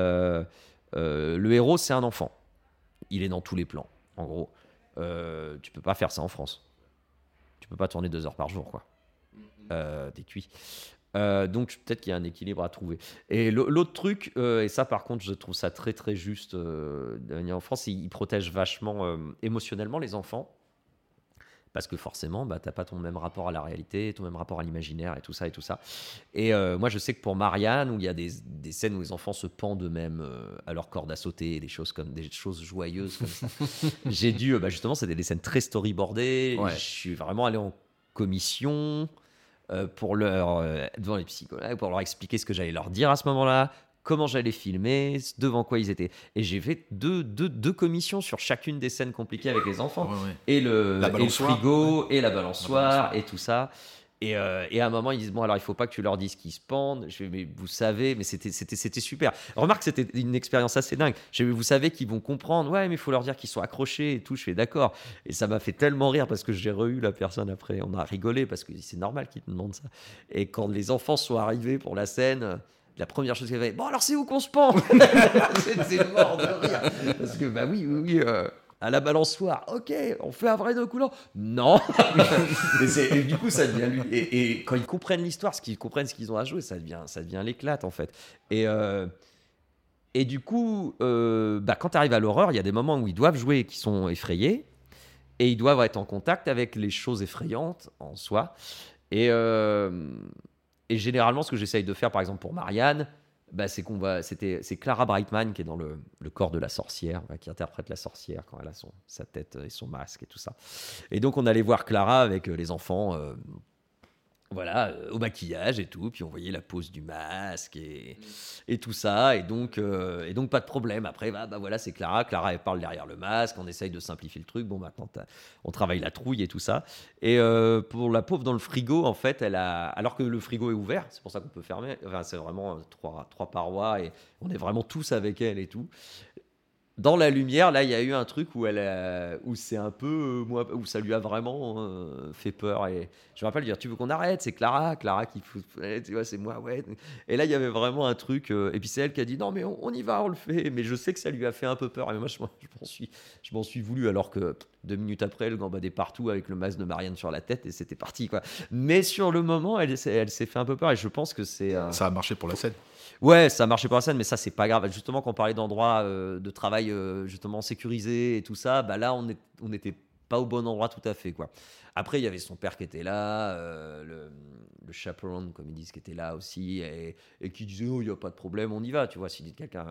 Speaker 7: le héros c'est un enfant, il est dans tous les plans en gros. Tu peux pas faire ça en France, tu peux pas tourner 2 heures par jour, quoi. T'es cuit. Donc peut-être qu'il y a un équilibre à trouver. Et l'autre truc, et ça par contre je trouve ça très très juste de manière en France, ils protègent vachement émotionnellement les enfants. Parce que forcément, bah, tu n'as pas ton même rapport à la réalité, ton même rapport à l'imaginaire et tout ça et tout ça. Et moi, je sais que pour Marianne, où il y a des scènes où les enfants se pendent eux-mêmes à leur corde à sauter, des choses joyeuses comme ça. J'ai dû, justement, c'était des scènes très storyboardées.
Speaker 8: Ouais.
Speaker 7: Je suis vraiment allé en commission pour devant les psychologues, pour leur expliquer ce que j'allais leur dire à ce moment-là, comment j'allais filmer, devant quoi ils étaient. Et j'ai fait deux commissions sur chacune des scènes compliquées avec les enfants.
Speaker 8: Ouais.
Speaker 7: Et le frigo, et la balançoire,
Speaker 8: Ouais.
Speaker 7: et tout ça. Et à un moment, ils disent, bon, alors il faut pas que tu leur dises qu'ils se pendent. Je fais, mais vous savez, mais c'était super. Remarque, c'était une expérience assez dingue. Je fais, mais vous savez qu'ils vont comprendre. Ouais, mais il faut leur dire qu'ils sont accrochés et tout. Je fais, d'accord. Et ça m'a fait tellement rire parce que j'ai re-eu la personne après. On a rigolé parce que c'est normal qu'ils te demandent ça. Et quand les enfants sont arrivés pour la scène, la première chose qu'elle fait, bon, alors c'est où qu'on se pend? C'est mort de rire. Parce que, bah oui. À la balançoire, ok, on fait un vrai de couleur. Non. Et du coup, ça devient lui. Et quand ils comprennent l'histoire, qu'ils comprennent ce qu'ils ont à jouer, ça devient l'éclate en fait. Et du coup, quand tu arrives à l'horreur, il y a des moments où ils doivent jouer et qui sont effrayés, et ils doivent être en contact avec les choses effrayantes en soi. Et généralement, ce que j'essaye de faire, par exemple pour Marianne, c'est Clara Brightman qui est dans le corps de la sorcière, qui interprète la sorcière quand elle a sa tête et son masque et tout ça. Et donc on allait voir Clara avec les enfants, au maquillage et tout, puis on voyait la pose du masque et tout ça, et donc pas de problème. Après, voilà, c'est Clara, elle parle derrière le masque, on essaye de simplifier le truc. Bon, maintenant on travaille la trouille et tout ça. Et pour la pauvre dans le frigo, en fait, alors que le frigo est ouvert, c'est pour ça qu'on peut fermer. Enfin, c'est vraiment trois parois et on est vraiment tous avec elle et tout. Dans la lumière, là, il y a eu un truc où c'est un peu où ça lui a vraiment fait peur. Et je me rappelle dire, tu veux qu'on arrête? C'est Clara qui fout, tu vois, c'est moi, ouais. Et là, il y avait vraiment un truc. Et puis c'est elle qui a dit, non, mais on y va, on le fait. Mais je sais que ça lui a fait un peu peur. Et moi, je m'en suis voulu, alors que 2 minutes après, elle gambadait partout avec le masque de Marianne sur la tête et c'était parti, quoi. Mais sur le moment, elle s'est fait un peu peur. Et je pense que c'est
Speaker 8: Ça a marché pour la scène.
Speaker 7: Ouais, ça marchait pour la scène, mais ça, c'est pas grave. Justement, quand on parlait d'endroits de travail justement sécurisés et tout ça, là, on n'était pas au bon endroit tout à fait, quoi. Après, il y avait son père qui était là, le chaperon, comme ils disent, qui était là aussi, et qui disait, oh, il n'y a pas de problème, on y va, tu vois, s'il dit quelqu'un.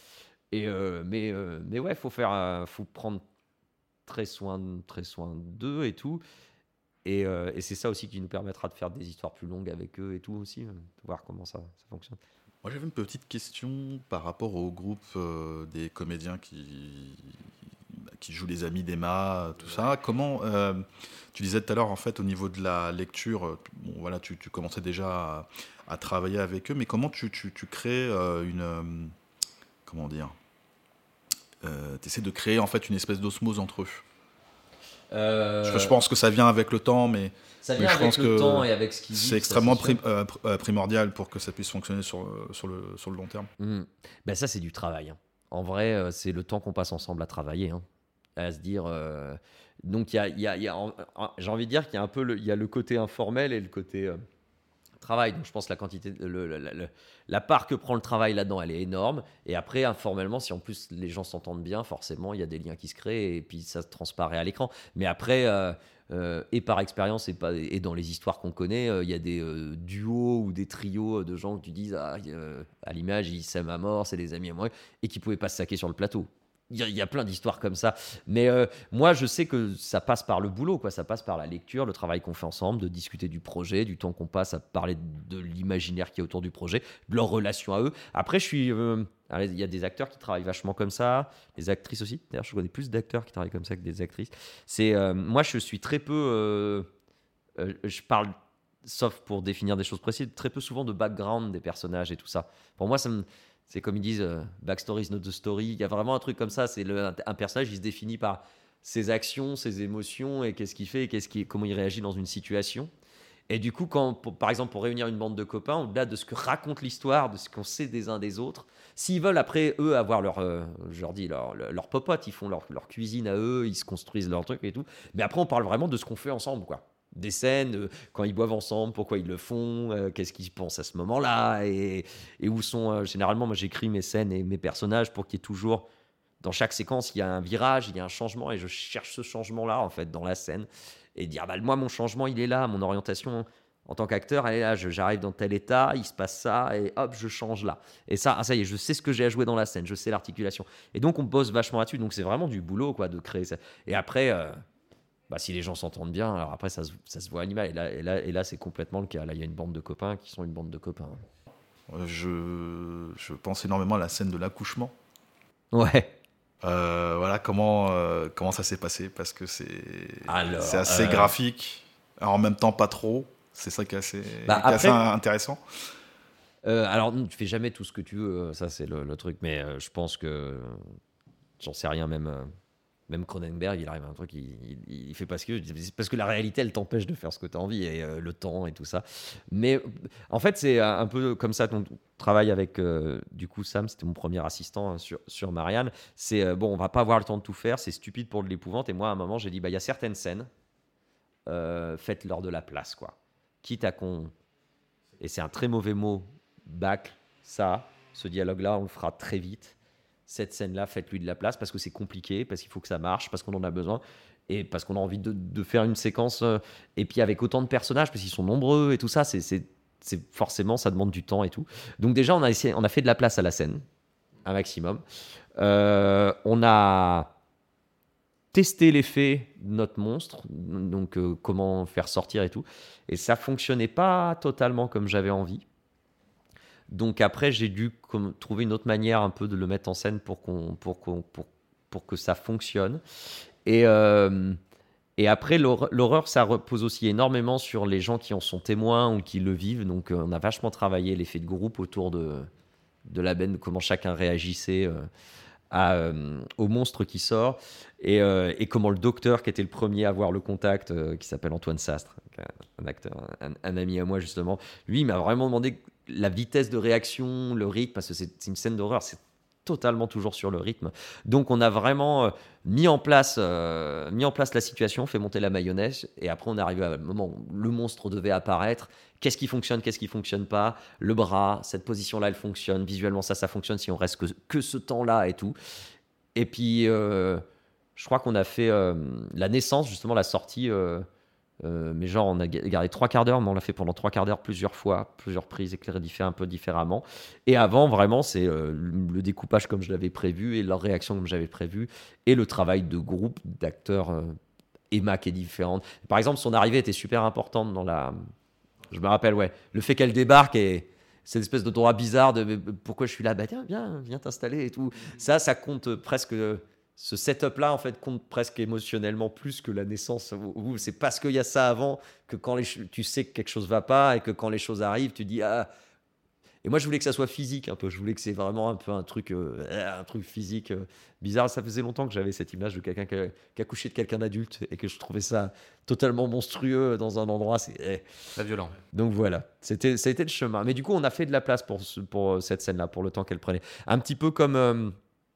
Speaker 7: Mais ouais, faut prendre très soin d'eux et tout. Et c'est ça aussi qui nous permettra de faire des histoires plus longues avec eux et tout aussi, de voir comment ça fonctionne.
Speaker 8: Moi, j'avais une petite question par rapport au groupe des comédiens qui jouent les amis d'Emma, tout ça. Comment, tu disais tout à l'heure, en fait, au niveau de la lecture, voilà, tu commençais déjà à travailler avec eux, mais comment tu crées comment dire, tu essaies de créer en fait une espèce d'osmose entre eux. Je pense que ça vient avec le temps, mais
Speaker 7: ça vient avec le temps et avec ce qu'ils
Speaker 8: c'est extrêmement primordial pour que ça puisse fonctionner sur le long terme.
Speaker 7: Ça, c'est du travail. Hein. En vrai, c'est le temps qu'on passe ensemble à travailler, hein, à se dire. Donc, j'ai envie de dire qu'il y a un peu il y a le côté informel et le côté travail. Donc, je pense que la quantité, la part que prend le travail là-dedans, elle est énorme. Et après, informellement, si en plus les gens s'entendent bien, forcément, il y a des liens qui se créent et puis ça transparaît à l'écran. Mais après. Et par expérience et dans les histoires qu'on connaît, il y a des duos ou des trios de gens que tu dis à l'image, ils s'aiment à mort, c'est des amis à moi, et qui pouvaient pas se saquer sur le plateau. Il y a plein d'histoires comme ça. Mais moi, je sais que ça passe par le boulot, quoi. Ça passe par la lecture, le travail qu'on fait ensemble, de discuter du projet, du temps qu'on passe à parler de l'imaginaire qui est autour du projet, de leur relation à eux. Après, il y a des acteurs qui travaillent vachement comme ça, des actrices aussi. D'ailleurs, je connais plus d'acteurs qui travaillent comme ça que des actrices. Moi, je suis très peu... je parle, sauf pour définir des choses précises, très peu souvent de background des personnages et tout ça. Pour moi, c'est comme ils disent, backstory is not the story. Il y a vraiment un truc comme ça. C'est un personnage, il se définit par ses actions, ses émotions et qu'est-ce qu'il fait et comment il réagit dans une situation. Et du coup, par exemple, pour réunir une bande de copains, au-delà de ce que raconte l'histoire, de ce qu'on sait des uns des autres, s'ils veulent après, eux, avoir leur popote, ils font leur cuisine à eux, ils se construisent leur truc et tout. Mais après, on parle vraiment de ce qu'on fait ensemble, quoi. des scènes, quand ils boivent ensemble, pourquoi ils le font, qu'est-ce qu'ils pensent à ce moment-là, et où sont... généralement, moi, j'écris mes scènes et mes personnages pour qu'il y ait toujours... Dans chaque séquence, il y a un virage, il y a un changement, et je cherche ce changement-là, en fait, dans la scène. Et dire, moi, mon changement, il est là, mon orientation en tant qu'acteur, elle est là, j'arrive dans tel état, il se passe ça, et hop, je change là. Et ça y est, je sais ce que j'ai à jouer dans la scène, je sais l'articulation. Et donc, on bosse vachement là-dessus, donc c'est vraiment du boulot, quoi, de créer ça. Et après, si les gens s'entendent bien, alors après, ça se voit animal. Et là, c'est complètement le cas. Là, il y a une bande de copains qui sont une bande de copains.
Speaker 8: Je pense énormément à la scène de l'accouchement.
Speaker 7: Ouais.
Speaker 8: Voilà, comment ça s'est passé, parce que c'est assez graphique, alors en même temps pas trop. C'est ça qui est assez intéressant.
Speaker 7: Alors, tu fais jamais tout ce que tu veux, ça c'est le truc, mais je pense que j'en sais rien, même Cronenberg, il arrive à un truc, il fait parce que la réalité, elle t'empêche de faire ce que tu as envie, et le temps et tout ça. Mais en fait, c'est un peu comme ça qu'on travaille avec, du coup, Sam, c'était mon premier assistant sur Marianne. C'est, on va pas avoir le temps de tout faire, c'est stupide pour de l'épouvante. Et moi, à un moment, j'ai dit, il y a certaines scènes, faites-leur de la place, quoi. Quitte à qu'on... Et c'est un très mauvais mot, ce dialogue-là, on le fera très vite. Cette scène-là, faites-lui de la place, parce que c'est compliqué, parce qu'il faut que ça marche, parce qu'on en a besoin, et parce qu'on a envie de faire une séquence, et puis avec autant de personnages, parce qu'ils sont nombreux et tout ça, c'est forcément, ça demande du temps et tout. Donc déjà, on a fait de la place à la scène, un maximum. On a testé l'effet de notre monstre, donc comment faire sortir et tout, et ça fonctionnait pas totalement comme j'avais envie. Donc après, j'ai dû trouver une autre manière un peu de le mettre en scène pour que ça fonctionne. Et après, l'horreur, ça repose aussi énormément sur les gens qui en sont témoins ou qui le vivent. Donc on a vachement travaillé l'effet de groupe autour de la benne, comment chacun réagissait au monstre qui sort, et comment le docteur, qui était le premier à avoir le contact, qui s'appelle Antoine Sastre, un acteur, un ami à moi justement, lui, il m'a vraiment demandé la vitesse de réaction, le rythme, parce que c'est une scène d'horreur, c'est totalement toujours sur le rythme. Donc on a vraiment mis en place la situation, fait monter la mayonnaise, et après on est arrivé à un moment où le monstre devait apparaître. Qu'est-ce qui fonctionne pas, le bras, cette position-là, elle fonctionne, visuellement ça fonctionne si on reste que ce temps-là et tout. Et puis je crois qu'on a fait la naissance, justement la sortie, mais genre on a gardé 3 quarts d'heure, mais on l'a fait pendant 3 quarts d'heure plusieurs fois, plusieurs prises éclairées un peu différemment. Et avant, vraiment, c'est le découpage comme je l'avais prévu, et leur réaction comme j'avais prévu, et le travail de groupe d'acteurs. Emma qui est différente. Par exemple, son arrivée était super importante dans la... Je me rappelle, le fait qu'elle débarque, et cette espèce de droit bizarre de pourquoi je suis là, tiens, viens t'installer et tout. Ça compte presque... Ce setup-là, en fait, compte presque émotionnellement plus que la naissance. C'est parce qu'il y a ça avant que quand tu sais que quelque chose va pas, et que quand les choses arrivent, tu dis ah. Et moi, je voulais que ça soit physique un peu. Je voulais que c'est vraiment un peu un truc physique bizarre. Ça faisait longtemps que j'avais cette image de quelqu'un qui a couché de quelqu'un d'adulte, et que je trouvais ça totalement monstrueux dans un endroit. C'est
Speaker 9: très violent. Donc
Speaker 7: voilà, ça a été le chemin. Mais du coup, on a fait de la place pour cette scène-là, pour le temps qu'elle prenait. Un petit peu comme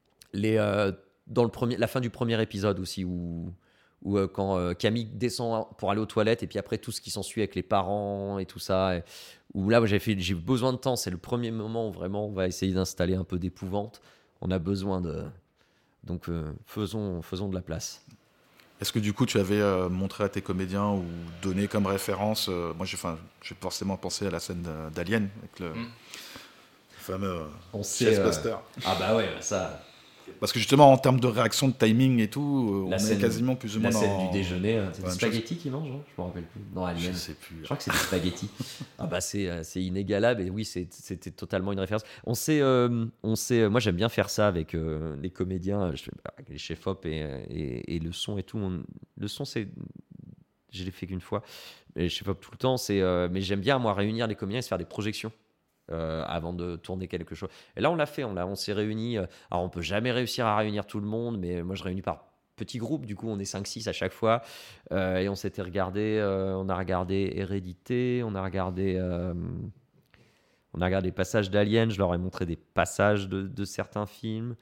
Speaker 7: dans la fin du premier épisode aussi, où quand Camille descend pour aller aux toilettes, et puis après tout ce qui s'ensuit avec les parents et tout ça, où là j'ai eu besoin de temps. C'est le premier moment où vraiment on va essayer d'installer un peu d'épouvante. On a besoin donc faisons de la place.
Speaker 8: Est-ce que du coup tu avais montré à tes comédiens ou donné comme référence, moi j'ai forcément pensé à la scène d'Alien avec le fameux Chestbuster.
Speaker 7: Ah bah ouais, ça...
Speaker 8: Parce que justement, en termes de réaction, de timing et tout, on est quasiment plus ou moins
Speaker 7: dans... La scène du déjeuner, c'est des spaghettis qu'ils mangent, hein, je me rappelle plus. Non,
Speaker 8: je sais plus.
Speaker 7: Je crois que c'est des spaghettis. Ah bah c'est inégalable, et oui, c'était totalement une référence. On sait, moi j'aime bien faire ça avec les comédiens, avec les chefs-op et le son et tout. Le son, je l'ai fait qu'une fois, et les chefs-op tout le temps, mais j'aime bien, moi, réunir les comédiens et se faire des projections. Avant de tourner quelque chose. Et là, on l'a fait, on s'est réunis. Alors, on peut jamais réussir à réunir tout le monde, mais moi, je réunis par petits groupes. Du coup, on est 5-6 à chaque fois. Et on s'était regardé, on a regardé Hérédité, on a regardé passages d'Alien. Je leur ai montré des passages de certains films.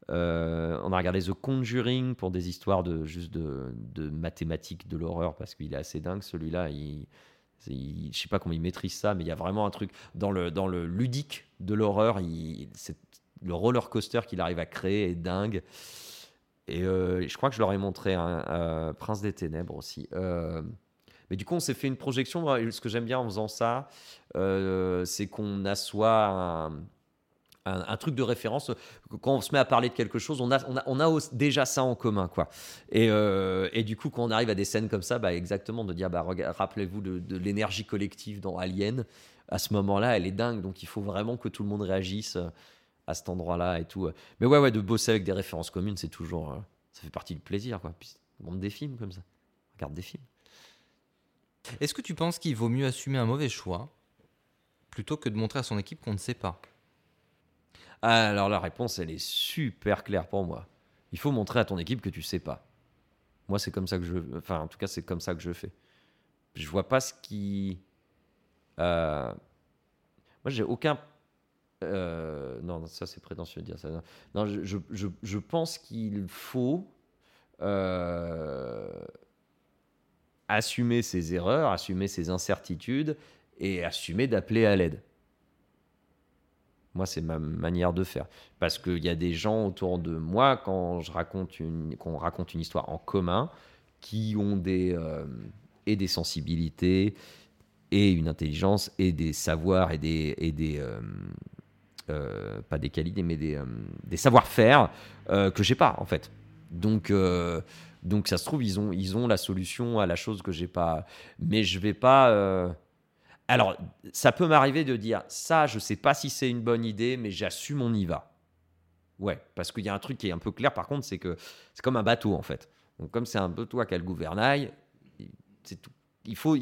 Speaker 7: On a regardé The Conjuring pour des histoires de mathématiques de l'horreur, parce qu'il est assez dingue celui-là. Je sais pas comment il maîtrise ça, mais il y a vraiment un truc dans le ludique de l'horreur. Le roller coaster qu'il arrive à créer est dingue. Et je crois que je leur ai montré un Prince des Ténèbres aussi. Mais du coup, on s'est fait une projection. Ce que j'aime bien en faisant ça, c'est qu'on assoit un truc de référence. Quand on se met à parler de quelque chose, on a déjà ça en commun, quoi. Et du coup, quand on arrive à des scènes comme ça, exactement, de dire, rappelez-vous de l'énergie collective dans Alien. À ce moment-là, elle est dingue. Donc, il faut vraiment que tout le monde réagisse à cet endroit-là et tout. Mais ouais, de bosser avec des références communes, c'est toujours... ça fait partie du plaisir, quoi. Puis, on monte des films comme ça. On regarde des films.
Speaker 9: Est-ce que tu penses qu'il vaut mieux assumer un mauvais choix plutôt que de montrer à son équipe qu'on ne sait pas ?
Speaker 7: Alors la réponse, elle est super claire pour moi. Il faut montrer à ton équipe que tu sais pas. Moi, c'est comme ça que en tout cas, c'est comme ça que je fais. Je vois pas ce qui... Moi, j'ai aucun... Non, ça, c'est prétentieux de dire ça. Non, je pense qu'il faut assumer ses erreurs, assumer ses incertitudes et assumer d'appeler à l'aide. Moi, c'est ma manière de faire. Parce qu'il y a des gens autour de moi, quand qu'on raconte une histoire en commun, qui ont des sensibilités, et une intelligence, et des savoirs, et des pas des qualités, mais des savoir-faire que j'ai pas, en fait. Donc, ça se trouve, ils ont la solution à la chose que j'ai pas. Mais je vais pas... Alors, ça peut m'arriver de dire, ça, je sais pas si c'est une bonne idée, mais j'assume, on y va. Ouais, parce qu'il y a un truc qui est un peu clair, par contre, c'est que c'est comme un bateau, en fait. Donc, comme c'est un bateau qui a le gouvernail, c'est tout. Il faut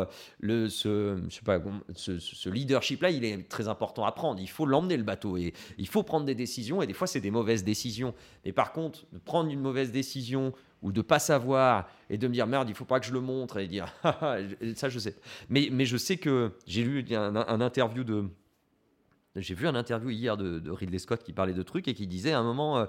Speaker 7: ce leadership-là, il est très important à prendre. Il faut l'emmener, le bateau, et il faut prendre des décisions, et des fois, c'est des mauvaises décisions. Et par contre, de prendre une mauvaise décision ou de pas savoir et de me dire merde, il faut pas que je le montre, et dire ça, je sais. Mais je sais que j'ai lu un interview j'ai vu un interview hier de Ridley Scott qui parlait de trucs et qui disait à un moment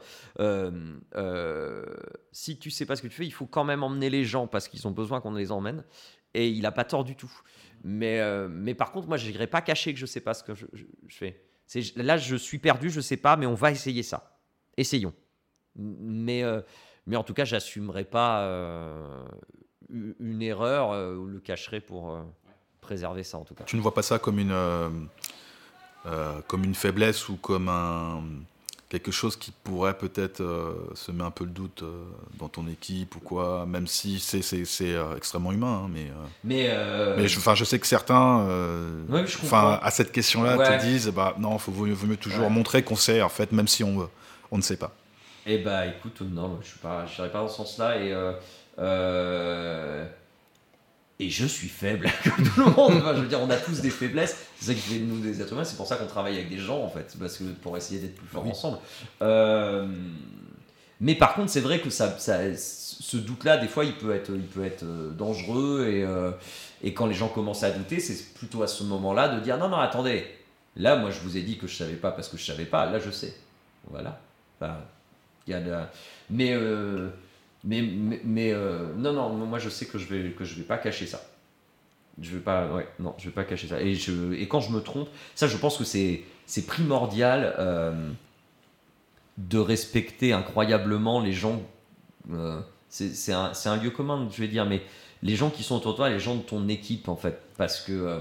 Speaker 7: si tu sais pas ce que tu fais, il faut quand même emmener les gens parce qu'ils ont besoin qu'on les emmène. Et il a pas tort du tout. Mais par contre, moi, je n'irai pas cacher que je sais pas ce que je fais. Là, je suis perdu, je sais pas, mais on va essayer ça. Essayons. Mais en tout cas, j'assumerai pas une erreur ou le cacherai pour préserver ça, en tout cas.
Speaker 8: Tu ne vois pas ça comme une faiblesse ou comme quelque chose qui pourrait peut-être semer un peu le doute dans ton équipe ou quoi, même si c'est extrêmement humain, hein, mais je sais que certains à cette question-là te disent non, vaut mieux toujours montrer qu'on sait, en fait, même si on ne sait pas.
Speaker 7: Eh écoute, non, je n'irai pas dans ce sens-là, et je suis faible, comme tout le monde. Enfin, je veux dire, on a tous des faiblesses. C'est ça qui fait de nous des êtres humains. C'est pour ça qu'on travaille avec des gens, en fait, parce que pour essayer d'être plus forts ensemble. Mais par contre, c'est vrai que ce doute-là, des fois, il peut être dangereux. Et quand les gens commencent à douter, c'est plutôt à ce moment-là de dire non, attendez. Là, moi, je vous ai dit que je savais pas parce que je savais pas. Là, je sais. Voilà. Enfin, il y a non, moi je sais que je vais pas cacher ça. Je vais pas cacher ça. Et quand je me trompe, ça, je pense que c'est primordial de respecter incroyablement les gens. C'est un lieu commun, je vais dire, mais les gens qui sont autour de toi, les gens de ton équipe, en fait, parce que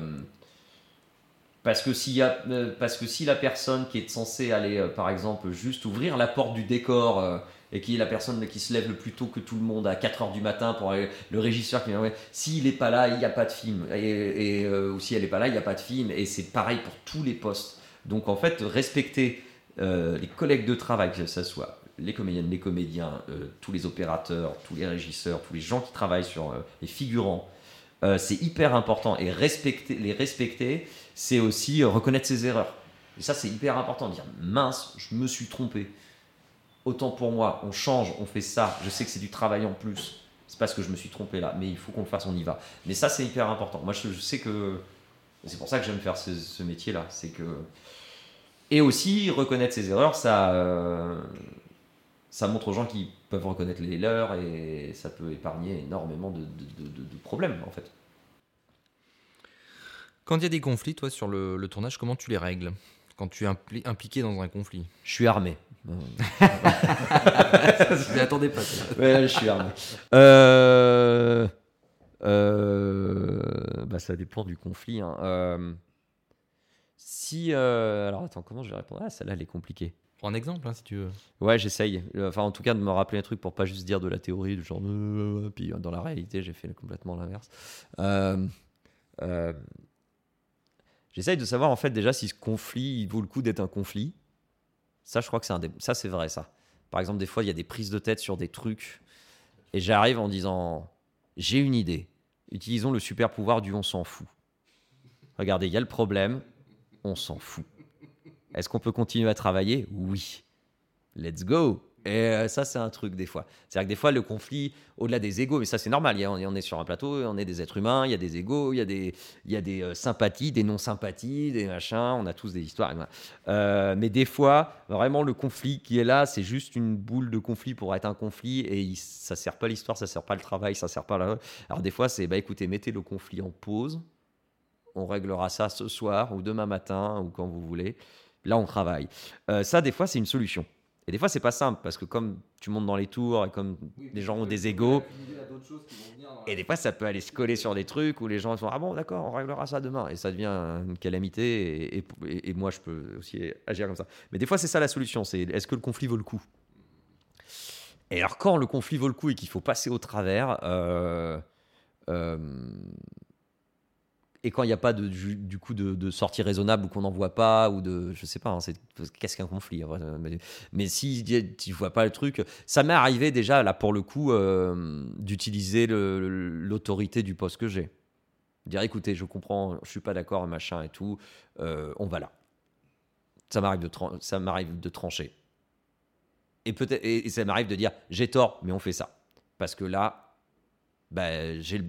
Speaker 7: si la personne qui est censée aller, par exemple, juste ouvrir la porte du décor, et qui est la personne qui se lève le plus tôt que tout le monde à 4h du matin pour aller, le régisseur qui vient, s'il n'est pas là, il n'y a pas de film, ou si elle n'est pas là, il n'y a pas de film, et c'est pareil pour tous les postes. Donc en fait, respecter les collègues de travail, que ce soit les comédiennes, les comédiens, tous les opérateurs, tous les régisseurs, tous les gens qui travaillent sur les figurants, c'est hyper important. Et les respecter, c'est aussi reconnaître ses erreurs. Et ça, c'est hyper important, de dire mince, je me suis trompé. Autant pour moi, on change, on fait ça. Je sais que c'est du travail en plus. C'est parce que je me suis trompé là, mais il faut qu'on le fasse, on y va. Mais ça, c'est hyper important. Moi, je sais que c'est pour ça que j'aime faire ce métier-là. C'est que... Et aussi, reconnaître ses erreurs, ça ça montre aux gens qu'ils peuvent reconnaître les leurs et ça peut épargner énormément de problèmes en fait.
Speaker 9: Quand il y a des conflits, toi, sur le tournage, comment tu les règles quand tu es impliqué dans un conflit?
Speaker 7: Je suis armé.
Speaker 9: Je m'y attendais pas.
Speaker 7: Ouais, je suis armé. Ça dépend du conflit. Hein. Alors attends, comment je vais répondre? Ah, celle-là, elle est compliquée.
Speaker 9: Prends un exemple, si tu veux.
Speaker 7: Ouais, j'essaye. Enfin, en tout cas, de me rappeler un truc pour pas juste dire de la théorie, du genre. Puis dans la réalité, j'ai fait complètement l'inverse. J'essaye de savoir en fait déjà si ce conflit il vaut le coup d'être un conflit. Ça, je crois que ça, c'est vrai, ça. Par exemple, des fois, il y a des prises de tête sur des trucs et j'arrive en disant j'ai une idée. Utilisons le super pouvoir du on s'en fout. Regardez, il y a le problème, on s'en fout. Est-ce qu'on peut continuer à travailler? Oui. Let's go. Et ça, c'est un truc des fois. C'est-à-dire que des fois, le conflit, au-delà des égos, mais ça, c'est normal. On est sur un plateau, on est des êtres humains, il y a des égos, il y a des sympathies, des non-sympathies, des machins, on a tous des histoires. Mais des fois, vraiment, le conflit qui est là, c'est juste une boule de conflit pour être un conflit et ça ne sert pas l'histoire, ça ne sert pas le travail, ça ne sert pas la... Alors des fois, c'est, écoutez, mettez le conflit en pause, on réglera ça ce soir ou demain matin ou quand vous voulez. Là, on travaille. Ça, des fois, c'est une solution. Et des fois, c'est pas simple parce que comme tu montes dans les tours et comme les gens ont des égos, et des fois, ça peut aller se coller sur des trucs où les gens sont ah bon, d'accord, on réglera ça demain et ça devient une calamité. Et moi, je peux aussi agir comme ça. Mais des fois, c'est ça la solution. C'est est-ce que le conflit vaut le coup? Et alors, quand le conflit vaut le coup et qu'il faut passer au travers, et quand il n'y a pas du coup de sortie raisonnable ou qu'on n'en voit pas ou de je sais pas, qu'est-ce qu'un conflit mais si tu vois pas le truc, ça m'est arrivé déjà là pour le coup d'utiliser l'autorité du poste que j'ai, dire écoutez, je comprends, je suis pas d'accord machin et tout, on va là. Ça m'arrive de trancher et peut-être et ça m'arrive de dire j'ai tort mais on fait ça parce que là j'ai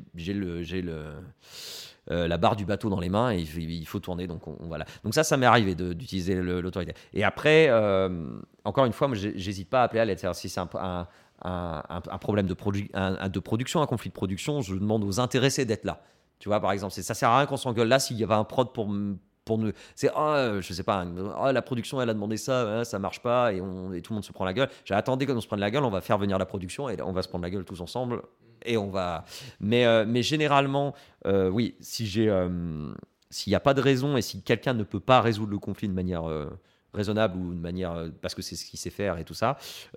Speaker 7: la barre du bateau dans les mains et il faut tourner, donc on va là. Donc ça m'est arrivé d'utiliser l'autorité. Et après, encore une fois, moi, j'hésite pas à appeler à l'aide. Si c'est un problème de production, un conflit de production, je demande aux intéressés d'être là. Tu vois, par exemple, ça sert à rien qu'on s'engueule là s'il y avait un prod pour nous. C'est je sais pas, la production elle a demandé ça, ça marche pas et tout le monde se prend la gueule. J'ai attendu qu'on se prenne la gueule, on va faire venir la production et on va se prendre la gueule tous ensemble. Et on va. Mais généralement, oui, s'il n'y a pas de raison et si quelqu'un ne peut pas résoudre le conflit de manière raisonnable ou de manière parce que c'est ce qu'il sait faire et tout ça,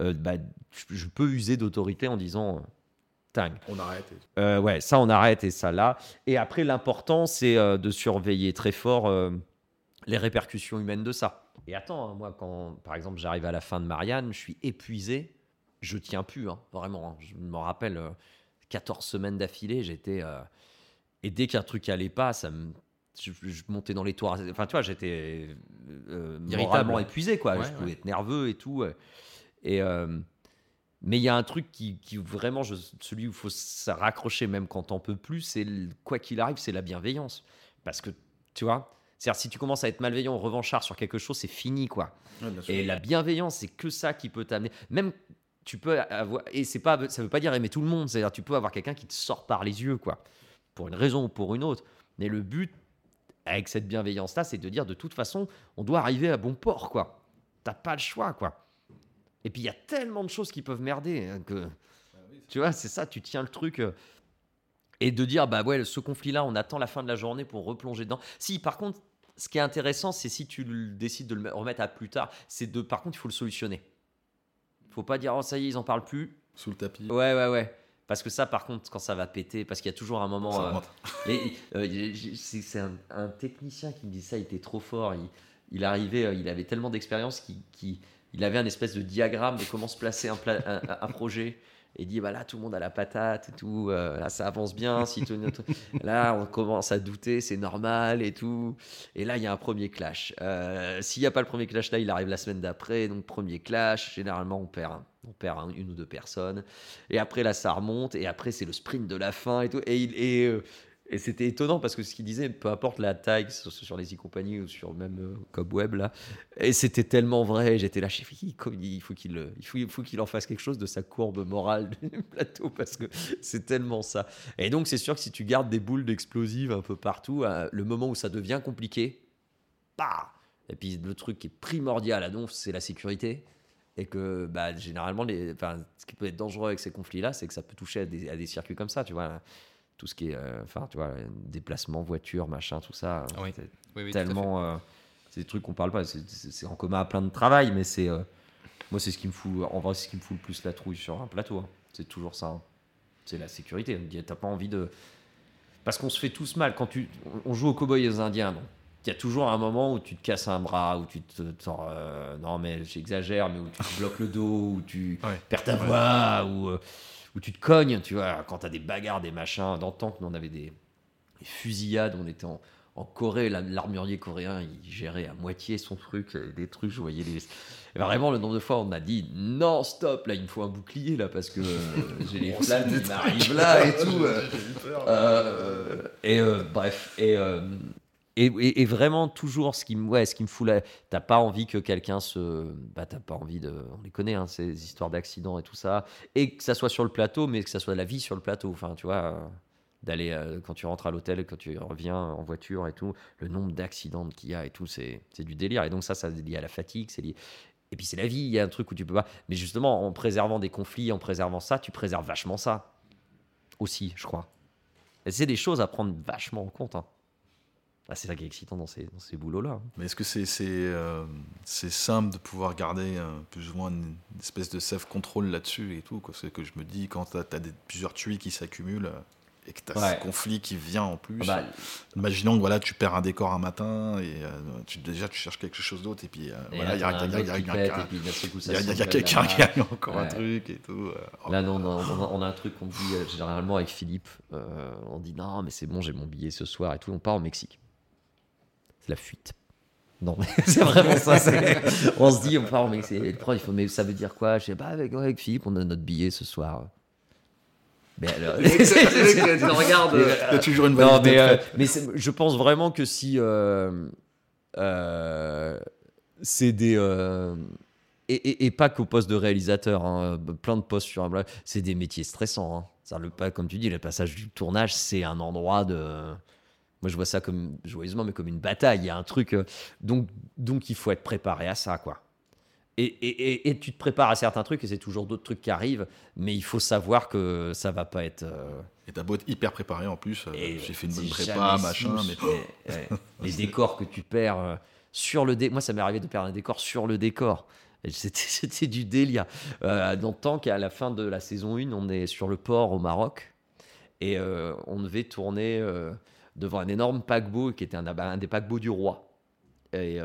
Speaker 7: je peux user d'autorité en disant.
Speaker 8: On arrête.
Speaker 7: Ouais, ça on arrête et ça là. Et après, l'important c'est de surveiller très fort les répercussions humaines de ça. Et attends, hein, moi quand par exemple j'arrive à la fin de Marianne, je suis épuisé, je tiens plus, hein, vraiment. Hein, je me rappelle. 14 semaines d'affilée, j'étais... et dès qu'un truc allait pas, je montais dans les tours. Enfin, tu vois, j'étais moralement épuisé, quoi. Je pouvais être nerveux et tout. Mais il y a un truc qui vraiment, celui où il faut se raccrocher même quand t'en peux plus, c'est quoi qu'il arrive, c'est la bienveillance. Parce que, tu vois, c'est-à-dire si tu commences à être malveillant, revanchard sur quelque chose, c'est fini, quoi. Ouais, et la bienveillance, c'est que ça qui peut t'amener... Même... Tu peux avoir, et ça veut pas dire aimer tout le monde, c'est-à-dire tu peux avoir quelqu'un qui te sort par les yeux, quoi, pour une raison ou pour une autre. Mais le but, avec cette bienveillance-là, c'est de dire de toute façon, on doit arriver à bon port, quoi. T'as pas le choix, quoi. Et puis il y a tellement de choses qui peuvent merder hein, que, tu vois, c'est ça, tu tiens le truc. Et de dire, ce conflit-là, on attend la fin de la journée pour replonger dedans. Si, par contre, ce qui est intéressant, c'est si tu décides de le remettre à plus tard, par contre, il faut le solutionner. Faut pas dire, oh ça y est, ils en parlent plus.
Speaker 8: Sous le tapis.
Speaker 7: Ouais. Parce que ça, par contre, quand ça va péter, parce qu'il y a toujours un moment... c'est un technicien qui me dit ça, il était trop fort. Il arrivait, il avait tellement d'expérience qu'il avait un espèce de diagramme de comment se placer un projet. Et il dit, là, tout le monde a la patate et tout. Là, ça avance bien. Là, on commence à douter, c'est normal et tout. Et là, il y a un premier clash. S'il n'y a pas le premier clash, là, il arrive la semaine d'après. Donc, premier clash. Généralement, on perd une ou deux personnes. Et après, là, ça remonte. Et après, c'est le sprint de la fin et tout. Et Et c'était étonnant parce que ce qu'il disait, peu importe la taille sur les e-compagnies ou sur même Cobweb, là, et c'était tellement vrai. J'étais là, il faut qu'il en fasse quelque chose de sa courbe morale du plateau parce que c'est tellement ça. Et donc, c'est sûr que si tu gardes des boules d'explosives un peu partout, le moment où ça devient compliqué, bah. Et puis le truc qui est primordial à Donf, c'est la sécurité. Et que généralement, ce qui peut être dangereux avec ces conflits-là, c'est que ça peut toucher à des circuits comme ça, tu vois. Tout ce qui est, tu vois, déplacement, voiture, machin, tout ça.
Speaker 9: Oui. Oui,
Speaker 7: tellement. C'est des trucs qu'on parle pas. C'est en commun à plein de travail, mais c'est. Moi, c'est ce qui me fout. En vrai, c'est ce qui me fout le plus la trouille sur un plateau. Hein. C'est toujours ça. Hein. C'est la sécurité. T'as pas envie de. Parce qu'on se fait tous mal. Quand on joue aux cow-boys et aux indiens, donc. Il y a toujours un moment où tu te casses un bras, où tu te non mais j'exagère, mais où tu te bloques le dos, où tu perds ta voix, où tu te cognes, tu vois. Quand t'as des bagarres, des machins, dans le temps que nous on avait des fusillades, on était en Corée, l'armurier coréen, il gérait à moitié son truc, des trucs, je voyais les... Et vraiment, le nombre de fois, on m'a dit non, stop, là, il me faut un bouclier, là, parce que j'ai les flammes qui m'arrivent là et tout. Bref, et vraiment, toujours, ce qui me fout là, t'as pas envie que quelqu'un t'as pas envie de. On les connaît, hein, ces histoires d'accidents et tout ça. Et que ça soit sur le plateau, mais que ça soit la vie sur le plateau. Enfin, tu vois, d'aller, quand tu rentres à l'hôtel, quand tu reviens en voiture et tout, le nombre d'accidents qu'il y a et tout, c'est du délire. Et donc, ça c'est lié à la fatigue, c'est lié. Et puis, c'est la vie, il y a un truc où tu peux pas. Mais justement, en préservant des conflits, en préservant ça, tu préserves vachement ça. Aussi, je crois. Et c'est des choses à prendre vachement en compte, hein. Ah, c'est ça qui est excitant dans ces boulots-là.
Speaker 8: Mais est-ce que c'est simple de pouvoir garder plus ou moins une espèce de self-control là-dessus et tout, quoi. C'est que je me dis, quand t'as plusieurs tuiles qui s'accumulent et que t'as ce conflit qui vient en plus, imaginons que voilà, tu perds un décor un matin et déjà tu cherches quelque chose d'autre et puis voilà, il y a quelqu'un qui a encore un truc et tout.
Speaker 7: Là, non, on a un truc qu'on dit généralement avec Philippe, on dit non, mais c'est bon, j'ai mon billet ce soir et tout, on part au Mexique. C'est la fuite. Non, mais c'est vraiment ça. On se dit, on part au Mexique. Et le prof, il faut, mais ça veut dire quoi? Je sais pas, avec Philippe, on a notre billet ce soir. Mais alors, regarde.
Speaker 8: T'as toujours une valise.
Speaker 7: Mais je pense vraiment que si c'est des et pas qu'au poste de réalisateur, hein, plein de postes sur un blog, c'est des métiers stressants. Hein. Ça, comme tu dis, le passage du tournage, c'est un endroit de. Moi, je vois ça comme joyeusement, mais comme une bataille. Il y a un truc. Donc, il faut être préparé à ça, quoi. Et tu te prépares à certains trucs, et c'est toujours d'autres trucs qui arrivent, mais il faut savoir que ça va pas être.
Speaker 8: Et t'as beau être hyper préparé en plus. J'ai fait une bonne prépa, machin. Mais...
Speaker 7: les décors que tu perds sur le décor. Moi, ça m'est arrivé de perdre un décor sur le décor. C'était du délire. Dans le temps qu'à la fin de la saison 1, on est sur le port au Maroc, et on devait tourner. Devant un énorme paquebot qui était un des paquebots du roi. Et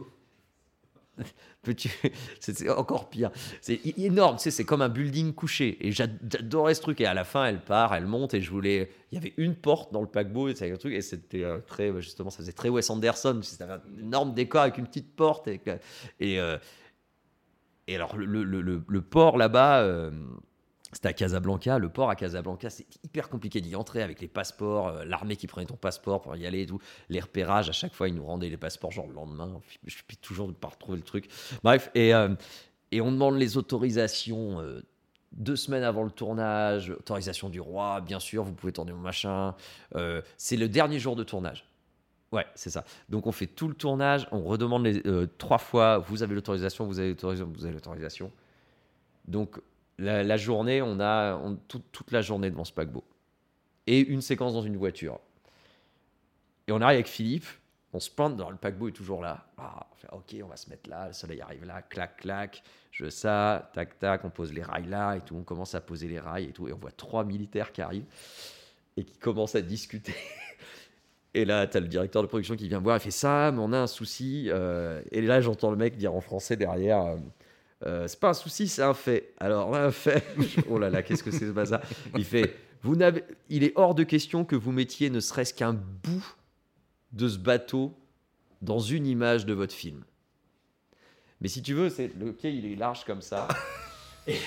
Speaker 7: c'est encore pire. C'est énorme, tu sais, c'est comme un building couché. Et j'adorais ce truc. Et à la fin, elle part, elle monte. Et il y avait une porte dans le paquebot. Et c'était très, justement, ça faisait très Wes Anderson. C'était un énorme décor avec une petite porte. Et alors, le port là-bas. C'était à Casablanca, le port à Casablanca, c'est hyper compliqué d'y entrer avec les passeports, l'armée qui prenait ton passeport pour y aller et tout, les repérages, à chaque fois ils nous rendaient les passeports genre le lendemain, je suis toujours de ne pas retrouver le truc. Bref, et on demande les autorisations 2 semaines avant le tournage, autorisation du roi, bien sûr, vous pouvez tourner mon machin, c'est le dernier jour de tournage. Ouais, c'est ça. Donc on fait tout le tournage, on redemande 3 fois, vous avez l'autorisation, vous avez l'autorisation. Donc la journée, on a toute la journée devant ce paquebot. Et une séquence dans une voiture. Et on arrive avec Philippe, on se plante, le paquebot est toujours là. On fait, ok, on va se mettre là, le soleil arrive là, clac, clac, tac, tac, on pose les rails là et tout, on commence à poser les rails et tout, et on voit 3 militaires qui arrivent et qui commencent à discuter. Et là, t'as le directeur de production qui vient me voir, il fait ça, mais on a un souci. Et là, j'entends le mec dire en français derrière... c'est pas un souci, c'est un fait. Alors là, un fait, oh là là, qu'est-ce que c'est ce bazar? Il fait, il est hors de question que vous mettiez ne serait-ce qu'un bout de ce bateau dans une image de votre film. Mais si tu veux, le quai il est large comme ça.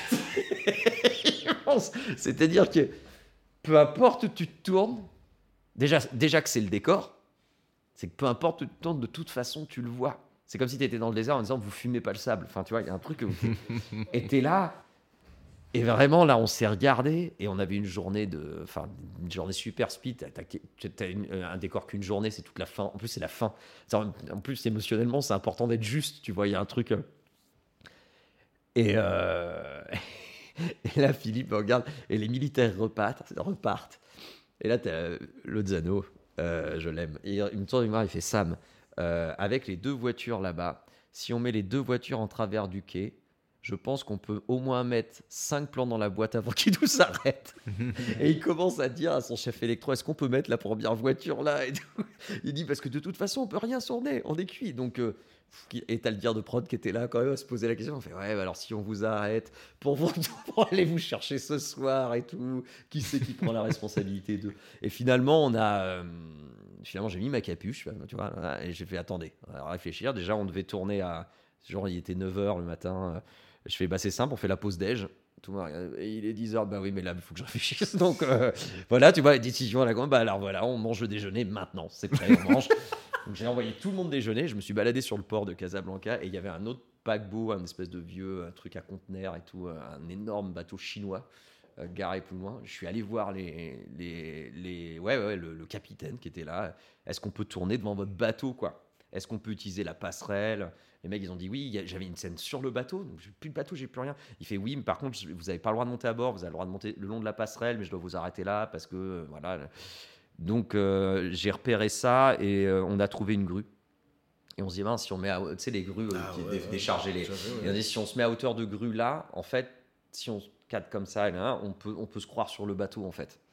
Speaker 7: C'est-à-dire que peu importe où tu te tournes, Déjà que c'est le décor, c'est que peu importe où tu tournes, de toute façon, tu le vois. C'est comme si tu étais dans le désert en disant, vous fumez pas le sable. Enfin, tu vois, il y a un truc où et t'es là. Et vraiment, là, on s'est regardé et on avait une journée super speed. T'as un décor qu'une journée, c'est toute la fin. En plus, c'est la fin. En plus, émotionnellement, c'est important d'être juste. Tu vois, il y a un truc. Et, et là, Philippe regarde et les militaires repartent. Et là, t'as Lozano, je l'aime. Et il me tourne, il fait Sam, avec les 2 voitures là-bas, si on met les 2 voitures en travers du quai, je pense qu'on peut au moins mettre 5 plans dans la boîte avant qu'il nous arrête. Et il commence à dire à son chef électro, est-ce qu'on peut mettre la première voiture là et tout. Il dit, parce que de toute façon, on peut rien tourner, on est cuit. Donc, et t'as le dire de prod qui était là quand même à se poser la question. On fait, ouais, bah alors si on vous arrête pour aller vous chercher ce soir et tout, qui c'est qui prend la responsabilité de... Et finalement, j'ai mis ma capuche, tu vois, et j'ai fait, attendez, on va réfléchir. Déjà, on devait tourner genre, il était 9h le matin. Je fais, bah c'est simple, on fait la pause déj. Tout le monde regarde, et il est 10h, bah oui, mais là, il faut que je réfléchisse. Donc, voilà, tu vois, décision à la grande, bah alors voilà, on mange le déjeuner maintenant, c'est prêt, on mange. Donc, j'ai envoyé tout le monde déjeuner, je me suis baladé sur le port de Casablanca, et il y avait un autre paquebot, un espèce de vieux truc à conteneurs et tout, un énorme bateau chinois, garé plus loin. Je suis allé voir le capitaine qui était là. Est-ce qu'on peut tourner devant votre bateau, quoi? Est-ce qu'on peut utiliser la passerelle? Les mecs, ils ont dit oui. J'avais une scène sur le bateau, donc j'ai plus de bateau, j'ai plus rien. Il fait oui, mais par contre, vous n'avez pas le droit de monter à bord, vous avez le droit de monter le long de la passerelle, mais je dois vous arrêter là parce que voilà. Donc j'ai repéré ça et on a trouvé une grue. Et on se dit, ben, si on met tu sais, les grues décharger les. Et on dit, si on se met à hauteur de grue là, en fait, si on se cadre comme ça, là, on peut se croire sur le bateau en fait.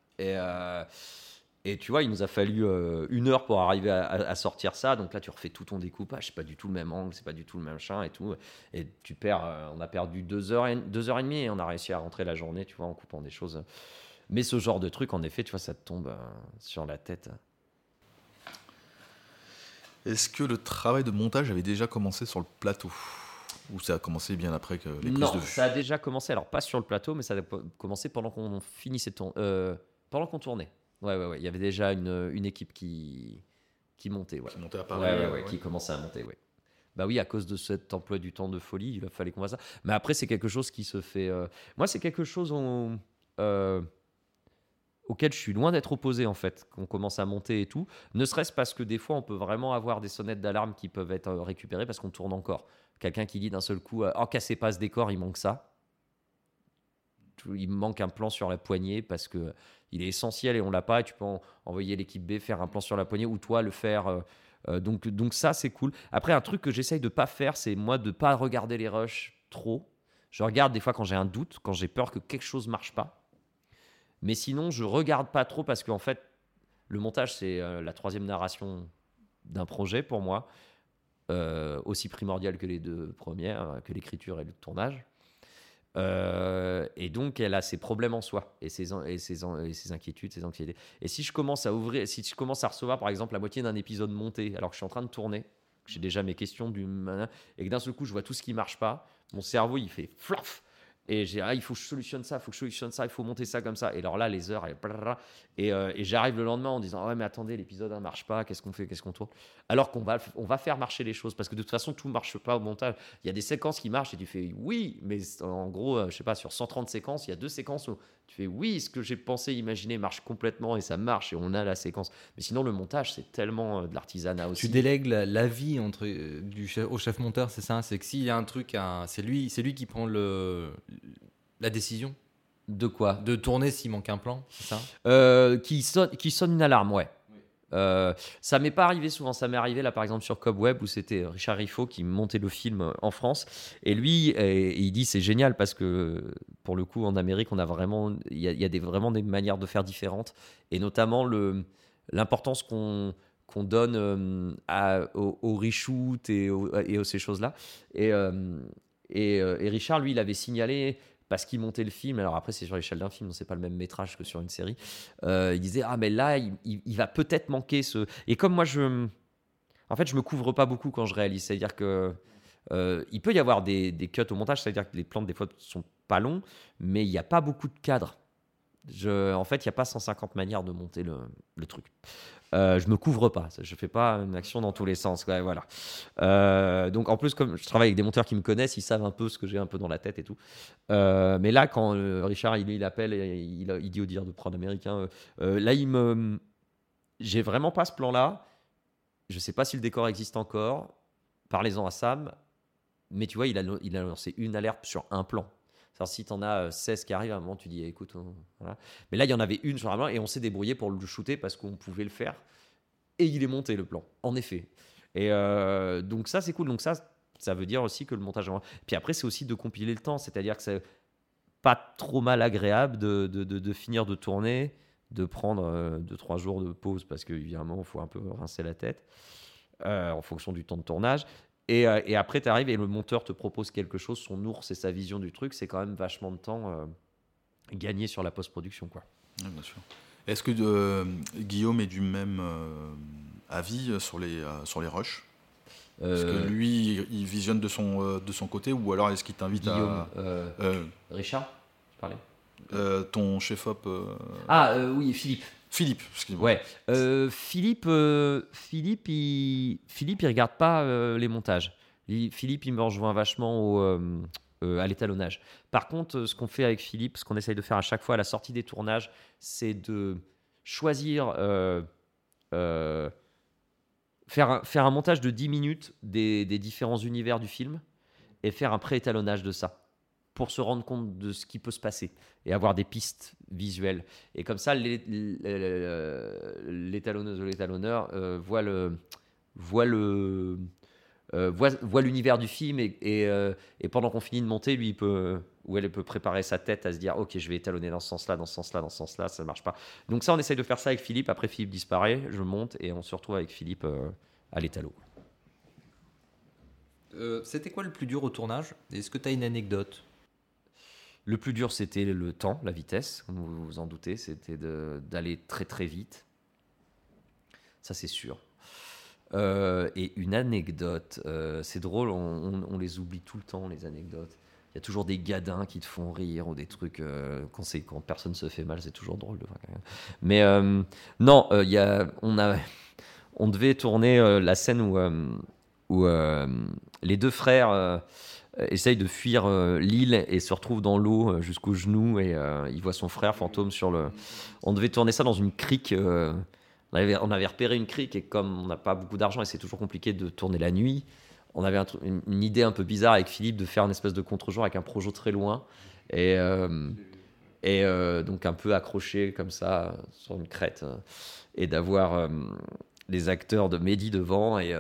Speaker 7: Et tu vois, il nous a fallu 1 heure pour arriver à sortir ça. Donc là, tu refais tout ton découpage. C'est pas du tout le même angle, c'est pas du tout le même machin et tout. Et tu perds, on a perdu 2 heures et demie et on a réussi à rentrer la journée, tu vois, en coupant des choses. Mais ce genre de truc, en effet, tu vois, ça te tombe sur la tête.
Speaker 8: Est-ce que le travail de montage avait déjà commencé sur le plateau? Ou ça a commencé bien après que les prises de vue?
Speaker 7: Non, ça a déjà commencé, alors pas sur le plateau, mais ça a commencé pendant qu'on finissait pendant qu'on tournait. Ouais. Il y avait déjà une équipe qui montait. Ouais.
Speaker 8: Qui montait à Paris.
Speaker 7: Qui commençait à monter, ouais. Bah oui, à cause de cet emploi du temps de folie, il fallait qu'on fasse ça. Mais après, c'est quelque chose qui se fait... Moi, c'est quelque chose auquel je suis loin d'être opposé, en fait, qu'on commence à monter et tout. Ne serait-ce parce que des fois, on peut vraiment avoir des sonnettes d'alarme qui peuvent être récupérées parce qu'on tourne encore. Quelqu'un qui dit d'un seul coup « Oh, cassez pas ce décor, il manque ça ». Il me manque un plan sur la poignée parce que il est essentiel et on l'a pas. Et tu peux envoyer l'équipe B faire un plan sur la poignée ou toi le faire. Donc ça, c'est cool. Après, un truc que j'essaye de pas faire, c'est moi de pas regarder les rushs trop. Je regarde des fois quand j'ai un doute, quand j'ai peur que quelque chose marche pas. Mais sinon, je regarde pas trop parce qu'en fait, le montage, c'est la 3e narration d'un projet pour moi, aussi primordial que les 2 premières, que l'écriture et le tournage. Et donc elle a ses problèmes en soi et ses inquiétudes, ses anxiétés. Et si je commence à recevoir par exemple la moitié d'un épisode monté alors que je suis en train de tourner, que j'ai déjà mes questions et que d'un seul coup je vois tout ce qui marche pas, mon cerveau il fait flaf. Et il faut que je solutionne ça, il faut monter ça comme ça. Et alors là, les heures, et j'arrive le lendemain en disant ouais, mais attendez, l'épisode ne marche pas, qu'est-ce qu'on fait, qu'est-ce qu'on tourne? Alors qu'on va faire marcher les choses parce que de toute façon, tout ne marche pas au montage. Il y a des séquences qui marchent et tu fais oui, mais en gros, je sais pas, sur 130 séquences, il y a 2 séquences où tu fais oui, ce que j'ai pensé, imaginé marche complètement et ça marche et on a la séquence. Mais sinon, le montage, c'est tellement de l'artisanat aussi.
Speaker 9: Tu délègues la vie au chef monteur, c'est ça? C'est que s'il y a un truc, c'est lui qui prend la décision.
Speaker 7: De quoi?
Speaker 9: De tourner s'il manque un plan, c'est ça?
Speaker 7: Qui sonne une alarme, ouais. Ça m'est pas arrivé souvent. Ça m'est arrivé là, par exemple, sur Cobweb où c'était Richard Riffaut qui montait le film en France. Et lui, il dit c'est génial parce que pour le coup, en Amérique, on a vraiment, il y a vraiment des manières de faire différentes et notamment l'importance qu'on donne au reshoot et ces choses-là. Et Richard, lui, il avait signalé. Parce qu'il montait le film, alors après c'est sur l'échelle d'un film, c'est pas le même métrage que sur une série. Il disait mais là il va peut-être manquer ce. Et comme moi je me couvre pas beaucoup quand je réalise, c'est-à-dire que il peut y avoir des cuts au montage, c'est-à-dire que les plans des fois sont pas longs, mais il y a pas beaucoup de cadres. En fait, il n'y a pas 150 manières de monter le truc. Je me couvre pas, je fais pas une action dans tous les sens. Ouais, voilà. Donc en plus, comme je travaille avec des monteurs qui me connaissent, ils savent un peu ce que j'ai un peu dans la tête et tout. Mais là, quand Richard il appelle et il dit au dire de prendre américain, là j'ai vraiment pas ce plan-là. Je sais pas si le décor existe encore. Parlez-en à Sam. Mais tu vois, il a lancé une alerte sur un plan. C'est-à-dire, si tu en as 16 qui arrivent, à un moment, tu dis écoute, voilà. Mais là, il y en avait une sur un plan et on s'est débrouillé pour le shooter parce qu'on pouvait le faire. Et il est monté, le plan, en effet. Et donc, ça, c'est cool. Donc, ça veut dire aussi que le montage. Puis après, c'est aussi de compiler le temps. C'est-à-dire que c'est pas trop mal agréable de finir de tourner, de prendre 2-3 jours de pause parce qu'évidemment, il faut un peu rincer la tête en fonction du temps de tournage. Et après, tu arrives et le monteur te propose quelque chose, son ours et sa vision du truc, c'est quand même vachement de temps gagné sur la post-production, quoi.
Speaker 8: Oui, bien sûr. Est-ce que Guillaume est du même avis sur les rushs? Est-ce que lui, il visionne de son côté, ou alors est-ce qu'il t'invite
Speaker 7: Guillaume, Richard, tu parlais
Speaker 8: ton chef-op
Speaker 7: oui, Philippe,
Speaker 8: excuse-moi.
Speaker 7: Ouais. Philippe, il regarde pas les montages. Philippe, il me rejoint vachement à l'étalonnage. Par contre, ce qu'on fait avec Philippe, ce qu'on essaye de faire à chaque fois à la sortie des tournages, c'est de choisir, faire un montage de 10 minutes des différents univers du film et faire un pré-étalonnage de ça, pour se rendre compte de ce qui peut se passer et avoir des pistes visuelles. Et comme ça, l'étalonneuse ou l'étalonneur voit l'univers du film et pendant qu'on finit de monter, lui, elle peut préparer sa tête à se dire « Ok, je vais étalonner dans ce sens-là, dans ce sens-là, dans ce sens-là, ça ne marche pas. » Donc ça, on essaye de faire ça avec Philippe. Après, Philippe disparaît, je monte et on se retrouve avec Philippe à l'étalo.
Speaker 9: C'était quoi le plus dur au tournage? Est-ce que tu as une anecdote?
Speaker 7: Le plus dur, c'était le temps, la vitesse, comme vous vous en doutez. C'était d'aller très très vite. Ça, c'est sûr. Et une anecdote, c'est drôle, on les oublie tout le temps, les anecdotes. Il y a toujours des gadins qui te font rire ou des trucs quand personne se fait mal, c'est toujours drôle de voir quelqu'un. Mais non, on devait tourner la scène où les deux frères essaye de fuir l'île et se retrouve dans l'eau jusqu'aux genoux et il voit son frère fantôme sur le... On devait tourner ça dans une crique. On avait repéré une crique et comme on n'a pas beaucoup d'argent et c'est toujours compliqué de tourner la nuit, on avait une idée un peu bizarre avec Philippe de faire une espèce de contre-jour avec un projo très loin et donc un peu accroché comme ça sur une crête et d'avoir les acteurs de Mehdi devant et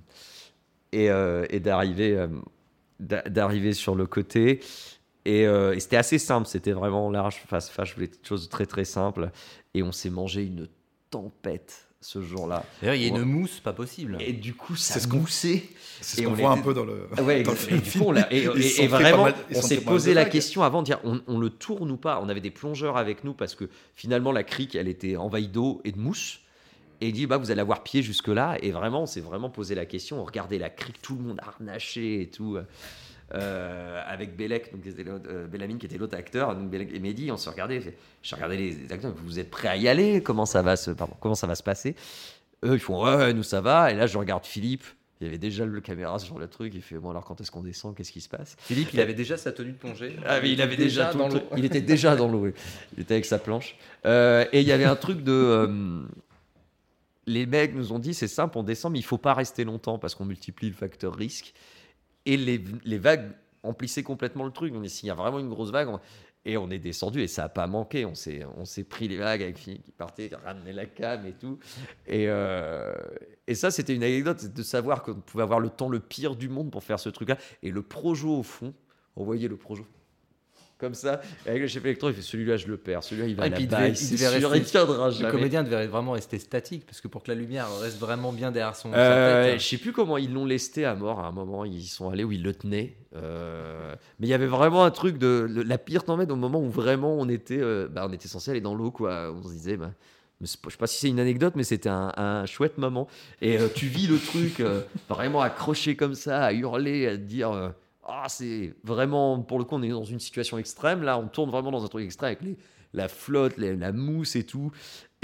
Speaker 7: d'arriver sur le côté et c'était assez simple, c'était vraiment large face je voulais quelque chose de très très simple et on s'est mangé une tempête ce jour-là.
Speaker 9: D'ailleurs, il y a une mousse pas possible.
Speaker 7: Et du coup, ça moussait.
Speaker 8: C'est ce qu'on voit un peu dans le.
Speaker 7: Ouais,
Speaker 8: dans le film.
Speaker 7: Du coup, et vraiment, on s'est posé la question avant de dire on le tourne ou pas. On avait des plongeurs avec nous parce que finalement, la crique, elle était envahie d'eau et de mousse. Et il dit vous allez avoir pied jusque-là. Et vraiment, on s'est vraiment posé la question. On regardait la crique, tout le monde harnaché et tout. Avec Bellec, donc Bellamine qui était l'autre acteur, donc Bellec et Mehdi, on se regardait. Je regardais les acteurs, vous êtes prêts à y aller? Comment ça va se passer? Eux, ils font ouais, nous ça va. Et là, je regarde Philippe. Il y avait déjà le caméra sur le truc. Il fait bon, alors quand est-ce qu'on descend? Qu'est-ce qui se passe?
Speaker 9: Philippe, il avait déjà sa tenue de plongée.
Speaker 7: Ah, mais il avait déjà dans l'eau. Il était déjà dans l'eau. Oui. Il était avec sa planche. Et il y avait un truc de. Les mecs nous ont dit c'est simple, on descend, mais il faut pas rester longtemps parce qu'on multiplie le facteur risque. Et les vagues emplissaient complètement le truc. On dit s'il y a vraiment une grosse vague, et on est descendu et ça n'a pas manqué. On s'est pris les vagues avec Philippe qui partait, ramener la cam et tout. Et ça, c'était une anecdote de savoir qu'on pouvait avoir le temps le pire du monde pour faire ce truc-là. Et le projo au fond, on voyait le projo comme ça, avec le chef électro, il fait celui-là, je le perds. Celui-là, il va à la baille. Il tiendra jamais.
Speaker 9: Le comédien devait vraiment rester statique parce que pour que la lumière reste vraiment bien derrière son.
Speaker 7: Je sais plus comment ils l'ont lesté à mort. À un moment, ils sont allés où ils le tenaient. Mais il y avait vraiment un truc de la pire tempête au moment où vraiment on était censé aller dans l'eau, quoi. On se disait, je sais pas si c'est une anecdote, mais c'était un chouette moment. Et tu vis le truc vraiment accroché comme ça, à hurler, à te dire. C'est vraiment, pour le coup, on est dans une situation extrême. Là, on tourne vraiment dans un truc extrême avec la flotte, la mousse et tout.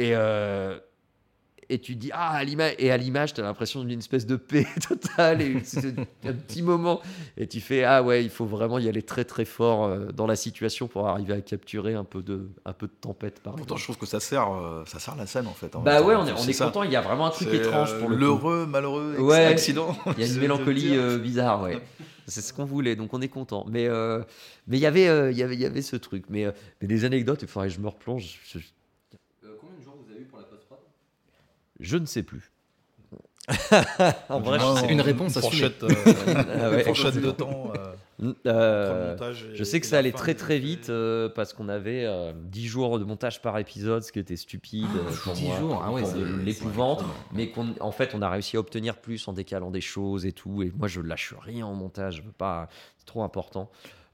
Speaker 7: Et tu te dis, à l'image, tu as l'impression d'une espèce de paix totale. Et c'est un petit moment. Et tu fais, ah ouais, il faut vraiment y aller très très fort dans la situation pour arriver à capturer un peu de tempête.
Speaker 8: Pourtant, je trouve que ça sert la scène en fait.
Speaker 7: Bah ouais, on est content. Il y a vraiment un truc étrange pour le coup.
Speaker 8: L'heureux, malheureux, accident.
Speaker 7: Il y a une mélancolie bizarre, ouais. C'est ce qu'on voulait, donc on est content. Mais il y avait ce truc. Mais des anecdotes, il faudrait que je me replonge.
Speaker 9: Combien de jours vous avez eu pour la post-prod ?
Speaker 7: Je ne sais plus.
Speaker 9: En vrai, c'est une réponse assumée.
Speaker 8: Fourchette de temps.
Speaker 7: Je sais que ça allait très très vite parce qu'on avait 10 jours de montage par épisode, ce qui était stupide pour
Speaker 9: 10
Speaker 7: moi,
Speaker 9: jours, ah ouais,
Speaker 7: pour
Speaker 9: c'est
Speaker 7: l'épouvante, mais qu'en fait on a réussi à obtenir plus en décalant des choses et tout, et moi je lâche rien en montage, je veux pas, c'est trop important.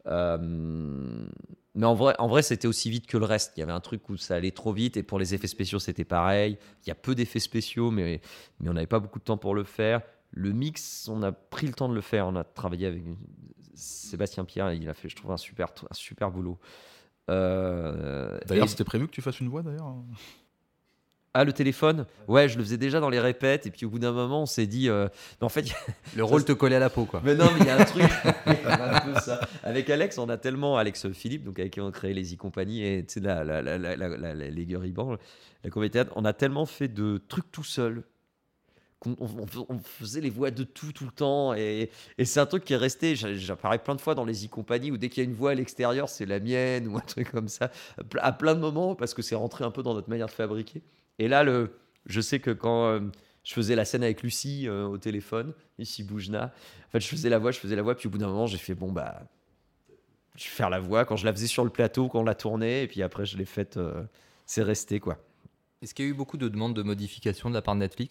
Speaker 7: Mais en vrai, c'était aussi vite que le reste. Il y avait un truc où ça allait trop vite, et pour les effets spéciaux, c'était pareil. Il y a peu d'effets spéciaux, mais on n'avait pas beaucoup de temps pour le faire. Le mix, on a pris le temps de le faire. On a travaillé avec Sébastien Pierre, il a fait, je trouve, un super boulot.
Speaker 8: D'ailleurs, c'était prévu que tu fasses une voix, d'ailleurs.
Speaker 7: Ah, le téléphone, ouais, je le faisais déjà dans les répètes, et puis au bout d'un moment, on s'est dit, mais en fait,
Speaker 9: le rôle te collait à la peau, quoi.
Speaker 7: Mais non, mais il y a un truc, un peu ça. Avec Alex, on a tellement, Alex Philippe, donc avec qui on a créé les e-compagnies, et tu sais, les Guribans, la comédie, on a tellement fait de trucs tout seul qu'on faisait les voix de tout le temps, et c'est un truc qui est resté. J'apparais plein de fois dans les e-compagnies où dès qu'il y a une voix à l'extérieur, c'est la mienne ou un truc comme ça, à plein de moments, parce que c'est rentré un peu dans notre manière de fabriquer. Et là, je sais que quand je faisais la scène avec Lucie au téléphone, ici Boujna, en fait, je faisais la voix, puis au bout d'un moment, j'ai fait, bon, bah, je vais faire la voix quand je la faisais sur le plateau, quand on la tournait, et puis après, je l'ai faite, c'est resté, quoi.
Speaker 9: Est-ce qu'il y a eu beaucoup de demandes de modification de la part de Netflix ?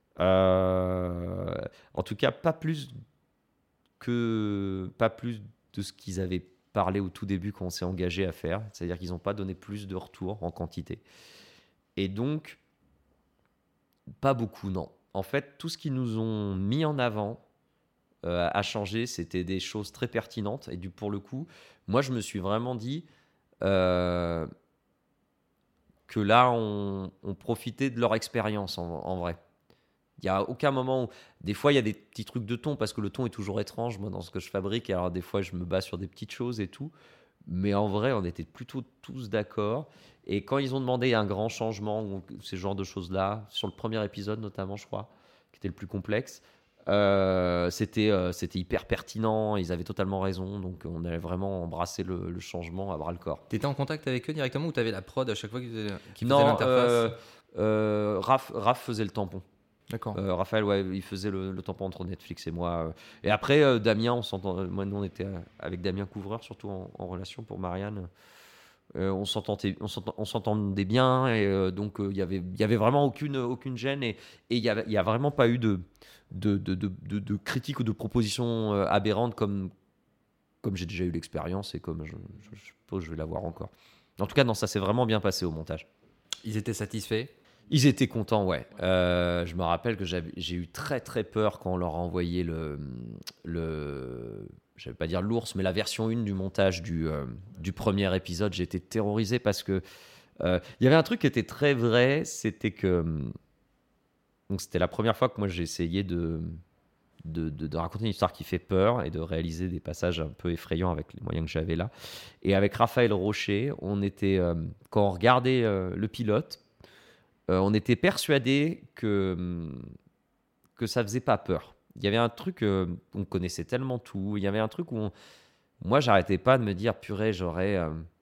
Speaker 7: En tout cas, pas plus de ce qu'ils avaient parlé au tout début quand on s'est engagé à faire. C'est-à-dire qu'ils n'ont pas donné plus de retours en quantité. Et donc, pas beaucoup, non. En fait, tout ce qu'ils nous ont mis en avant à changer, c'était des choses très pertinentes. Et pour le coup, moi, je me suis vraiment dit que là, on profitait de leur expérience en vrai. Il n'y a aucun moment où... Des fois, il y a des petits trucs de ton, parce que le ton est toujours étrange, moi, dans ce que je fabrique. Alors, des fois, je me base sur des petites choses et tout. Mais en vrai, on était plutôt tous d'accord. Et quand ils ont demandé un grand changement, ou ces genres de choses-là, sur le premier épisode notamment, je crois, qui était le plus complexe, c'était hyper pertinent. Ils avaient totalement raison. Donc, on avait vraiment embrassé le changement à bras-le-corps.
Speaker 9: Tu étais en contact avec eux directement, ou tu avais la prod à chaque fois qu'ils faisaient l'interface ?
Speaker 7: Raph faisait le tampon.
Speaker 9: D'accord.
Speaker 7: Raphaël, ouais, il faisait le tampon entre Netflix et moi. Et après, Damien, nous on était avec Damien Couvreur, surtout en relation pour Marianne. On s'entendait bien, et donc il y avait vraiment aucune gêne, et il y a vraiment pas eu de critiques ou de propositions aberrantes comme j'ai déjà eu l'expérience, et comme je suppose que je vais l'avoir encore. En tout cas, non, ça s'est vraiment bien passé au montage.
Speaker 9: Ils étaient satisfaits ?
Speaker 7: Ils étaient contents, ouais. Je me rappelle que j'ai eu très très peur quand on leur a envoyé je vais pas dire l'ours, mais la version 1 du montage du premier épisode. J'étais terrorisé parce que il y avait un truc qui était très vrai, c'était que donc c'était la première fois que moi j'ai essayé de raconter une histoire qui fait peur et de réaliser des passages un peu effrayants avec les moyens que j'avais là. Et avec Raphaël Rocher, on était quand on regardait le pilote, on était persuadé que ça faisait pas peur. Il y avait un truc, on connaissait tellement tout. Il y avait un truc où moi, j'arrêtais pas de me dire, purée, j'aurais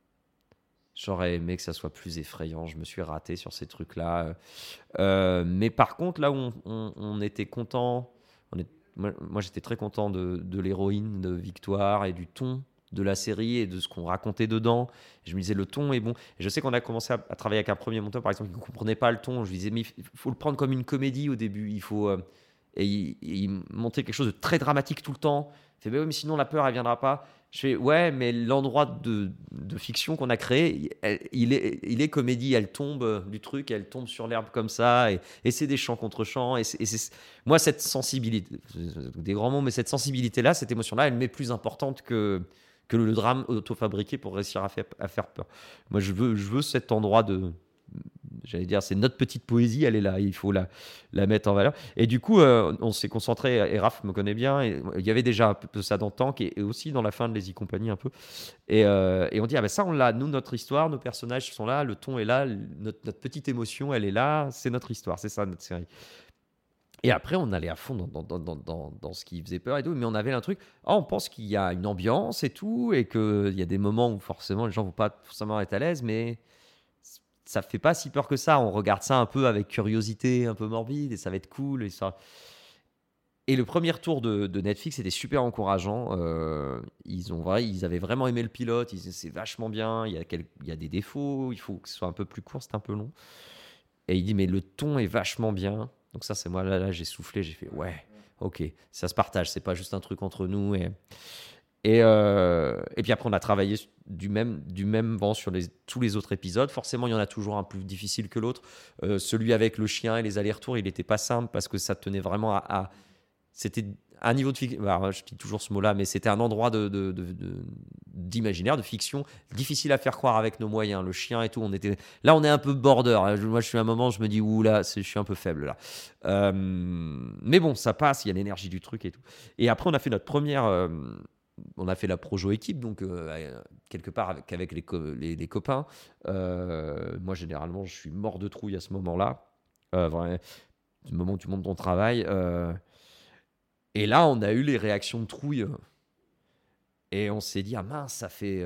Speaker 7: aimé que ça soit plus effrayant. Je me suis raté sur ces trucs-là. Mais par contre, là où on était content, moi, j'étais très content de l'héroïne, de Victoire, et du ton de la série et de ce qu'on racontait dedans. Et je me disais, le ton est bon. Et je sais qu'on a commencé à travailler avec un premier monteur, par exemple, qui ne comprenait pas le ton. Je lui disais, mais il faut le prendre comme une comédie au début. Il faut... Et il montrait quelque chose de très dramatique tout le temps. Il fait, mais sinon la peur, elle viendra pas. Je fais, ouais, mais l'endroit de fiction qu'on a créé, il est comédie. Elle tombe du truc, elle tombe sur l'herbe comme ça, et c'est des chants contre chants. Et c'est moi, cette sensibilité, des grands mots, mais cette sensibilité-là, cette émotion-là, elle m'est plus importante que que le drame auto-fabriqué pour réussir à faire peur. Moi, je veux cet endroit de... J'allais dire, c'est notre petite poésie, elle est là, il faut la mettre en valeur. Et du coup, on s'est concentré, et Raph me connaît bien, et il y avait déjà un peu ça dans Tank, et aussi dans la fin de Les Y Compagnie un peu. Et on dit, ah ben ça, on l'a, nous, notre histoire, nos personnages sont là, le ton est là, notre petite émotion, elle est là, c'est notre histoire, c'est ça notre série. Et après, on allait à fond dans ce qui faisait peur et tout, mais on avait un truc, on pense qu'il y a une ambiance et tout, et qu'il y a des moments où forcément les gens ne vont pas forcément être à l'aise, mais ça fait pas si peur que ça. On regarde ça un peu avec curiosité, un peu morbide, et ça va être cool. Et le premier tour de Netflix était super encourageant. Ils avaient vraiment aimé le pilote. Ils disaient c'est vachement bien. Il y a des défauts. Il faut que ce soit un peu plus court. C'est un peu long. Et il dit mais le ton est vachement bien. Donc ça c'est moi là j'ai soufflé. J'ai fait ouais, ok, ça se partage. C'est pas juste un truc entre nous. Et puis après, on a travaillé du même vent sur tous les autres épisodes. Forcément, il y en a toujours un plus difficile que l'autre. Celui avec le chien et les allers-retours, il n'était pas simple parce que ça tenait vraiment c'était un niveau de fiction. Alors, je dis toujours ce mot-là, mais c'était un endroit d'imaginaire, de fiction, difficile à faire croire avec nos moyens. Le chien et tout, là, on est un peu border. Moi, je suis à un moment, je me dis, ouh là, je suis un peu faible là. Mais bon, ça passe, il y a l'énergie du truc et tout. Et après, on a fait notre première... on a fait la Projo équipe, donc quelque part avec les copains. Moi, généralement, je suis mort de trouille à ce moment-là. Vraiment, du moment où tu montes ton travail. Et là, on a eu les réactions de trouille. Et on s'est dit, ah mince, ça fait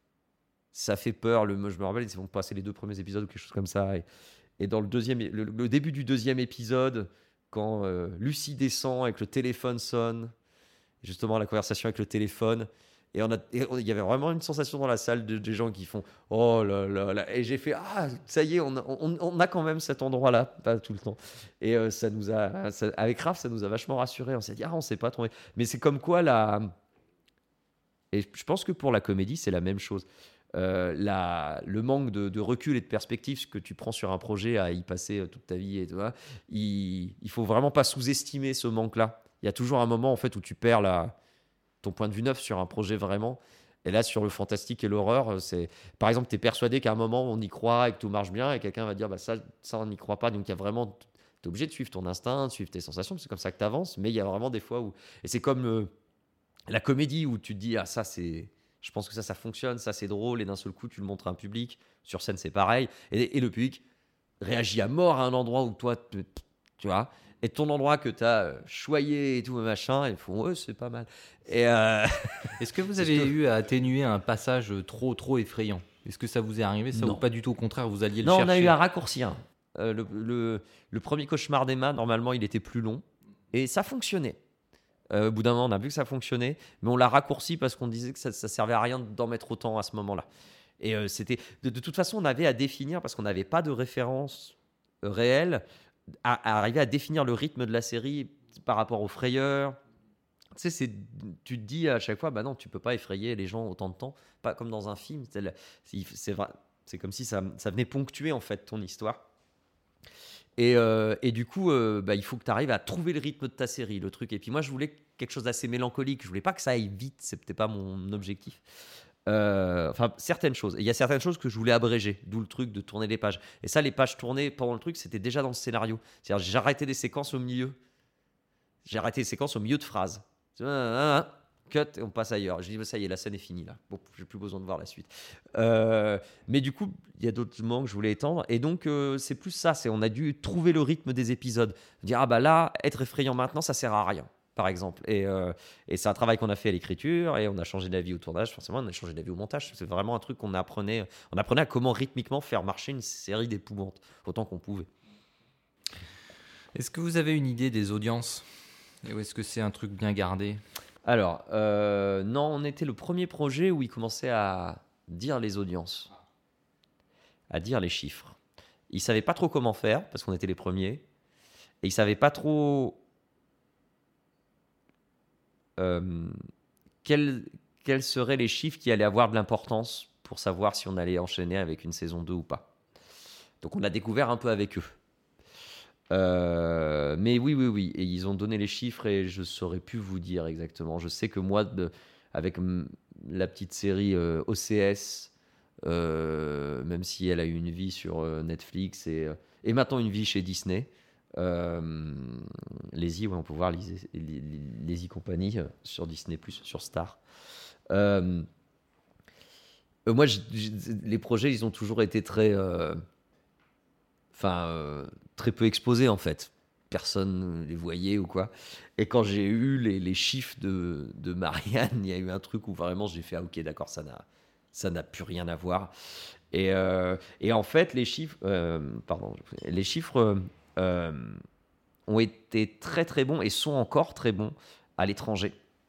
Speaker 7: peur. Je me rappelle, ils vont passer les 2 premiers épisodes ou quelque chose comme ça. Et dans le début du 2e épisode, quand Lucie descend et que le téléphone sonne, justement la conversation avec le téléphone, et il y avait vraiment une sensation dans la salle des gens qui font oh là là là, et j'ai fait ah ça y est, on a quand même cet endroit là, pas tout le temps, et avec Raph ça nous a vachement rassurés. On s'est dit ah on s'est pas trompé, mais c'est comme quoi et je pense que pour la comédie c'est la même chose. Le manque de recul et de perspective que tu prends sur un projet à y passer toute ta vie, et tu vois, il faut vraiment pas sous-estimer ce manque là. Il y a toujours un moment en fait où tu perds ton point de vue neuf sur un projet vraiment. Et là, sur le fantastique et l'horreur, par exemple, tu es persuadé qu'à un moment on y croit et que tout marche bien, et quelqu'un va dire bah ça on n'y croit pas. Donc il y a vraiment, tu es obligé de suivre ton instinct, de suivre tes sensations, c'est comme ça que tu avances. Mais il y a vraiment des fois où, et c'est comme la comédie où tu te dis ah ça c'est, je pense que ça fonctionne, ça c'est drôle, et d'un seul coup tu le montres à un public. Sur scène c'est pareil, et le public réagit à mort à un endroit où toi tu vois. Et ton endroit que tu as choyé et tout, machin, ils font c'est pas mal. Et
Speaker 9: est-ce que vous avez eu à atténuer un passage trop effrayant? Est-ce que ça vous est arrivé, ça, ou pas du tout? Au contraire, vous alliez le chercher?
Speaker 7: Non, on a eu à raccourcir. Le premier cauchemar d'Emma, normalement, il était plus long. Et ça fonctionnait. Au bout d'un moment, on a vu que ça fonctionnait. Mais on l'a raccourci parce qu'on disait que ça servait à rien d'en mettre autant à ce moment-là. Et c'était... De toute façon, on avait à définir, parce qu'on n'avait pas de référence réelle, à arriver à définir le rythme de la série par rapport aux frayeurs. Tu sais, tu te dis à chaque fois, bah non, tu peux pas effrayer les gens autant de temps, pas comme dans un film. C'est comme si ça venait ponctuer en fait ton histoire. Et du coup, il faut que tu arrives à trouver le rythme de ta série, le truc. Et puis moi, je voulais quelque chose d'assez mélancolique. Je voulais pas que ça aille vite, c'était pas mon objectif. Certaines choses. Il y a certaines choses que je voulais abréger, d'où le truc de tourner les pages. Et ça, les pages tournées pendant le truc, c'était déjà dans le scénario. C'est-à-dire, j'arrêtais des séquences au milieu. J'ai arrêté les séquences au milieu de phrases. Cut, et on passe ailleurs. Je dis, ça y est, la scène est finie là. Bon, j'ai plus besoin de voir la suite. Mais du coup, il y a d'autres moments que je voulais étendre. Et donc, c'est plus ça. On a dû trouver le rythme des épisodes. Dire, ah bah là, être effrayant maintenant, ça sert à rien, par exemple. Et c'est un travail qu'on a fait à l'écriture, et on a changé d'avis au tournage, forcément, on a changé d'avis au montage. C'est vraiment un truc qu'on apprenait. On apprenait à comment rythmiquement faire marcher une série d'épouvantes, autant qu'on pouvait.
Speaker 9: Est-ce que vous avez une idée des audiences? Et est-ce que c'est un truc bien gardé?
Speaker 7: Alors, non, on était le premier projet où ils commençaient à dire les audiences, à dire les chiffres. Ils ne savaient pas trop comment faire, parce qu'on était les premiers, et ils ne savaient pas trop quels seraient les chiffres qui allaient avoir de l'importance pour savoir si on allait enchaîner avec une saison 2 ou pas. Donc on a découvert un peu avec eux. Mais oui, et ils ont donné les chiffres, et je saurais plus vous dire exactement. Je sais que moi, avec la petite série OCS, même si elle a eu une vie sur Netflix et maintenant une vie chez Disney. Lazy, on peut voir Lazy Company sur Disney+, sur Star. Moi, les projets, ils ont toujours été très peu exposés, en fait. Personne ne les voyait ou quoi. Et quand j'ai eu les chiffres de Marianne, il y a eu un truc où vraiment j'ai fait « Ah ok, d'accord, ça n'a plus rien à voir ». Et en fait, les chiffres ont été très très bons et sont encore très bons à l'étranger.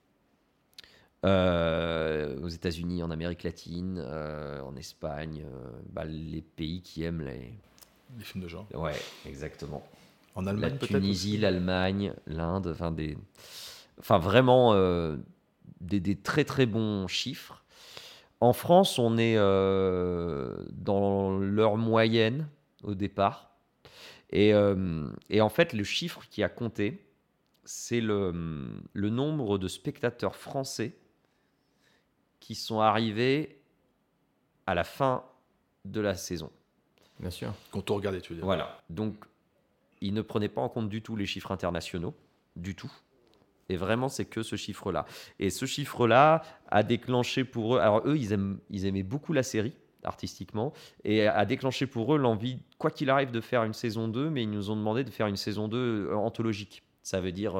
Speaker 7: Aux États-Unis, en Amérique latine, en Espagne, les pays qui aiment les
Speaker 8: films de genre.
Speaker 7: Ouais, exactement.
Speaker 8: En Allemagne,
Speaker 7: la
Speaker 8: peut-être
Speaker 7: Tunisie,
Speaker 8: aussi.
Speaker 7: l'Allemagne, l'Inde, vraiment des très très bons chiffres. En France, on est dans leur moyenne au départ. Et en fait, le chiffre qui a compté, c'est le nombre de spectateurs français qui sont arrivés à la fin de la saison.
Speaker 9: Bien sûr.
Speaker 8: Qu'on tout regardé, tu veux dire.
Speaker 7: Voilà. Donc, ils ne prenaient pas en compte du tout les chiffres internationaux, du tout. Et vraiment, c'est que ce chiffre-là. Et ce chiffre-là a déclenché pour eux... Alors, eux, ils aimaient beaucoup la série, artistiquement, et a déclenché pour eux l'envie, quoi qu'il arrive, de faire une saison 2, mais ils nous ont demandé de faire une saison 2 anthologique. Ça veut dire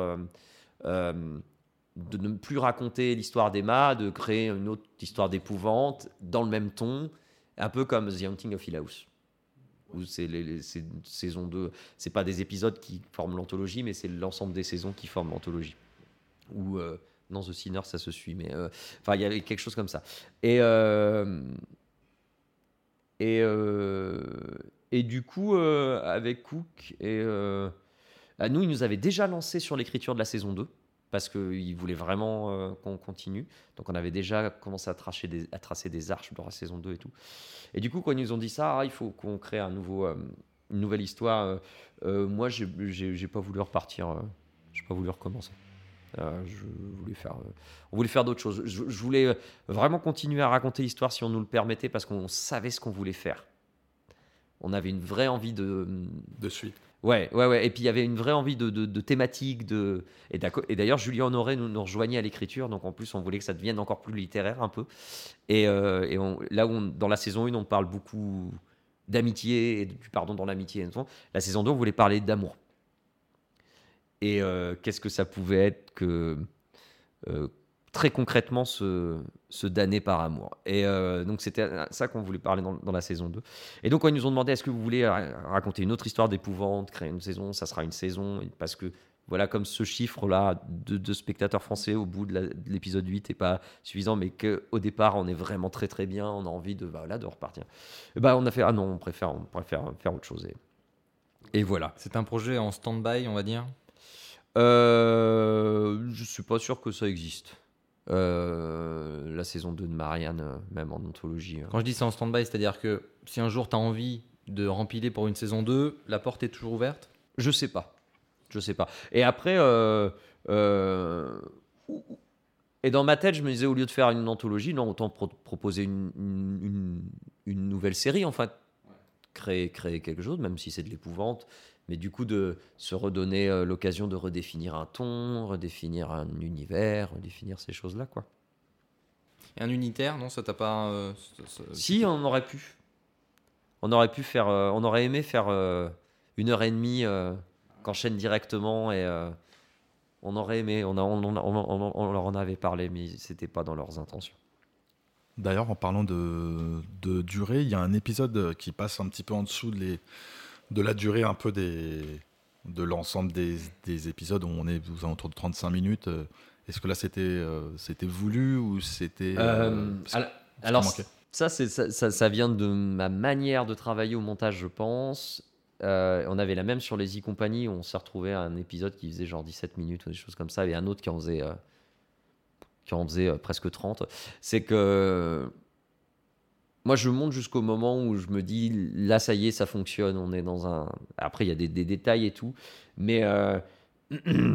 Speaker 7: de ne plus raconter l'histoire d'Emma, de créer une autre histoire d'épouvante, dans le même ton, un peu comme The Haunting of Hill House. Où c'est saison 2, c'est pas des épisodes qui forment l'anthologie, mais c'est l'ensemble des saisons qui forment l'anthologie. Ou non, The Sinner, ça se suit, mais il y avait quelque chose comme ça. Et du coup, avec Cook nous, il nous avait déjà lancé sur l'écriture de la saison 2 parce qu'il voulait vraiment qu'on continue. Donc, on avait déjà commencé à tracer des arches dans la saison 2 et tout. Et du coup, quand ils nous ont dit ça, il faut qu'on crée une nouvelle histoire. Moi, j'ai pas voulu repartir. J'ai pas voulu recommencer. On voulait faire d'autres choses. Je voulais vraiment continuer à raconter l'histoire si on nous le permettait parce qu'on savait ce qu'on voulait faire. On avait une vraie envie de
Speaker 8: suite.
Speaker 7: Ouais. Et puis il y avait une vraie envie de thématique. Et d'ailleurs, Julien Honoré nous rejoignait à l'écriture. Donc en plus, on voulait que ça devienne encore plus littéraire un peu. Et là où dans la saison 1, on parle beaucoup d'amitié et du pardon dans l'amitié. La saison 2, on voulait parler d'amour. Et qu'est-ce que ça pouvait être que très concrètement se damner par amour. Et donc c'était ça qu'on voulait parler dans la saison 2. Et donc quand ils nous ont demandé est-ce que vous voulez raconter une autre histoire d'épouvante, créer une saison, ça sera une saison, parce que voilà, comme ce chiffre-là de spectateurs français au bout de l'épisode 8 n'est pas suffisant, mais qu'au départ on est vraiment très très bien, on a envie de repartir. Et on a fait on préfère faire autre chose. Et voilà.
Speaker 9: C'est un projet en stand-by, on va dire.
Speaker 7: Je suis pas sûr que ça existe. La saison 2 de Marianne, même en anthologie.
Speaker 9: Quand je dis c'est en stand-by, c'est-à-dire que si un jour tu as envie de rempiler pour une saison 2, la porte est toujours ouverte ?
Speaker 7: Je sais pas. Et après, et dans ma tête, je me disais, au lieu de faire une anthologie, non, autant proposer une nouvelle série, enfin, créer quelque chose, même si c'est de l'épouvante. Mais du coup, de se redonner l'occasion de redéfinir un ton, redéfinir un univers, redéfinir ces choses-là, quoi.
Speaker 9: Et un unitaire, non, ça t'a pas...
Speaker 7: Si, on aurait pu. On aurait aimé faire 1h30 qu'enchaîne directement et on aurait aimé. On leur en avait parlé, mais c'était pas dans leurs intentions.
Speaker 8: D'ailleurs, en parlant de durée, il y a un épisode qui passe un petit peu en dessous de la durée un peu de l'ensemble des épisodes où on est aux alentours de 35 minutes. Est-ce que là c'était voulu ou c'était
Speaker 7: alors ça vient de ma manière de travailler au montage, je pense. On avait la même sur les e-compagnies où on s'est retrouvé à un épisode qui faisait genre 17 minutes ou des choses comme ça, et un autre qui en faisait presque 30. C'est que moi, je monte jusqu'au moment où je me dis, là, ça y est, ça fonctionne. On est dans un... Après, il y a des détails et tout. Mais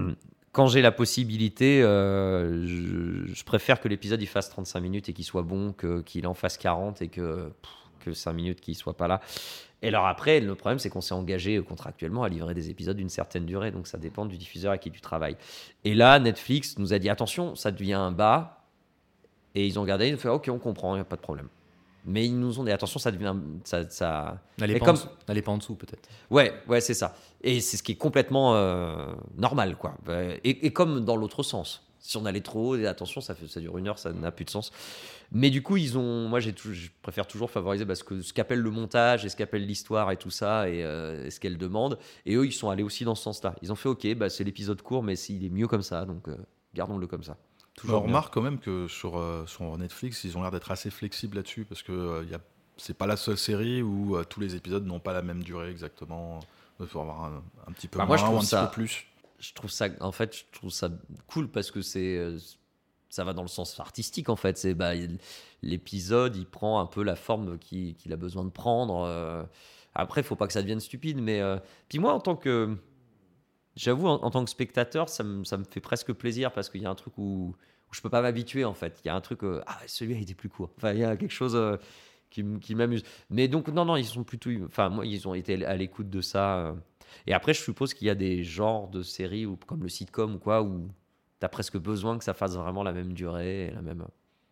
Speaker 7: quand j'ai la possibilité, je préfère que l'épisode il fasse 35 minutes et qu'il soit bon, qu'il en fasse 40 et que 5 minutes qu'il soit pas là. Et alors après, le problème, c'est qu'on s'est engagé contractuellement à livrer des épisodes d'une certaine durée, donc ça dépend du diffuseur avec qui tu travailles. Et là, Netflix nous a dit, attention, ça devient un bas, et ils ont regardé, ils ont fait, ok, on comprend, il n'y a pas de problème. Mais ils nous ont dit, attention, ça devient...
Speaker 9: N'allez pas en dessous, peut-être.
Speaker 7: Ouais, c'est ça. Et c'est ce qui est complètement normal, quoi. Et comme dans l'autre sens. Si on allait trop haut, et attention, ça dure 1 heure, ça n'a plus de sens. Mais du coup, moi, je préfère toujours favoriser ce qu'appelle le montage et ce qu'appelle l'histoire et tout ça, et ce qu'elle demande. Et eux, ils sont allés aussi dans ce sens-là. Ils ont fait, ok, c'est l'épisode court, mais il est mieux comme ça, donc gardons-le comme ça.
Speaker 8: On remarque quand même que sur Netflix, ils ont l'air d'être assez flexibles là-dessus, parce que c'est pas la seule série où tous les épisodes n'ont pas la même durée exactement. Il faut avoir un petit peu moins ou un petit peu plus.
Speaker 7: Je trouve ça cool parce que ça va dans le sens artistique en fait. L'épisode, il prend un peu la forme qu'il a besoin de prendre. Après, il faut pas que ça devienne stupide, mais puis moi, j'avoue, en tant que spectateur, ça me fait presque plaisir parce qu'il y a un truc où je peux pas m'habituer en fait. Il y a un truc, celui-là il était plus court. Enfin, il y a quelque chose qui m'amuse. Mais donc non, ils sont plutôt, enfin moi, ils ont été à l'écoute de ça. Et après, je suppose qu'il y a des genres de séries comme le sitcom ou quoi, où tu as presque besoin que ça fasse vraiment la même durée et la même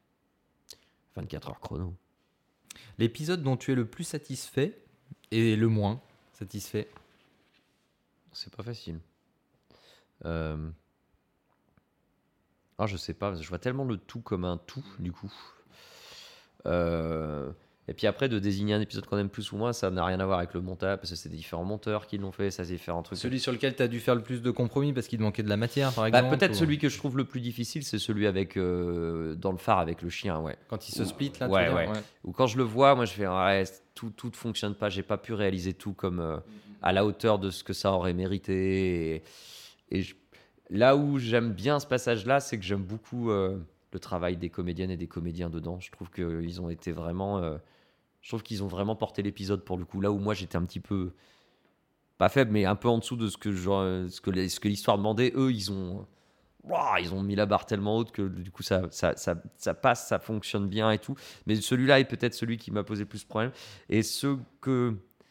Speaker 7: 24 heures chrono.
Speaker 9: L'épisode dont tu es le plus satisfait et le moins satisfait?
Speaker 7: C'est pas facile. Je sais pas, je vois tellement le tout comme un tout, du coup. Et puis après, de désigner un épisode qu'on aime plus ou moins, ça n'a rien à voir avec le montage, parce que c'est des différents monteurs qui l'ont fait, ça c'est différents trucs.
Speaker 9: Celui sur lequel tu as dû faire le plus de compromis parce qu'il te manquait de la matière, par exemple?
Speaker 7: Peut-être celui que je trouve le plus difficile, c'est celui avec dans le phare avec le chien, ouais.
Speaker 9: Quand il se split, là,
Speaker 7: ouais. Ou quand je le vois, moi je fais, tout ne fonctionne pas, j'ai pas pu réaliser tout comme à la hauteur de ce que ça aurait mérité. Là où j'aime bien ce passage-là, c'est que j'aime beaucoup le travail des comédiennes et des comédiens dedans. Je trouve qu'ils ont été vraiment... Je trouve qu'ils ont vraiment porté l'épisode pour le coup. Là où moi j'étais un petit peu pas faible, mais un peu en dessous de ce que l'histoire demandait. Eux, ils ont mis la barre tellement haute que du coup ça passe, ça fonctionne bien et tout. Mais celui-là est peut-être celui qui m'a posé le plus de problèmes. Et ce que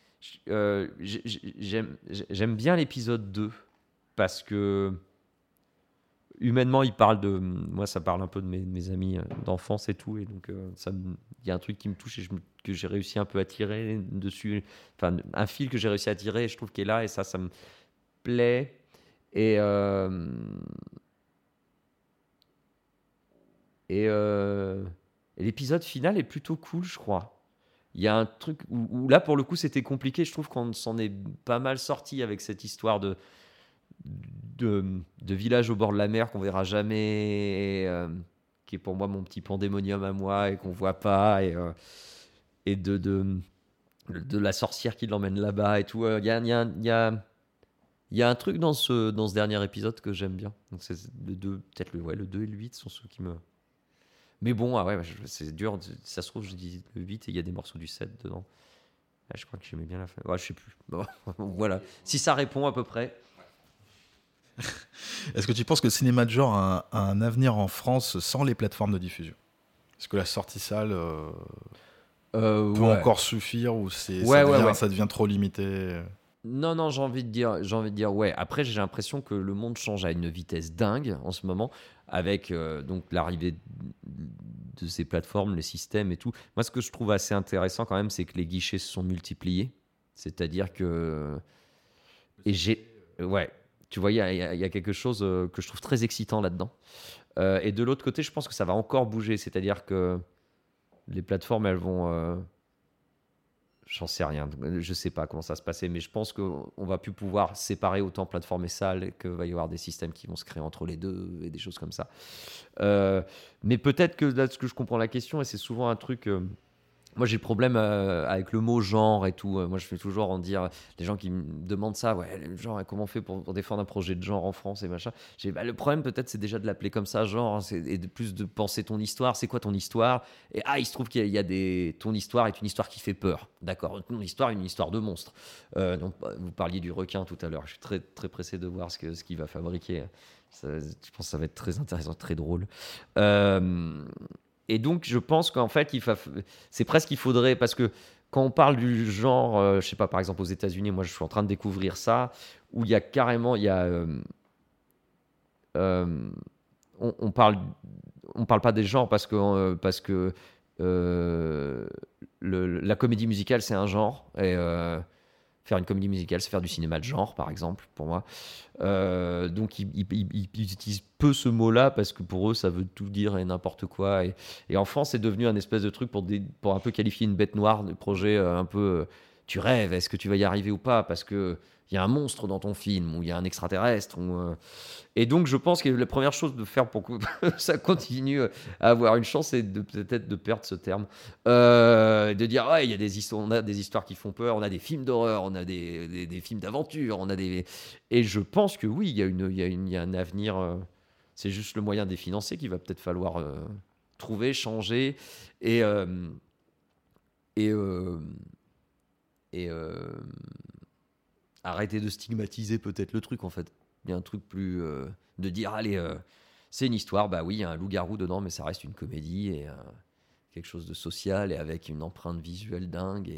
Speaker 7: j'aime bien l'épisode 2 parce que humainement, il parle de... Moi, ça parle un peu de mes amis d'enfance et tout. Et donc, il y a un truc qui me touche et que j'ai réussi un peu à tirer dessus. Enfin, un fil que j'ai réussi à tirer, et je trouve qu'il est là. Et ça me plaît. Et l'épisode final est plutôt cool, je crois. Il y a un truc où là, pour le coup, c'était compliqué. Je trouve qu'on s'en est pas mal sorti avec cette histoire de village au bord de la mer qu'on verra jamais, qui est pour moi mon petit pandémonium à moi et qu'on voit pas, et de la sorcière qui l'emmène là-bas et tout. Il y a un truc dans ce dernier épisode que j'aime bien. Donc c'est le 2, peut-être le 2 et le 8 sont ceux qui me... Mais bon, c'est dur. Ça se trouve, je dis le 8 et il y a des morceaux du 7 dedans. Je crois que j'aimais bien la fin. Je sais plus. Bon, voilà. Si ça répond à peu près...
Speaker 8: Est-ce que tu penses que le cinéma de genre a un avenir en France sans les plateformes de diffusion? Est-ce que la sortie salle peut encore suffire ou ça devient trop limité?
Speaker 7: Non, j'ai envie de dire ouais. Après, j'ai l'impression que le monde change à une vitesse dingue en ce moment avec donc l'arrivée de ces plateformes, les systèmes et tout. Moi, ce que je trouve assez intéressant quand même, c'est que les guichets se sont multipliés. C'est-à-dire que tu vois, il y a quelque chose que je trouve très excitant là-dedans. Et de l'autre côté, je pense que ça va encore bouger. C'est-à-dire que les plateformes, elles vont... j'en sais rien. Je ne sais pas comment ça va se passer, mais je pense qu'on ne va plus pouvoir séparer autant plateforme et salle, et qu'il va y avoir des systèmes qui vont se créer entre les deux et des choses comme ça. Mais peut-être que là, ce que je comprends la question, et c'est souvent un truc Moi, j'ai le problème avec le mot genre et tout. Moi, je fais toujours en dire, les gens qui me demandent ça, ouais, le genre, comment on fait pour défendre un projet de genre en France et machin. Le problème, peut-être, c'est déjà de l'appeler comme ça, genre, et de plus de penser ton histoire. C'est quoi ton histoire? Et il se trouve qu'il y a ton histoire est une histoire qui fait peur. D'accord, ton histoire est une histoire de monstre. Donc, vous parliez du requin tout à l'heure. Je suis très, très pressé de voir ce qu'il va fabriquer. Je pense que ça va être très intéressant, très drôle. Et donc, je pense qu'en fait, c'est presque qu'il faudrait, parce que quand on parle du genre, je sais pas, par exemple aux États-Unis, moi je suis en train de découvrir ça, où il y a carrément, on parle pas des genres parce que la comédie musicale c'est un genre, et faire une comédie musicale, c'est faire du cinéma de genre, par exemple, pour moi. Donc, ils utilisent peu ce mot-là parce que pour eux, ça veut tout dire et n'importe quoi. Et en France, c'est devenu un espèce de truc pour un peu qualifier une bête noire, de projet un peu... tu rêves, est-ce que tu vas y arriver ou pas? Parce qu'il y a un monstre dans ton film, ou il y a un extraterrestre. Et donc, je pense que la première chose de faire pour que ça continue à avoir une chance, c'est peut-être de perdre ce terme. De dire, ouais, on a des histoires qui font peur, on a des films d'horreur, on a des films d'aventure, Et je pense que oui, il y a un avenir. C'est juste le moyen de les financer qu'il va peut-être falloir trouver, changer. Et arrêter de stigmatiser peut-être le truc, en fait. Il y a un truc plus de dire, allez, c'est une histoire, bah oui, il y a un loup-garou dedans, mais ça reste une comédie et quelque chose de social et avec une empreinte visuelle dingue.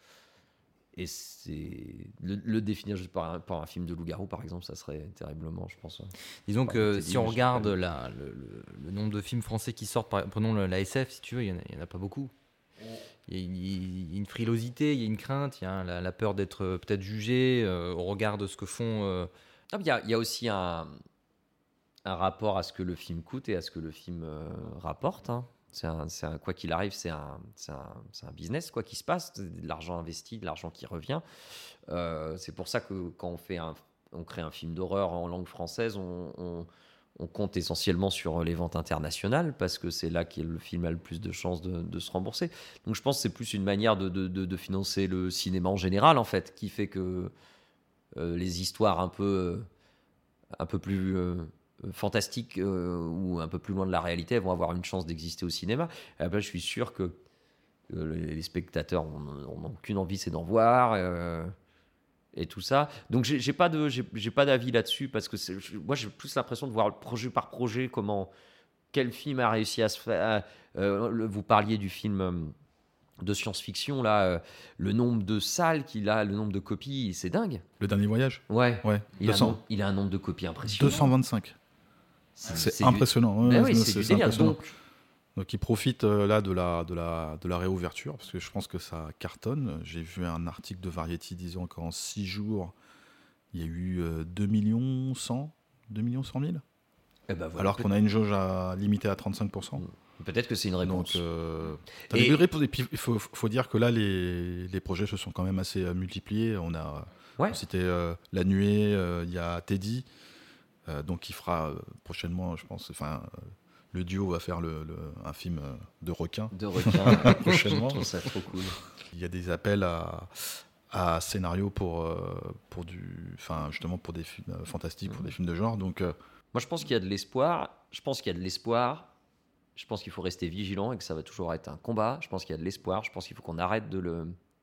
Speaker 7: Et c'est le définir juste par un film de loup-garou, par exemple, ça serait terriblement, je pense.
Speaker 9: Disons que si on regarde le nombre de films français qui sortent, prenons la SF, si tu veux, il n'y en a pas beaucoup. Il y a une frilosité, il y a une crainte, il y a la peur d'être peut-être jugé au regard de ce que font...
Speaker 7: Il y a aussi un rapport à ce que le film coûte et à ce que le film rapporte. Hein. Quoi qu'il arrive, c'est un business quoi, qui se passe, de l'argent investi, de l'argent qui revient. C'est pour ça que quand on crée un film d'horreur en langue française, on compte essentiellement sur les ventes internationales parce que c'est là que le film a le plus de chances de se rembourser. Donc je pense que c'est plus une manière de financer le cinéma en général, en fait, qui fait que les histoires un peu plus fantastiques ou un peu plus loin de la réalité vont avoir une chance d'exister au cinéma. Et après, je suis sûr que les spectateurs n'ont aucune envie, c'est d'en voir et tout ça. Donc j'ai pas d'avis là-dessus parce que moi j'ai plus l'impression de voir projet par projet quel film a réussi à se faire. Vous parliez du film de science-fiction là, le nombre de salles qu'il a, le nombre de copies, c'est dingue.
Speaker 8: Le Dernier Voyage.
Speaker 7: Ouais.
Speaker 8: 200.
Speaker 7: Il a un nombre de copies impressionnant.
Speaker 8: 225. C'est impressionnant.
Speaker 7: Oui, c'est du délire.
Speaker 8: Donc il profite là de la réouverture parce que je pense que ça cartonne. J'ai vu un article de Variety disant qu'en 6 jours, il y a eu 2 100 000.
Speaker 7: Et ben voilà,
Speaker 8: alors qu'on a une jauge limitée à 35%.
Speaker 7: Peut-être que c'est une réponse.
Speaker 8: Donc, et puis il faut dire que là, les projets se sont quand même assez multipliés. On cité La Nuée, il y a Teddy, donc il fera prochainement, je pense, le duo va faire un film de requin. Prochainement.
Speaker 7: Je trouve ça trop cool.
Speaker 8: Il y a des appels à scénario pour justement pour des films fantastiques, pour des films de genre. Donc,
Speaker 7: moi, je pense qu'il y a de l'espoir. Je pense qu'il faut rester vigilant et que ça va toujours être un combat. Je pense qu'il y a de l'espoir. Je pense qu'il faut qu'on arrête de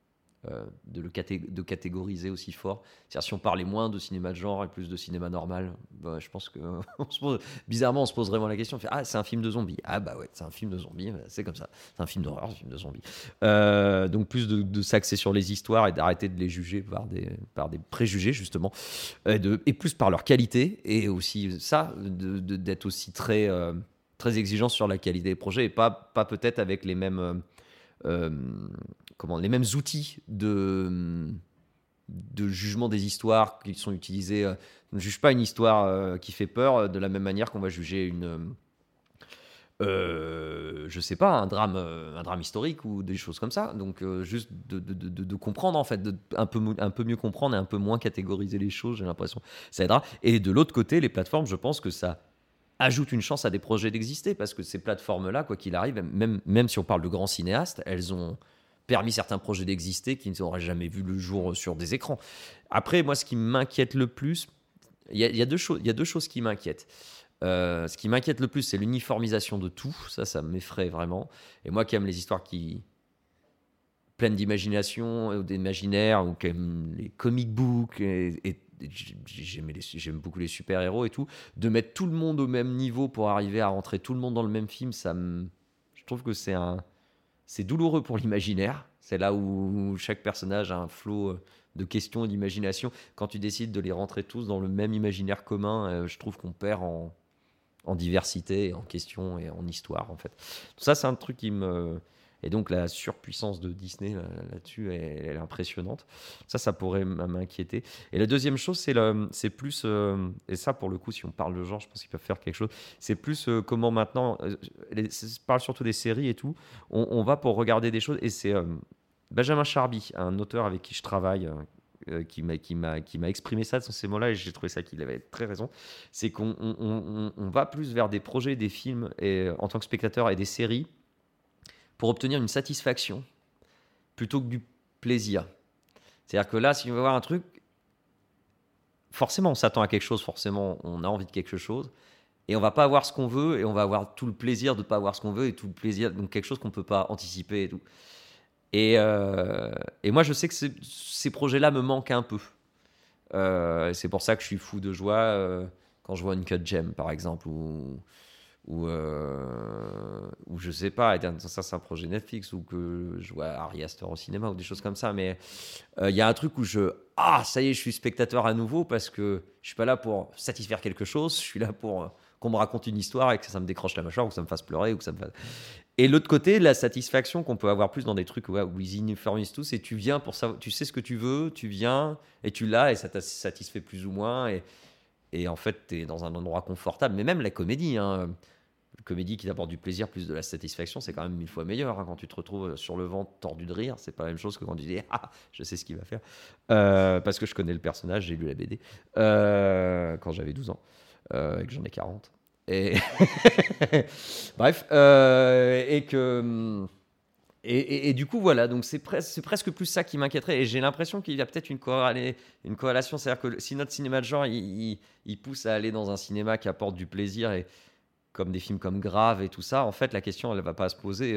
Speaker 7: catégoriser aussi fort. C'est-à-dire, si on parlait moins de cinéma de genre et plus de cinéma normal, je pense que bizarrement, on se pose vraiment la question. C'est un film de zombies. Ah bah ouais, c'est un film de zombies, c'est comme ça. C'est un film d'horreur, c'est un film de zombies. Donc plus de s'axer sur les histoires et d'arrêter de les juger par des préjugés, justement. Et plus par leur qualité. Et aussi ça, d'être aussi très, très exigeant sur la qualité des projets et pas peut-être avec les mêmes... les mêmes outils de jugement des histoires qui sont utilisés. On ne juge pas une histoire qui fait peur de la même manière qu'on va juger je sais pas, un drame historique ou des choses comme ça. Donc juste de comprendre, en fait, un peu mieux comprendre et un peu moins catégoriser les choses, j'ai l'impression, ça aidera. Et de l'autre côté, les plateformes, je pense que ça ajoute une chance à des projets d'exister, parce que ces plateformes-là, quoi qu'il arrive, même si on parle de grands cinéastes, elles ont permis certains projets d'exister qui n'auraient jamais vu le jour sur des écrans. Après, moi, ce qui m'inquiète le plus, il y a deux choses qui m'inquiètent. Ce qui m'inquiète le plus, c'est l'uniformisation de tout. Ça m'effraie vraiment. Et moi qui aime les histoires pleines d'imagination ou d'imaginaire, ou qui aime les comic books, et j'aime beaucoup les super-héros et tout, de mettre tout le monde au même niveau pour arriver à rentrer tout le monde dans le même film, je trouve que c'est douloureux pour l'imaginaire. C'est là où chaque personnage a un flot de questions et d'imagination. Quand tu décides de les rentrer tous dans le même imaginaire commun, je trouve qu'on perd en diversité, en questions et en histoire, en fait. Ça, c'est un truc qui me... Et donc, la surpuissance de Disney là-dessus, elle est impressionnante. Ça pourrait m'inquiéter. Et la deuxième chose, c'est plus... et ça, pour le coup, si on parle de genre, je pense qu'ils peuvent faire quelque chose. C'est plus comment maintenant... je parle surtout des séries et tout. On va pour regarder des choses. Et c'est Benjamin Charby, un auteur avec qui je travaille... qui m'a exprimé ça dans ces mots-là, et j'ai trouvé ça qu'il avait très raison. C'est qu'on va plus vers des projets, des films en tant que spectateur, et des séries pour obtenir une satisfaction plutôt que du plaisir. C'est-à-dire que là, si on veut voir un truc, forcément on s'attend à quelque chose, forcément on a envie de quelque chose, et on va pas avoir ce qu'on veut, et on va avoir tout le plaisir de pas avoir ce qu'on veut, et tout le plaisir, donc quelque chose qu'on peut pas anticiper et tout. Et moi, je sais que ces projets-là me manquent un peu. C'est pour ça que je suis fou de joie quand je vois une Cut Gem, par exemple, ou je sais pas, ça c'est un projet Netflix, ou que je vois Ari Aster au cinéma, ou des choses comme ça. Mais il y a un truc où ça y est, je suis spectateur à nouveau, parce que je suis pas là pour satisfaire quelque chose, je suis là pour qu'on me raconte une histoire et que ça me décroche la mâchoire, ou que ça me fasse pleurer, ou que ça me fasse... Et l'autre côté, la satisfaction qu'on peut avoir plus dans des trucs où ils uniformisent tout, c'est tu viens pour savoir, tu sais ce que tu veux, tu viens et tu l'as, et ça te satisfait plus ou moins, et en fait tu es dans un endroit confortable. Mais même la comédie, la comédie qui t'apporte du plaisir plus de la satisfaction, c'est quand même 1000 fois meilleur, quand tu te retrouves sur le ventre tordu de rire. C'est pas la même chose que quand tu dis je sais ce qu'il va faire, parce que je connais le personnage, j'ai lu la BD quand j'avais 12 ans, et que j'en ai 40. Et bref, et du coup voilà, donc c'est presque plus ça qui m'inquiéterait, et j'ai l'impression qu'il y a peut-être une corrélation, c'est-à-dire que si notre cinéma de genre il pousse à aller dans un cinéma qui apporte du plaisir, et comme des films comme Grave et tout ça, en fait la question elle va pas se poser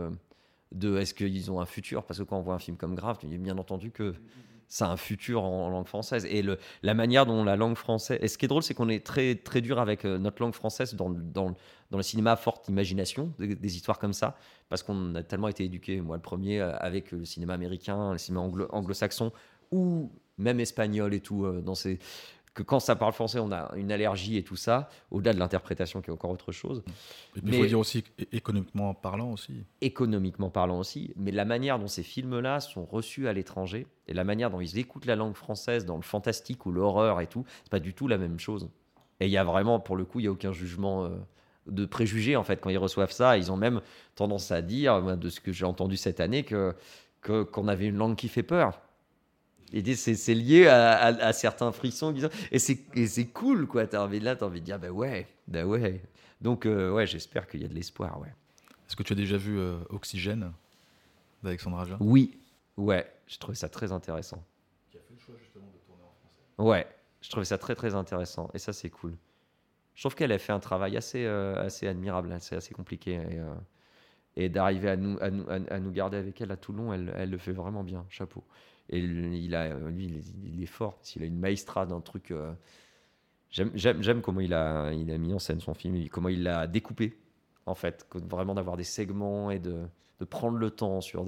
Speaker 7: de est-ce qu'ils ont un futur, parce que quand on voit un film comme Grave, tu dis bien entendu que ça a un futur en langue française, et la manière dont la langue française... Et ce qui est drôle, c'est qu'on est très, très dur avec notre langue française dans le cinéma à forte imagination, des histoires comme ça, parce qu'on a tellement été éduqués, moi le premier, avec le cinéma américain, le cinéma anglo-saxon, ou même espagnol et tout, que quand ça parle français, on a une allergie et tout ça, au-delà de l'interprétation qui est encore autre chose.
Speaker 8: Et puis il faut dire aussi économiquement parlant aussi.
Speaker 7: Économiquement parlant aussi, mais la manière dont ces films-là sont reçus à l'étranger, et la manière dont ils écoutent la langue française dans le fantastique ou l'horreur et tout, c'est pas du tout la même chose. Et il y a vraiment, pour le coup, il n'y a aucun jugement de préjugés, en fait, quand ils reçoivent ça. Ils ont même tendance à dire, de ce que j'ai entendu cette année, qu'on avait une langue qui fait peur. Et c'est lié à certains frissons, et c'est cool, quoi. T'as envie de dire bah ouais. Donc j'espère qu'il y a de l'espoir, ouais.
Speaker 8: Est-ce que tu as déjà vu Oxygène d'Alexandre Aja?
Speaker 7: Oui, ouais, je trouvais ça très intéressant.
Speaker 8: Qui a fait le choix justement de tourner en français.
Speaker 7: Ouais, je trouvais ça très très intéressant, et ça c'est cool. Je trouve qu'elle a fait un travail assez admirable, c'est assez compliqué, et d'arriver à nous garder avec elle à tout le long, elle le fait vraiment bien, chapeau. Et il est fort, parce qu'il a une maestra d'un truc. J'aime comment il a mis en scène son film, comment il l'a découpé, en fait, vraiment d'avoir des segments et de prendre le temps sur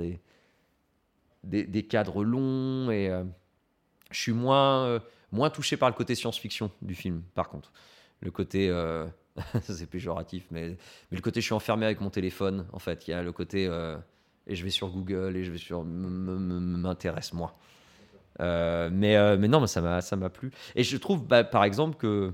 Speaker 7: des cadres longs. Et je suis moins touché par le côté science-fiction du film, par contre. Le côté, c'est péjoratif, mais le côté je suis enfermé avec mon téléphone, en fait. Il y a le côté... et je vais sur Google et je vais sur m'intéresse moi. Mais non, mais ça m'a plu. Et je trouve, par exemple, que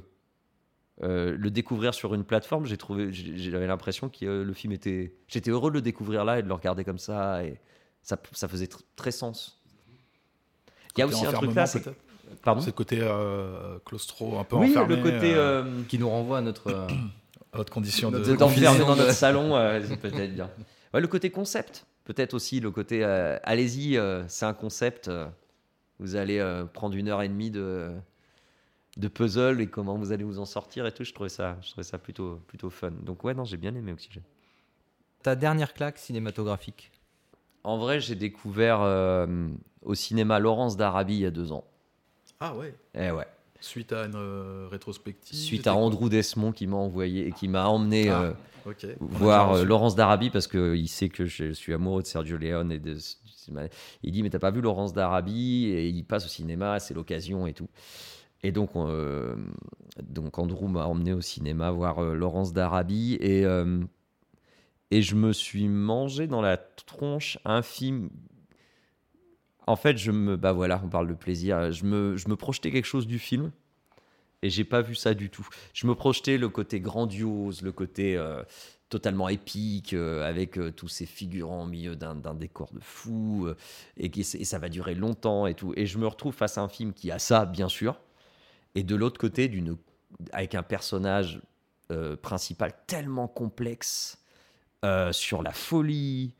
Speaker 7: le découvrir sur une plateforme, j'avais l'impression que le film était... J'étais heureux de le découvrir là et de le regarder comme ça, et ça faisait très sens. Il y a aussi un truc là, c'est... Pardon ?
Speaker 8: C'est le côté claustro, un peu enfermé.
Speaker 7: Oui, le côté...
Speaker 9: qui nous renvoie à notre...
Speaker 8: à votre condition
Speaker 7: d'enfermer dans notre salon, c'est peut-être bien. Ouais, le côté concept. peut-être aussi le côté allez-y, c'est un concept, vous allez prendre 1h30 de puzzle et comment vous allez vous en sortir et tout. Je trouvais ça plutôt fun. Donc ouais, non, j'ai bien aimé Oxygène.
Speaker 9: Ta dernière claque cinématographique?
Speaker 7: En vrai, j'ai découvert au cinéma Laurence d'Arabie il y a 2 ans.
Speaker 8: Ah ouais.
Speaker 7: Eh ouais.
Speaker 8: Suite à une rétrospective.
Speaker 7: Suite à Andrew Desmond qui m'a envoyé et qui m'a emmené
Speaker 8: Ok.
Speaker 7: voir Laurence d'Arabie parce qu'il sait que je suis amoureux de Sergio Leone et il dit mais t'as pas vu Laurence d'Arabie, et il passe au cinéma, c'est l'occasion et tout. Et donc Andrew m'a emmené au cinéma voir Laurence d'Arabie et je me suis mangé dans la tronche un film. En fait, on parle de plaisir. Je me projetais quelque chose du film et j'ai pas vu ça du tout. Je me projetais le côté grandiose, le côté totalement épique, avec tous ces figurants au milieu d'un décor de fou, et ça va durer longtemps et tout. Et je me retrouve face à un film qui a ça, bien sûr, et de l'autre côté, avec un personnage principal tellement complexe, sur la folie,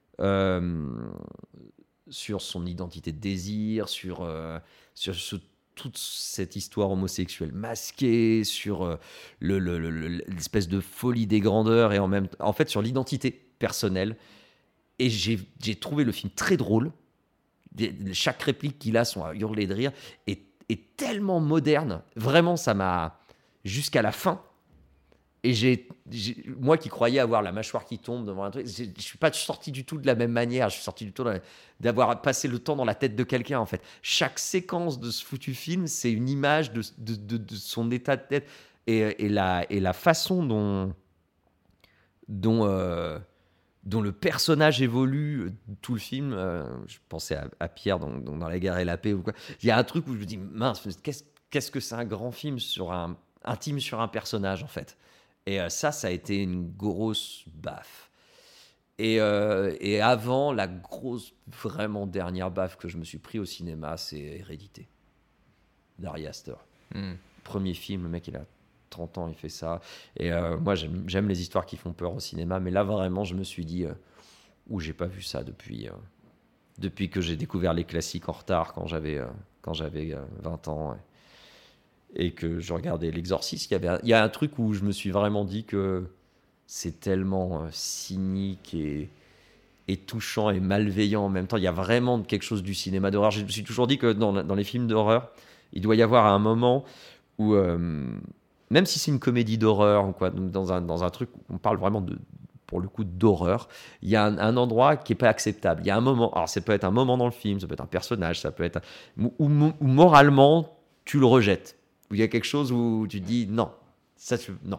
Speaker 7: sur son identité de désir, sur toute cette histoire homosexuelle masquée, sur l'espèce de folie des grandeurs et en fait sur l'identité personnelle. Et j'ai trouvé le film très drôle. Chaque réplique qu'il a sont à hurler de rire et tellement moderne. Vraiment, ça m'a jusqu'à la fin. Et moi qui croyais avoir la mâchoire qui tombe devant un truc, je ne suis pas sorti du tout de la même manière. Je suis sorti du tout d'avoir passé le temps dans la tête de quelqu'un, en fait. Chaque séquence de ce foutu film, c'est une image de son état de tête. Et la façon dont le personnage évolue tout le film. Je pensais à Pierre dans La Guerre et la Paix. Ou quoi. Il y a un truc où je me dis, mince, qu'est-ce que c'est un grand film intime sur un personnage, en fait. Et ça a été une grosse baffe. Et avant, la grosse, vraiment dernière baffe que je me suis pris au cinéma, c'est Hérédité, d'Ari Aster. Premier film, le mec, il a 30 ans, il fait ça. Et moi, j'aime les histoires qui font peur au cinéma, mais là, vraiment, je me suis dit, j'ai pas vu ça depuis que j'ai découvert les classiques en retard quand j'avais 20 ans. Et que je regardais L'Exorciste, il y a un truc où je me suis vraiment dit que c'est tellement cynique et touchant et malveillant en même temps. Il y a vraiment quelque chose du cinéma d'horreur. Je me suis toujours dit que dans les films d'horreur, il doit y avoir un moment où, même si c'est une comédie d'horreur ou quoi, dans un truc où on parle vraiment pour le coup d'horreur, il y a un endroit qui n'est pas acceptable. Il y a un moment, alors ça peut être un moment dans le film, ça peut être un personnage, ça peut être où moralement tu le rejettes. Où il y a quelque chose où tu te dis non, non.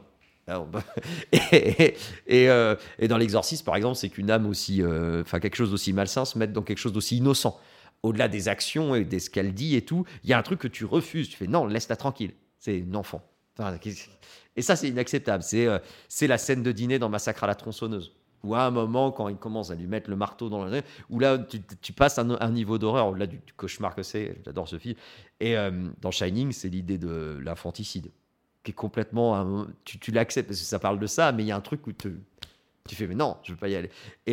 Speaker 7: Et dans L'Exorciste, par exemple, c'est qu'une âme aussi, quelque chose d'aussi malsain se mette dans quelque chose d'aussi innocent. Au-delà des actions et de ce qu'elle dit et tout, il y a un truc que tu refuses. Tu fais non, laisse-la tranquille. C'est une enfant. Et ça, c'est inacceptable. C'est la scène de dîner dans Massacre à la tronçonneuse. Ou à un moment, quand il commence à lui mettre le marteau dans le... Où là, tu passes un niveau d'horreur, au-delà du cauchemar que c'est. J'adore ce film. Et dans Shining, c'est l'idée de l'infanticide, qui est complètement... Tu l'acceptes parce que ça parle de ça, mais il y a un truc où tu fais, mais non, je ne veux pas y aller.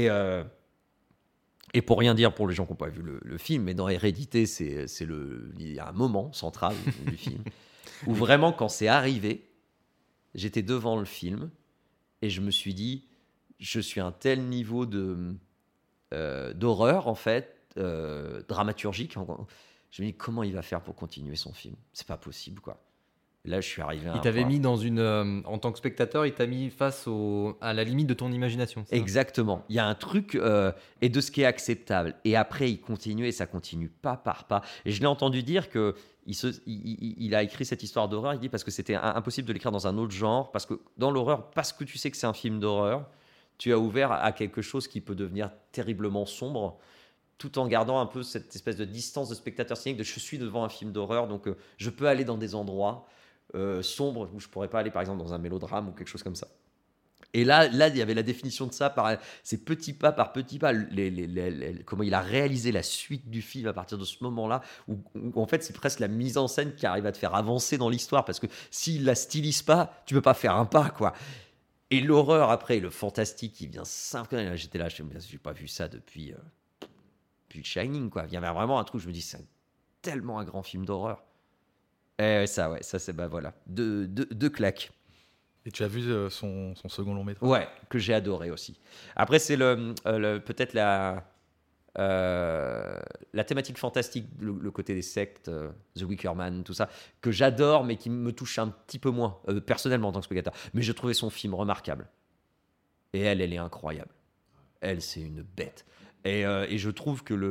Speaker 7: Et pour rien dire pour les gens qui n'ont pas vu le film, mais dans Hérédité, il y a un moment central du film, où vraiment, quand c'est arrivé, j'étais devant le film, et je me suis dit... Je suis à un tel niveau d'horreur, en fait, dramaturgique. Je me dis, comment il va faire pour continuer son film ? C'est pas possible, quoi. Et là, je suis arrivé à
Speaker 9: Il t'avait mis en tant que spectateur, il t'a mis face à la limite de ton imagination.
Speaker 7: Exactement. Il y a un truc, et de ce qui est acceptable. Et après, il continue, et ça continue pas par pas. Et je l'ai entendu dire que il a écrit cette histoire d'horreur, il dit, parce que c'était impossible de l'écrire dans un autre genre, parce que dans l'horreur, parce que tu sais que c'est un film d'horreur, tu as ouvert à quelque chose qui peut devenir terriblement sombre, tout en gardant un peu cette espèce de distance de spectateur cynique, de je suis devant un film d'horreur, donc je peux aller dans des endroits sombres où je pourrais pas aller, par exemple, dans un mélodrame ou quelque chose comme ça. Et là, il y avait la définition de ça, par ces petits pas par petits pas, comment il a réalisé la suite du film à partir de ce moment-là, où en fait, c'est presque la mise en scène qui arrive à te faire avancer dans l'histoire, parce que s'il la stylise pas, tu peux pas faire un pas, quoi. Et l'horreur après, le fantastique qui vient s'imprégner. J'étais là, j'ai pas vu ça depuis Shining, quoi. Il y avait vraiment un truc, je me dis, c'est tellement un grand film d'horreur. Et ça c'est, voilà, deux claques.
Speaker 8: Et tu as vu son second long métrage?
Speaker 7: Ouais, que j'ai adoré aussi. Après, c'est peut-être la thématique fantastique, le côté des sectes, The Wicker Man, tout ça, que j'adore, mais qui me touche un petit peu moins, personnellement, en tant que spectateur. Mais je trouvais son film remarquable. Et elle est incroyable. Elle, c'est une bête. Et je trouve que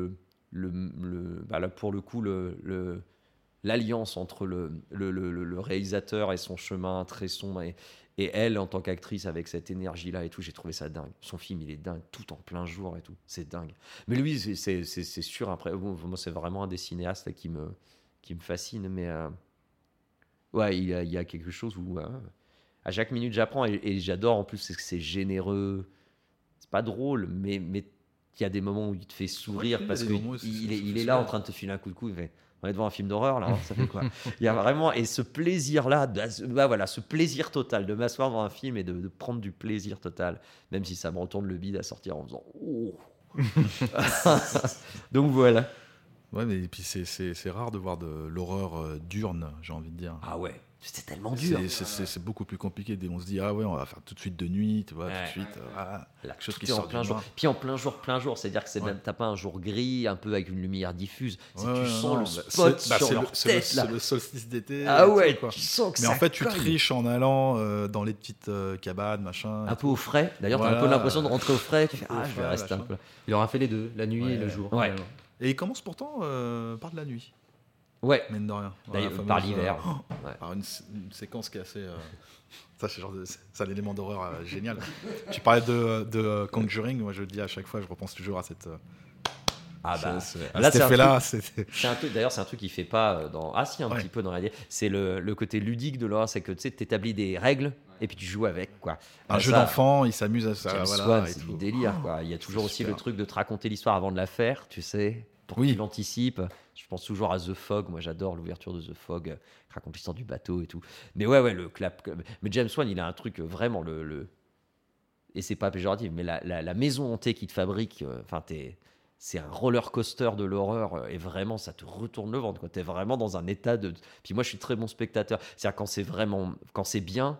Speaker 7: là, pour le coup, l'alliance entre le réalisateur et son chemin très sombre et elle en tant qu'actrice avec cette énergie là et tout, j'ai trouvé ça dingue. Son film il est dingue, tout en plein jour et tout, c'est dingue. Mais lui c'est sûr, après moi c'est vraiment un des cinéastes là, qui me fascine, mais ouais il y a quelque chose où à chaque minute j'apprends et j'adore en plus, c'est que c'est généreux, c'est pas drôle, mais il y a des moments où il te fait sourire parce qu'il est là en train de te filer un coup de coude, il fait, on est devant un film d'horreur là, ça fait quoi? Il y a vraiment, et ce plaisir là, voilà, ce plaisir total de m'asseoir devant un film et de prendre du plaisir total, même si ça me retourne le bide à sortir en faisant oh. Donc voilà.
Speaker 8: Ouais, mais et puis c'est rare de voir de l'horreur diurne, j'ai envie de dire.
Speaker 7: Ah ouais, c'est tellement dur.
Speaker 8: C'est beaucoup plus compliqué. On se dit ah ouais, on va faire tout de suite de nuit, tu vois, tout de suite.
Speaker 7: Quelque chose qui sort en plein jour. Puis en plein jour, c'est-à-dire que c'est même, t'as pas un jour gris, un peu avec une lumière diffuse. Tu sens le spot sur leur tête.
Speaker 8: C'est le solstice d'été.
Speaker 7: Ah ouais, tu sens que
Speaker 8: mais
Speaker 7: ça
Speaker 8: en fait, tu
Speaker 7: colle.
Speaker 8: triches en allant dans les petites cabanes, machin.
Speaker 7: Un peu au frais. D'ailleurs, t'as un peu l'impression de rentrer au frais. Tu fais je vais rester un peu.
Speaker 9: Il aura fait les deux, la nuit et le jour.
Speaker 7: Ouais.
Speaker 8: Et il commence pourtant par de la nuit.
Speaker 7: Ouais.
Speaker 8: Mine de rien.
Speaker 7: D'ailleurs, par l'hiver.
Speaker 8: Par une séquence qui est assez. Ça, c'est un élément d'horreur génial. Tu parlais de Conjuring. Moi, je le dis à chaque fois, je repense toujours à cette.
Speaker 7: Là,
Speaker 8: cet effet-là,
Speaker 7: d'ailleurs, c'est un truc qui fait pas dans. Ah, si, un petit peu dans la. C'est le côté ludique de l'horreur, c'est que tu sais, t'établis des règles et puis tu joues avec, quoi.
Speaker 8: Un jeu d'enfant, il s'amuse à ça.
Speaker 7: James Wan, c'est du délire, quoi. Il y a toujours aussi le truc de te raconter l'histoire avant de la faire, tu sais, pour que tu l'anticipes. Je pense toujours à The Fog. Moi, j'adore l'ouverture de The Fog, raconte l'histoire du bateau et tout. Mais ouais, le clap. Mais James Wan, il a un truc vraiment et c'est pas péjoratif, mais la maison hantée qu'il te fabrique, c'est un roller coaster de l'horreur et vraiment ça te retourne le ventre, quoi. T'es vraiment dans un état de. Puis moi, je suis très bon spectateur. C'est-à-dire quand c'est bien,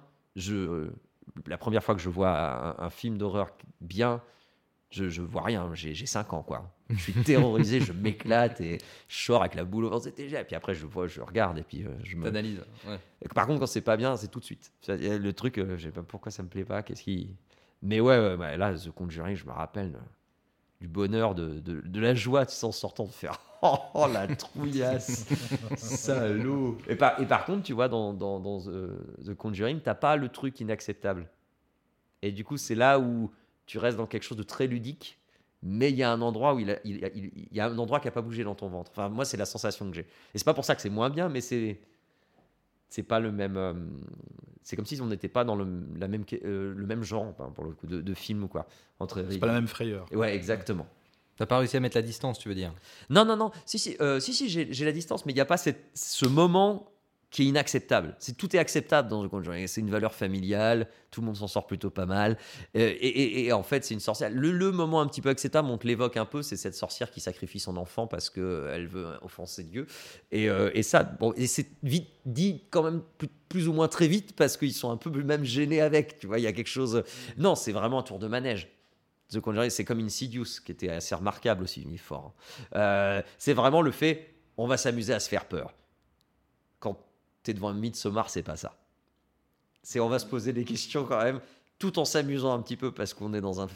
Speaker 7: la première fois que je vois un film d'horreur bien, je vois rien. J'ai 5 ans, quoi. Je suis terrorisé, je m'éclate et je sors avec la boule au ventre, c'était déjà. Et puis après, je regarde et puis je me.
Speaker 9: T'analyses. Ouais.
Speaker 7: Par contre, quand c'est pas bien, c'est tout de suite. Le truc, je sais pas pourquoi ça me plaît pas. Mais ouais, là, The Conjuring, je me rappelle du bonheur, de la joie, tu sais, en sortant de faire oh la trouillasse, salaud. Et par contre, tu vois, dans The Conjuring, t'as pas le truc inacceptable. Et du coup, c'est là où tu restes dans quelque chose de très ludique, mais il y a un endroit où il y a un endroit qui a pas bougé dans ton ventre. Enfin, moi, c'est la sensation que j'ai. Et c'est pas pour ça que c'est moins bien, mais c'est pas le même. C'est comme si on n'était pas dans le même genre, pour le coup, de film ou quoi.
Speaker 8: C'est pas la même frayeur.
Speaker 7: Ouais, exactement.
Speaker 9: T'as pas réussi à mettre la distance, tu veux dire?
Speaker 7: Non. Si, j'ai la distance, mais il n'y a pas ce moment qui est inacceptable. Tout est acceptable dans The Conjuring. C'est une valeur familiale, tout le monde s'en sort plutôt pas mal. Et en fait, c'est une sorcière. Le moment un petit peu acceptable, on te l'évoque un peu, c'est cette sorcière qui sacrifie son enfant parce qu'elle veut offenser Dieu. Et ça, bon, et c'est vite dit quand même plus ou moins très vite parce qu'ils sont un peu même gênés avec. Tu vois, il y a quelque chose. Non, c'est vraiment un tour de manège. The Conjuring, c'est comme Insidious, qui était assez remarquable aussi, il est fort. C'est vraiment le fait, on va s'amuser à se faire peur. Quand t'es devant un Midsommar, c'est pas ça. On va se poser des questions quand même, tout en s'amusant un petit peu, parce qu'on est dans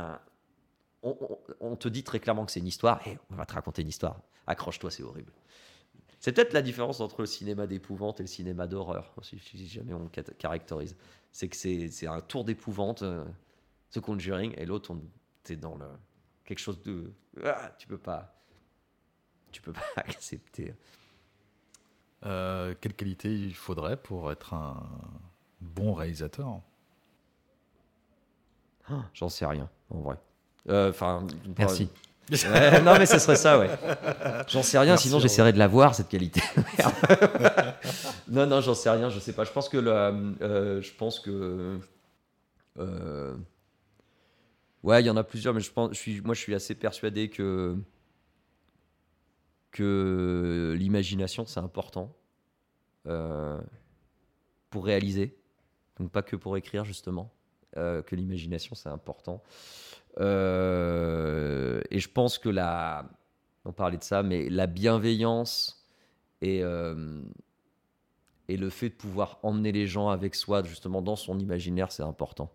Speaker 7: on te dit très clairement que c'est une histoire, et on va te raconter une histoire. Accroche-toi, c'est horrible. C'est peut-être la différence entre le cinéma d'épouvante et le cinéma d'horreur, si jamais on caractérise. C'est que c'est un tour d'épouvante, The Conjuring, et l'autre, t'es dans quelque chose de... tu peux pas accepter.
Speaker 8: Quelle qualité il faudrait pour être un bon réalisateur?
Speaker 7: J'en sais rien, en vrai.
Speaker 9: Merci.
Speaker 7: Non, mais ce serait ça, ouais. J'en sais rien, sinon j'essaierais de la voir, cette qualité. Non, j'en sais rien, je sais pas. Je pense que Ouais, il y en a plusieurs, mais je suis assez persuadé que l'imagination, c'est important pour réaliser. Donc pas que pour écrire, justement. Que l'imagination, c'est important. Et je pense que on parlait de ça, mais la bienveillance et le fait de pouvoir emmener les gens avec soi, justement, dans son imaginaire, c'est important.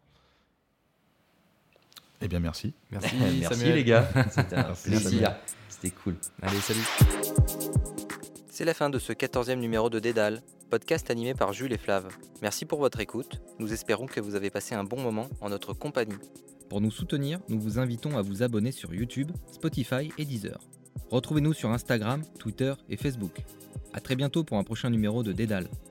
Speaker 8: Eh bien, merci.
Speaker 9: Merci,
Speaker 7: Merci
Speaker 9: Samuel.
Speaker 7: les gars. C'était un
Speaker 8: Merci,
Speaker 7: plaisir.
Speaker 8: Samuel.
Speaker 7: C'était cool.
Speaker 9: Allez, salut.
Speaker 5: C'est la fin de ce 14e numéro de Dédale, podcast animé par Jules et Flav. Merci pour votre écoute. Nous espérons que vous avez passé un bon moment en notre compagnie.
Speaker 9: Pour nous soutenir, nous vous invitons à vous abonner sur YouTube, Spotify et Deezer. Retrouvez-nous sur Instagram, Twitter et Facebook. À très bientôt pour un prochain numéro de Dédale.